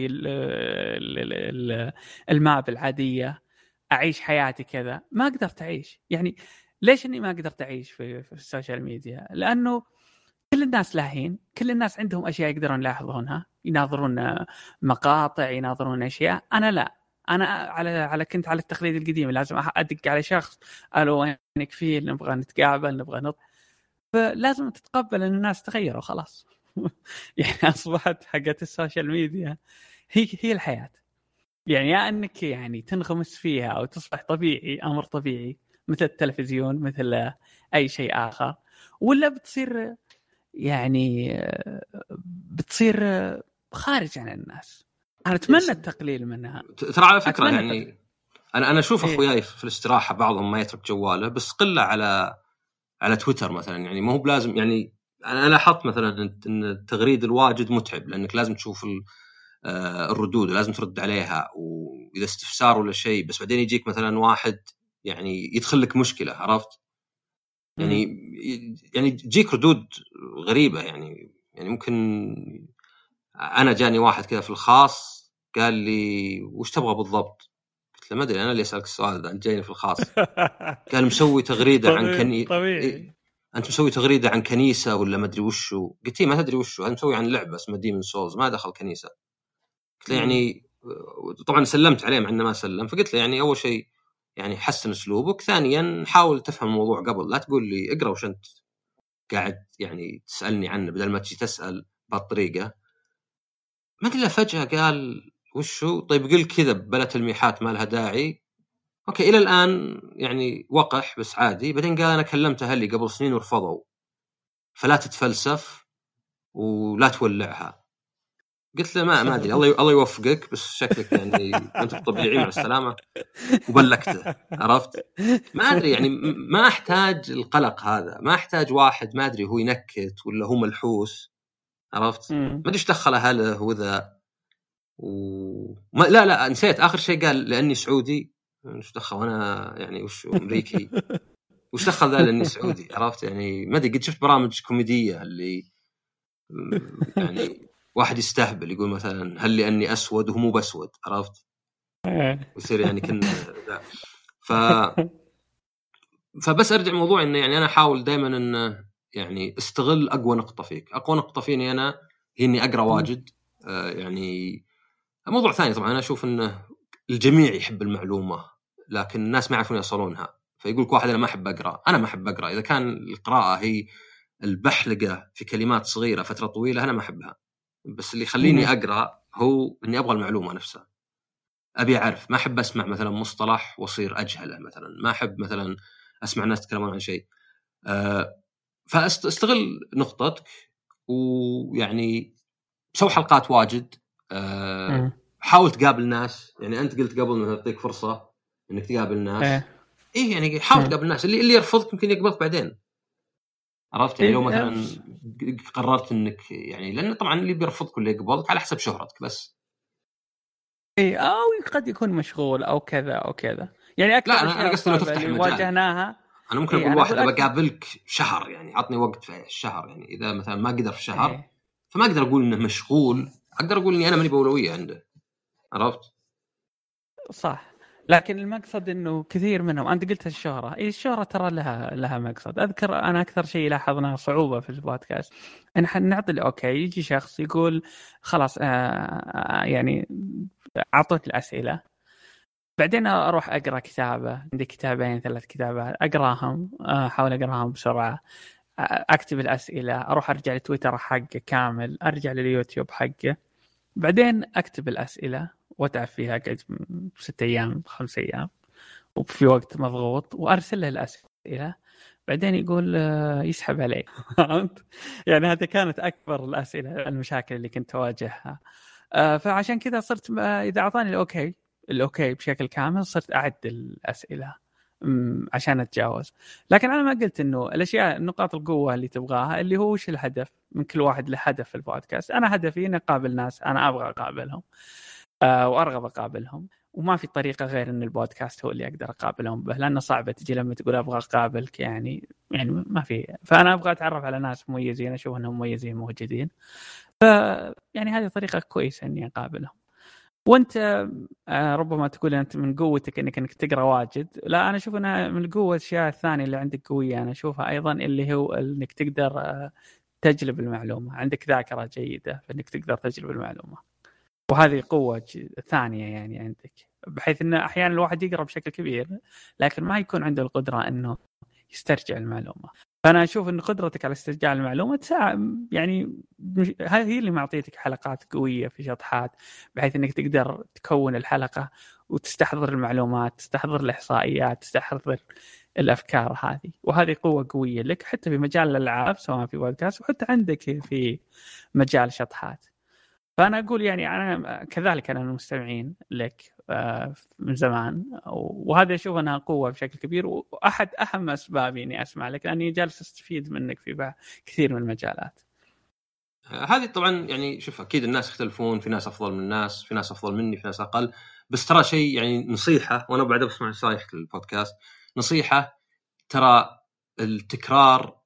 الماب العاديه، اعيش حياتي كذا. ما قدرت اعيش يعني. ليش اني ما قدرت اعيش في السوشيال ميديا؟ لانه كل الناس لاهين، كل الناس عندهم اشياء يقدرون يلاحظونها، يناظرون مقاطع، يناظرون اشياء. انا لا، انا على كنت على التقليد القديم، لازم ادق على شخص، الو وينك فيه، نبغى نتقابل، نبغى فلازم تتقبل ان الناس تغيروا خلاص. يعني اصبحت حقت السوشيال ميديا هي الحياه، يعني يا انك يعني تنغمس فيها او تصبح طبيعي، امر طبيعي مثل التلفزيون، مثل اي شيء اخر، ولا بتصير يعني بتصير خارج عن الناس. انا اتمنى التقليل منها. ترى على فكره اتمنى يعني انا اشوف إيه؟ اخوياي في الاستراحه بعضهم ما يترك جواله، بس قله على تويتر مثلا، يعني ما هو بلازم. يعني انا لاحظت مثلا ان التغريد الواجد متعب، لانك لازم تشوف الردود، لازم ترد عليها، واذا استفسار ولا شيء، بس بعدين يجيك مثلا واحد يعني يدخل لك مشكله، عرفت؟ يعني يعني تجيك ردود غريبه، يعني ممكن انا جاني واحد كذا في الخاص قال لي وش تبغى بالضبط؟ قلت له ما ادري، انا اللي اسالك السؤال ده، انت جايني في الخاص. قال مسوي تغريده عن طبيعي. انت مسوي تغريده عن كنيسه ولا ما ادري وشو؟ قلت ما تدري وشو، انا مسوي عن لعبه اسمها ديمن سولز، ما دخل كنيسه. قلت له يعني طبعا سلمت عليه مع انه ما سلم، فقلت له يعني اول شيء يعني حسن اسلوبك، ثانيا حاول تفهم الموضوع قبل لا تقول لي اقرا وش انت قاعد يعني تسالني عنه، بدل ما تجي تسال بهالطريقه. ما ادري، فجاه قال وشو طيب قل كذا بلا تلميحات ما لها داعي. اوكي الى الان يعني وقح بس عادي. بعدين قال انا كلمت اهلي قبل سنين ورفضوا، فلا تتفلسف ولا تولعها. قلت له ما ادري، الله يوفقك، بس شكلك يعني ما انت طبيعي، مع السلامه. وبلكته، عرفت؟ ما ادري يعني ما احتاج القلق هذا، ما احتاج واحد ما ادري هو ينكت ولا هو ملحوس، عرفت؟ ما ادري ايش دخل اهله وذا لا نسيت اخر شيء قال لاني سعودي. ايش دخل وانا يعني وش امريكي؟ وش دخل ذا لاني سعودي؟ عرفت يعني؟ ما ادري، قد شفت برامج كوميديه اللي يعني واحد يستهبل يقول مثلا هل لاني اسود وهو مو باسود، عرفت؟ ويصير يعني كنا ذا. فبس ارجع موضوع انه يعني انا احاول دائما ان يعني استغل اقوى نقطه فيك. اقوى نقطه فيني انا هي اني اقرا واجد. يعني موضوع ثاني طبعا انا اشوف انه الجميع يحب المعلومه، لكن الناس ما يعرفون يوصلونها. فيقول لك واحد انا ما احب اقرا. انا ما احب اقرا اذا كان القراءه هي البحلقه في كلمات صغيره فتره طويله، انا ما احبها. بس اللي يخليني اقرا هو اني ابغى المعلومه نفسها، ابي اعرف. ما احب اسمع مثلا مصطلح واصير اجهله مثلا. ما احب مثلا اسمع ناس يتكلمون عن شيء. فاستغل نقطتك ويعني سوي حلقات واجد. حاول تقابل ناس. يعني انت قلت قبل انه تعطيك فرصه انك تقابل ناس. ايه يعني حاول تقابل الناس. اللي يرفضك يمكن يقبلك بعدين، عرفت يعني؟ لو مثلا قررت انك يعني، لان طبعا اللي بيرفضك واللي يقبلك على حسب شهرتك بس. اي او قد يكون مشغول او كذا او كذا. يعني اكثر لا الاشياء انا قصدي لو الصعبه تفتح اللي المجال. واجهناها، انا ممكن اقول واحد بقابلك شهر، يعني عطني وقت في الشهر. يعني اذا مثلا ما قدر في شهر فما اقدر اقول انه مشغول، اقدر اقول اني انا ماني باولويه عنده، عرفت؟ صح. لكن المقصد انه كثير منهم، انت قلت الشهره، الشهره ترى لها مقصد. اذكر انا اكثر شيء لاحظناه صعوبه في البودكاست ان نعطي اوكي، يجي شخص يقول خلاص يعني اعطوك الاسئله، بعدين اروح اقرا كتابه، عندي كتابين 3 كتابات اقراهم، احاول اقراهم بسرعه، اكتب الاسئله، اروح ارجع لتويتر حقه كامل، ارجع لليوتيوب حقه، بعدين اكتب الاسئله واتعب فيها قد 6 أيام 5 أيام وفي وقت مضغوط، وارسل له الاسئله، بعدين يقول يسحب علي. يعني هذه كانت اكبر الاسئله المشاكل اللي كنت اواجهها. فعشان كذا صرت اذا اعطاني الاوكي بشكل كامل صرت اعد الاسئله عشان اتجاوز. لكن انا ما قلت انه الاشياء نقاط القوه اللي تبغاها اللي هو وش الهدف من كل واحد له هدف في البودكاست. انا هدفي اني اقابل ناس انا ابغى اقابلهم وارغب اقابلهم، وما في طريقه غير ان البودكاست هو اللي اقدر اقابلهم به، لانه صعبه تجي لما تقول ابغى اقابلك يعني ما في. فانا ابغى اتعرف على ناس مميزين اشوف انهم مميزين موجودين، يعني هذه طريقه كويسه اني اقابلهم. وانت ربما تقول انت من قوتك انك تقرا واجد، لا انا اشوف انها من قوه الاشياء الثانيه اللي عندك قويه، انا اشوفها ايضا اللي هو انك تقدر تجلب المعلومه، عندك ذاكره جيده فانك تقدر تجلب المعلومه، وهذه قوه ثانيه يعني عندك، بحيث ان احيانا الواحد يقرا بشكل كبير لكن ما يكون عنده القدره انه يسترجع المعلومه. فانا اشوف ان قدرتك على استرجاع المعلومه يعني هذه اللي معطيتك حلقات قويه في شطحات، بحيث انك تقدر تكون الحلقه وتستحضر المعلومات، تستحضر الاحصائيات، تستحضر الافكار هذه، وهذه قوه قويه لك حتى في مجال الالعاب سواء في بودكاست وحتى عندك في مجال شطحات. فانا اقول يعني انا كذلك انا المستمعين لك من زمان، وهذا اشوف انها قوه بشكل كبير، واحد اهم اسبابي اني اسمع لك لاني جالس استفيد منك في كثير من المجالات هذه. طبعا يعني شوف اكيد الناس يختلفون، في ناس افضل من الناس، في ناس افضل مني، في ناس اقل. بس ترى شيء يعني نصيحه، وانا بعد بسمع نصايح البودكاست، نصيحه ترى التكرار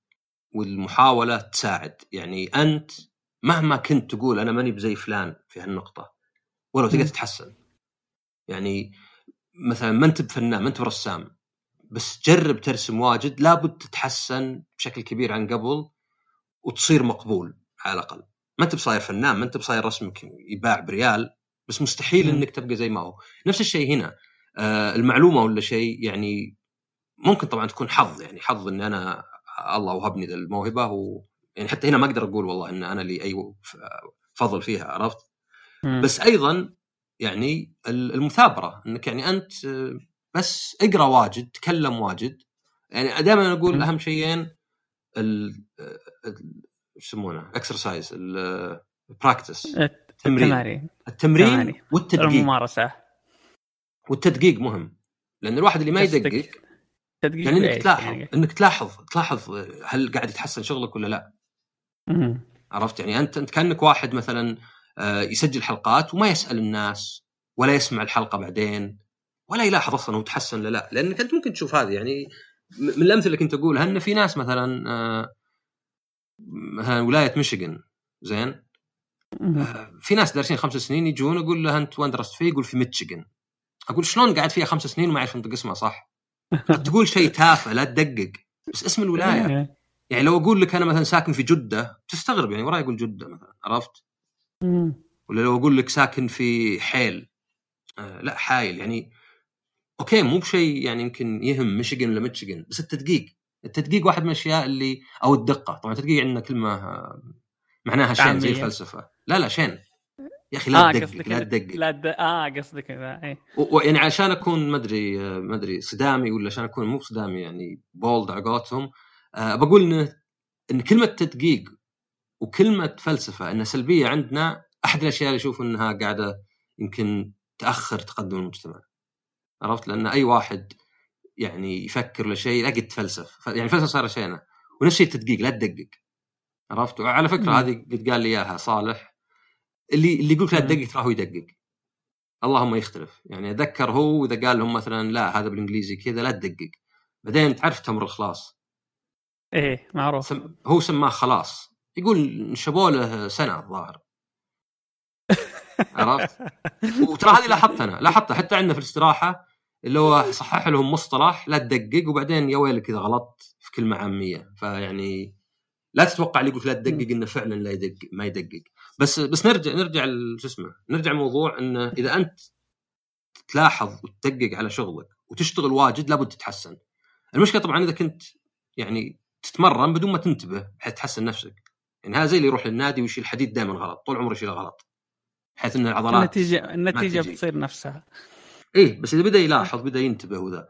والمحاوله تساعد. يعني انت مهما كنت تقول انا ماني بزي فلان في هالنقطه، ولو تقدر تتحسن. يعني مثلا ما انت بفنان، ما انت برسام، بس جرب ترسم واجد، لابد تتحسن بشكل كبير عن قبل وتصير مقبول على الأقل. ما انت بصاير فنان، ما انت بصاير رسمك يباع بريال، بس مستحيل انك تبقى زي ما هو. نفس الشيء هنا. المعلومة ولا شيء يعني ممكن طبعا تكون حظ، يعني حظ ان انا الله وهبني ذا الموهبة يعني حتى هنا ما اقدر اقول والله ان انا لي اي فضل فيها، عرفت؟ بس ايضا يعني المثابرة، انك يعني انت بس اقرا واجد، تكلم واجد. يعني دائما اقول اهم شيئين يسمونه اكسرسايز، البراكتس، التمرين والتدقيق. الممارسة والتدقيق مهم، لان الواحد اللي ما يدقق يعني انك تلاحظ يعني انك تلاحظ هل قاعد يتحسن شغلك ولا لا. عرفت يعني انت كانك واحد مثلا يسجل حلقات وما يسأل الناس ولا يسمع الحلقة بعدين ولا يلاحظ اصلا هو تحسن ولا لا. لانك انت ممكن تشوف هذه يعني من الامثله اللي كنت اقولها، ان في ناس مثلا ولايه ميشيغان زين، في ناس دارسين 5 سنين يجون يقول له انت وين درست فيه؟ يقول في ميشيغان. اقول شلون قاعد فيها 5 سنين وما يعرف ينطق اسمها صح؟ تقول شيء تافه لا تدقق، بس اسم الولايه. يعني لو اقول لك انا مثلا ساكن في جده تستغرب، يعني وراي يقول جده مثلا، عرفت؟ ولا لو اقول لك ساكن في حيل لا حايل، يعني اوكي مو بشيء يعني يمكن يهم ميشيغان ولا ميشيغان، بس التدقيق واحد من الاشياء اللي، او الدقه. طبعا التدقيق عندنا كلمه معناها شين زي الفلسفه. لا شين يا اخي، لا تدقق لا تدقق. قصدك كذا يعني عشان اكون ما ادري صدامي ولا عشان اكون مو صدامي يعني بولد على قولتهم، بقول ان كلمه تدقيق وكلمه فلسفه انها سلبيه عندنا. احد الاشياء اللي اشوف انها قاعده يمكن تاخر تقدم المجتمع. عرفت؟ لان اي واحد يعني يفكر لشيء لا قد تفلسف، يعني الفلسفه صار شيءنا. ونفس الشيء التدقيق، لا تدقق. عرفت؟ وعلى فكره هذه قد قال لي اياها صالح، اللي يقولك لا تدقق تراه يدقق، اللهم يختلف. يعني اتذكر هو اذا قال لهم مثلا لا هذا بالانجليزي كذا لا تدقق، بعدين تعرف تمر الخلاص ايه معروف. هو سماه خلاص، يقول نشبوا له سنه الظاهر. عرفت؟ وترى هذه لاحظتها حتى عندنا في الاستراحه، اللي هو صحح لهم مصطلح لا تدقق، وبعدين يا ويلك اذا غلطت في كلمه عاميه. فيعني لا تتوقع اللي يقول لا تدقق انه فعلا لا يدقق، ما يدقق. بس نرجع شو اسمه، نرجع موضوع انه اذا انت تلاحظ وتدقق على شغلك وتشتغل واجد لابد تتحسن. المشكله طبعا اذا كنت يعني تتمرن بدون ما تنتبه بحيث تحسن نفسك. يعني هذا زي اللي يروح للنادي ويشيل حديد دائما غلط، طول عمره يشيله غلط، بحيث ان العضلات النتيجه بتصير نفسها. ايه بس اذا بدا يلاحظ بدا ينتبه وذا.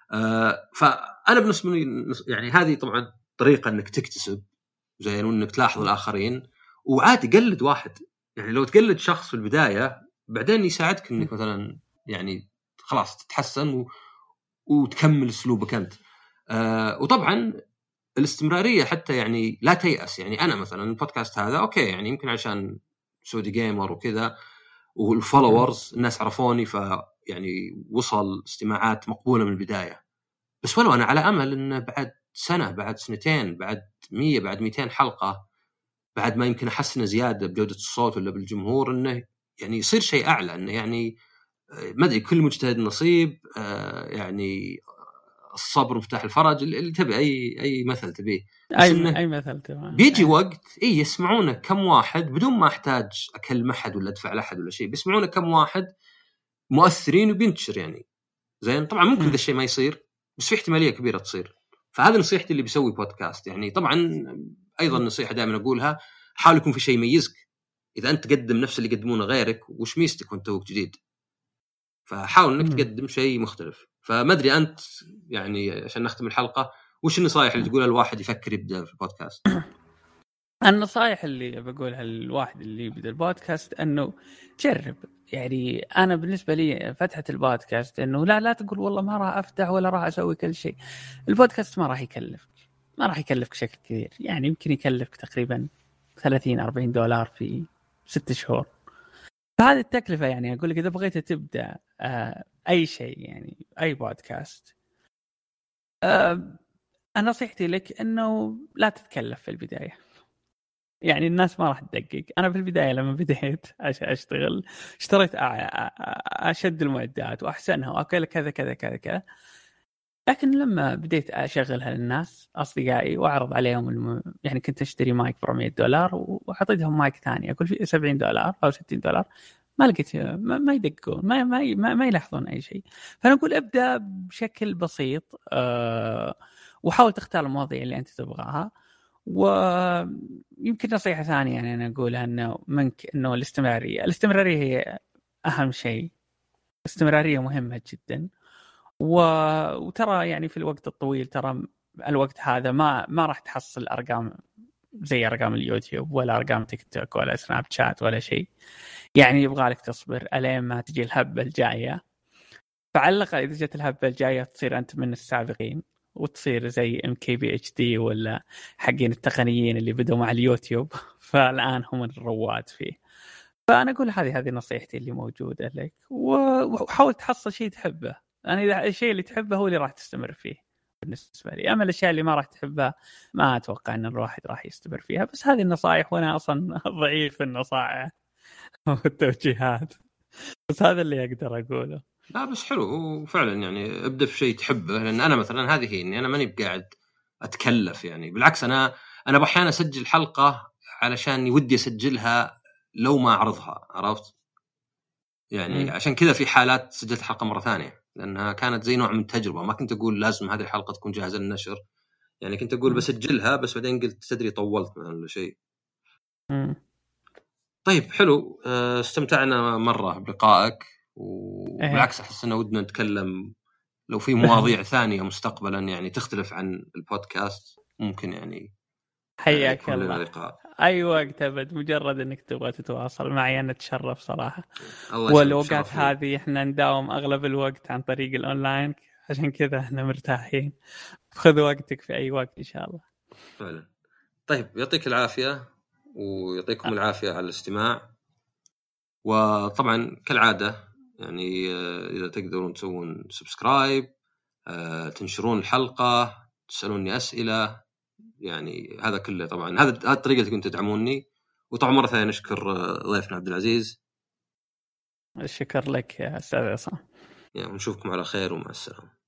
فانا بالنسبه لي يعني هذه طبعا طريقه انك تكتسب زين، وانك تلاحظ الاخرين وعادي قلد واحد. يعني لو تقلد شخص في البدايه بعدين يساعدك انك مثلا يعني خلاص تتحسن وتكمل اسلوبك انت. وطبعا الاستمراريه حتى، يعني لا تيأس. يعني انا مثلا البودكاست هذا اوكي يعني يمكن عشان سعودي جيمر وكذا والفولورز الناس عرفوني، ف يعني وصل استماعات مقبوله من البدايه. بس ولو انا على امل ان بعد سنه، بعد سنتين، بعد 100، بعد 200 حلقه، بعد ما يمكن احسن زياده بجوده الصوت ولا بالجمهور، انه يعني يصير شيء اعلى. انه يعني ما ادري، كل مجتهد نصيب. يعني الصبر مفتاح الفرج، اللي تبي اي مثل تبيه، بس اي مثل تمام. بيجي وقت يسمعونه كم واحد بدون ما احتاج اكلم احد ولا ادفع لاحد ولا شيء، بيسمعونه كم واحد مؤثرين وبينتشر يعني. زين طبعا ممكن ذا الشيء ما يصير، بس في احتماليه كبيره تصير. فهذا نصيحتي اللي بيسوي بودكاست. يعني طبعا ايضا نصيحه دائما اقولها، حاول يكون في شيء يميزك. اذا انت تقدم نفس اللي يقدمونه غيرك، وش ميزتك وانت جديد؟ فحاول انك تقدم شيء مختلف. فما ادري انت يعني عشان نختم الحلقه، وش النصائح اللي تقولها الواحد يفكر يبدا في البودكاست؟ النصائح اللي بقولها للواحد اللي يبدا البودكاست انه جرب. يعني انا بالنسبه لي فتحه البودكاست انه لا تقول والله ما راح افتح ولا راح اسوي كل شيء. البودكاست ما راح يكلفك شكل كبير. يعني يمكن يكلفك تقريبا 30-40 دولار في 6 شهور. فهذه التكلفه يعني اقول لك اذا بغيت تبدا اي شيء، يعني اي بودكاست، نصيحتي لك انه لا تتكلف في البدايه. يعني الناس ما راح تدقق. انا في البدايه لما بديت اشتغل اشتريت اشد المعدات واحسنها واكل كذا كذا كذا كذا. لكن لما بديت اشغلها للناس اصدقائي واعرض عليهم يعني كنت اشتري مايك $400 واعطيهم مايك ثاني اقول فيه $70 او $60، ما لقيت ما يدققون، ما يلاحظون اي شيء. فانا اقول ابدا بشكل بسيط، وحاول تختار المواضيع اللي انت تبغاها. ويمكن نصيحة ثانية يعني أنا أقولها إنه الاستمرارية هي أهم شيء. استمرارية مهمة جدا. وترى يعني في الوقت الطويل، ترى الوقت هذا ما راح تحصل أرقام زي أرقام اليوتيوب ولا أرقام تيك توك ولا سناب شات ولا شيء. يعني يبغالك تصبر ألين ما تجي الهبة الجاية. فعلى الأقل إذا جت الهبة الجاية تصير أنت من السابقين، وتصير زي MKBHD ولا حقين التقنيين اللي بدوا مع اليوتيوب فالآن هم الرواد فيه. فأنا أقول هذه نصيحتي اللي موجودة لك، وحاول تحصل شيء تحبه. أنا إذا الشيء اللي تحبه هو اللي راح تستمر فيه بالنسبة لي. أما الأشياء اللي ما راح تحبها ما أتوقع أن الواحد راح يستمر فيها. بس هذه النصائح، وأنا أصلا ضعيف في النصائح والتوجيهات، بس هذا اللي أقدر أقوله. لا بس حلو، وفعلا يعني ابدأ في شيء تحبه. لأن أنا مثلا هذه هي إني أنا ماني بقاعد أتكلف يعني، بالعكس أنا بأحيانا أسجل حلقة علشان ودي أسجلها لو ما أعرضها، عرفت يعني. عشان كذا في حالات سجلت حلقة مرة ثانية، لأنها كانت زي نوع من التجربة. ما كنت أقول لازم هذه الحلقة تكون جاهزة للنشر يعني، كنت أقول بسجلها بس بعدين قلت تدري طولت من الشيء. طيب حلو، استمتعنا مرة بلقائك، وبالعكس أحس أنه ودنا نتكلم لو في مواضيع ثانية مستقبلا يعني تختلف عن البودكاست، ممكن يعني حياك يكون لنا الله. لقاء أي وقت أبد، مجرد أنك تبغى تتواصل معي أنا أتشرف صراحة. الله والأوقات هذه إحنا نداوم أغلب الوقت عن طريق الأونلاين، عشان كذا إحنا مرتاحين. خذ وقتك في أي وقت إن شاء الله. فعلا. طيب يعطيك العافية، ويعطيكم العافية على الاستماع. وطبعا كالعادة يعني إذا تقدرون تسوون سبسكرايب، تنشرون الحلقة، تسألوني أسئلة، يعني هذا كله طبعا هذا الطريقة اللي كنتوا تدعموني. وطبعا مرة ثانية نشكر ضيفنا عبد العزيز. الشكر لك يا أستاذ عصام. يعني ونشوفكم على خير ومع السلامة.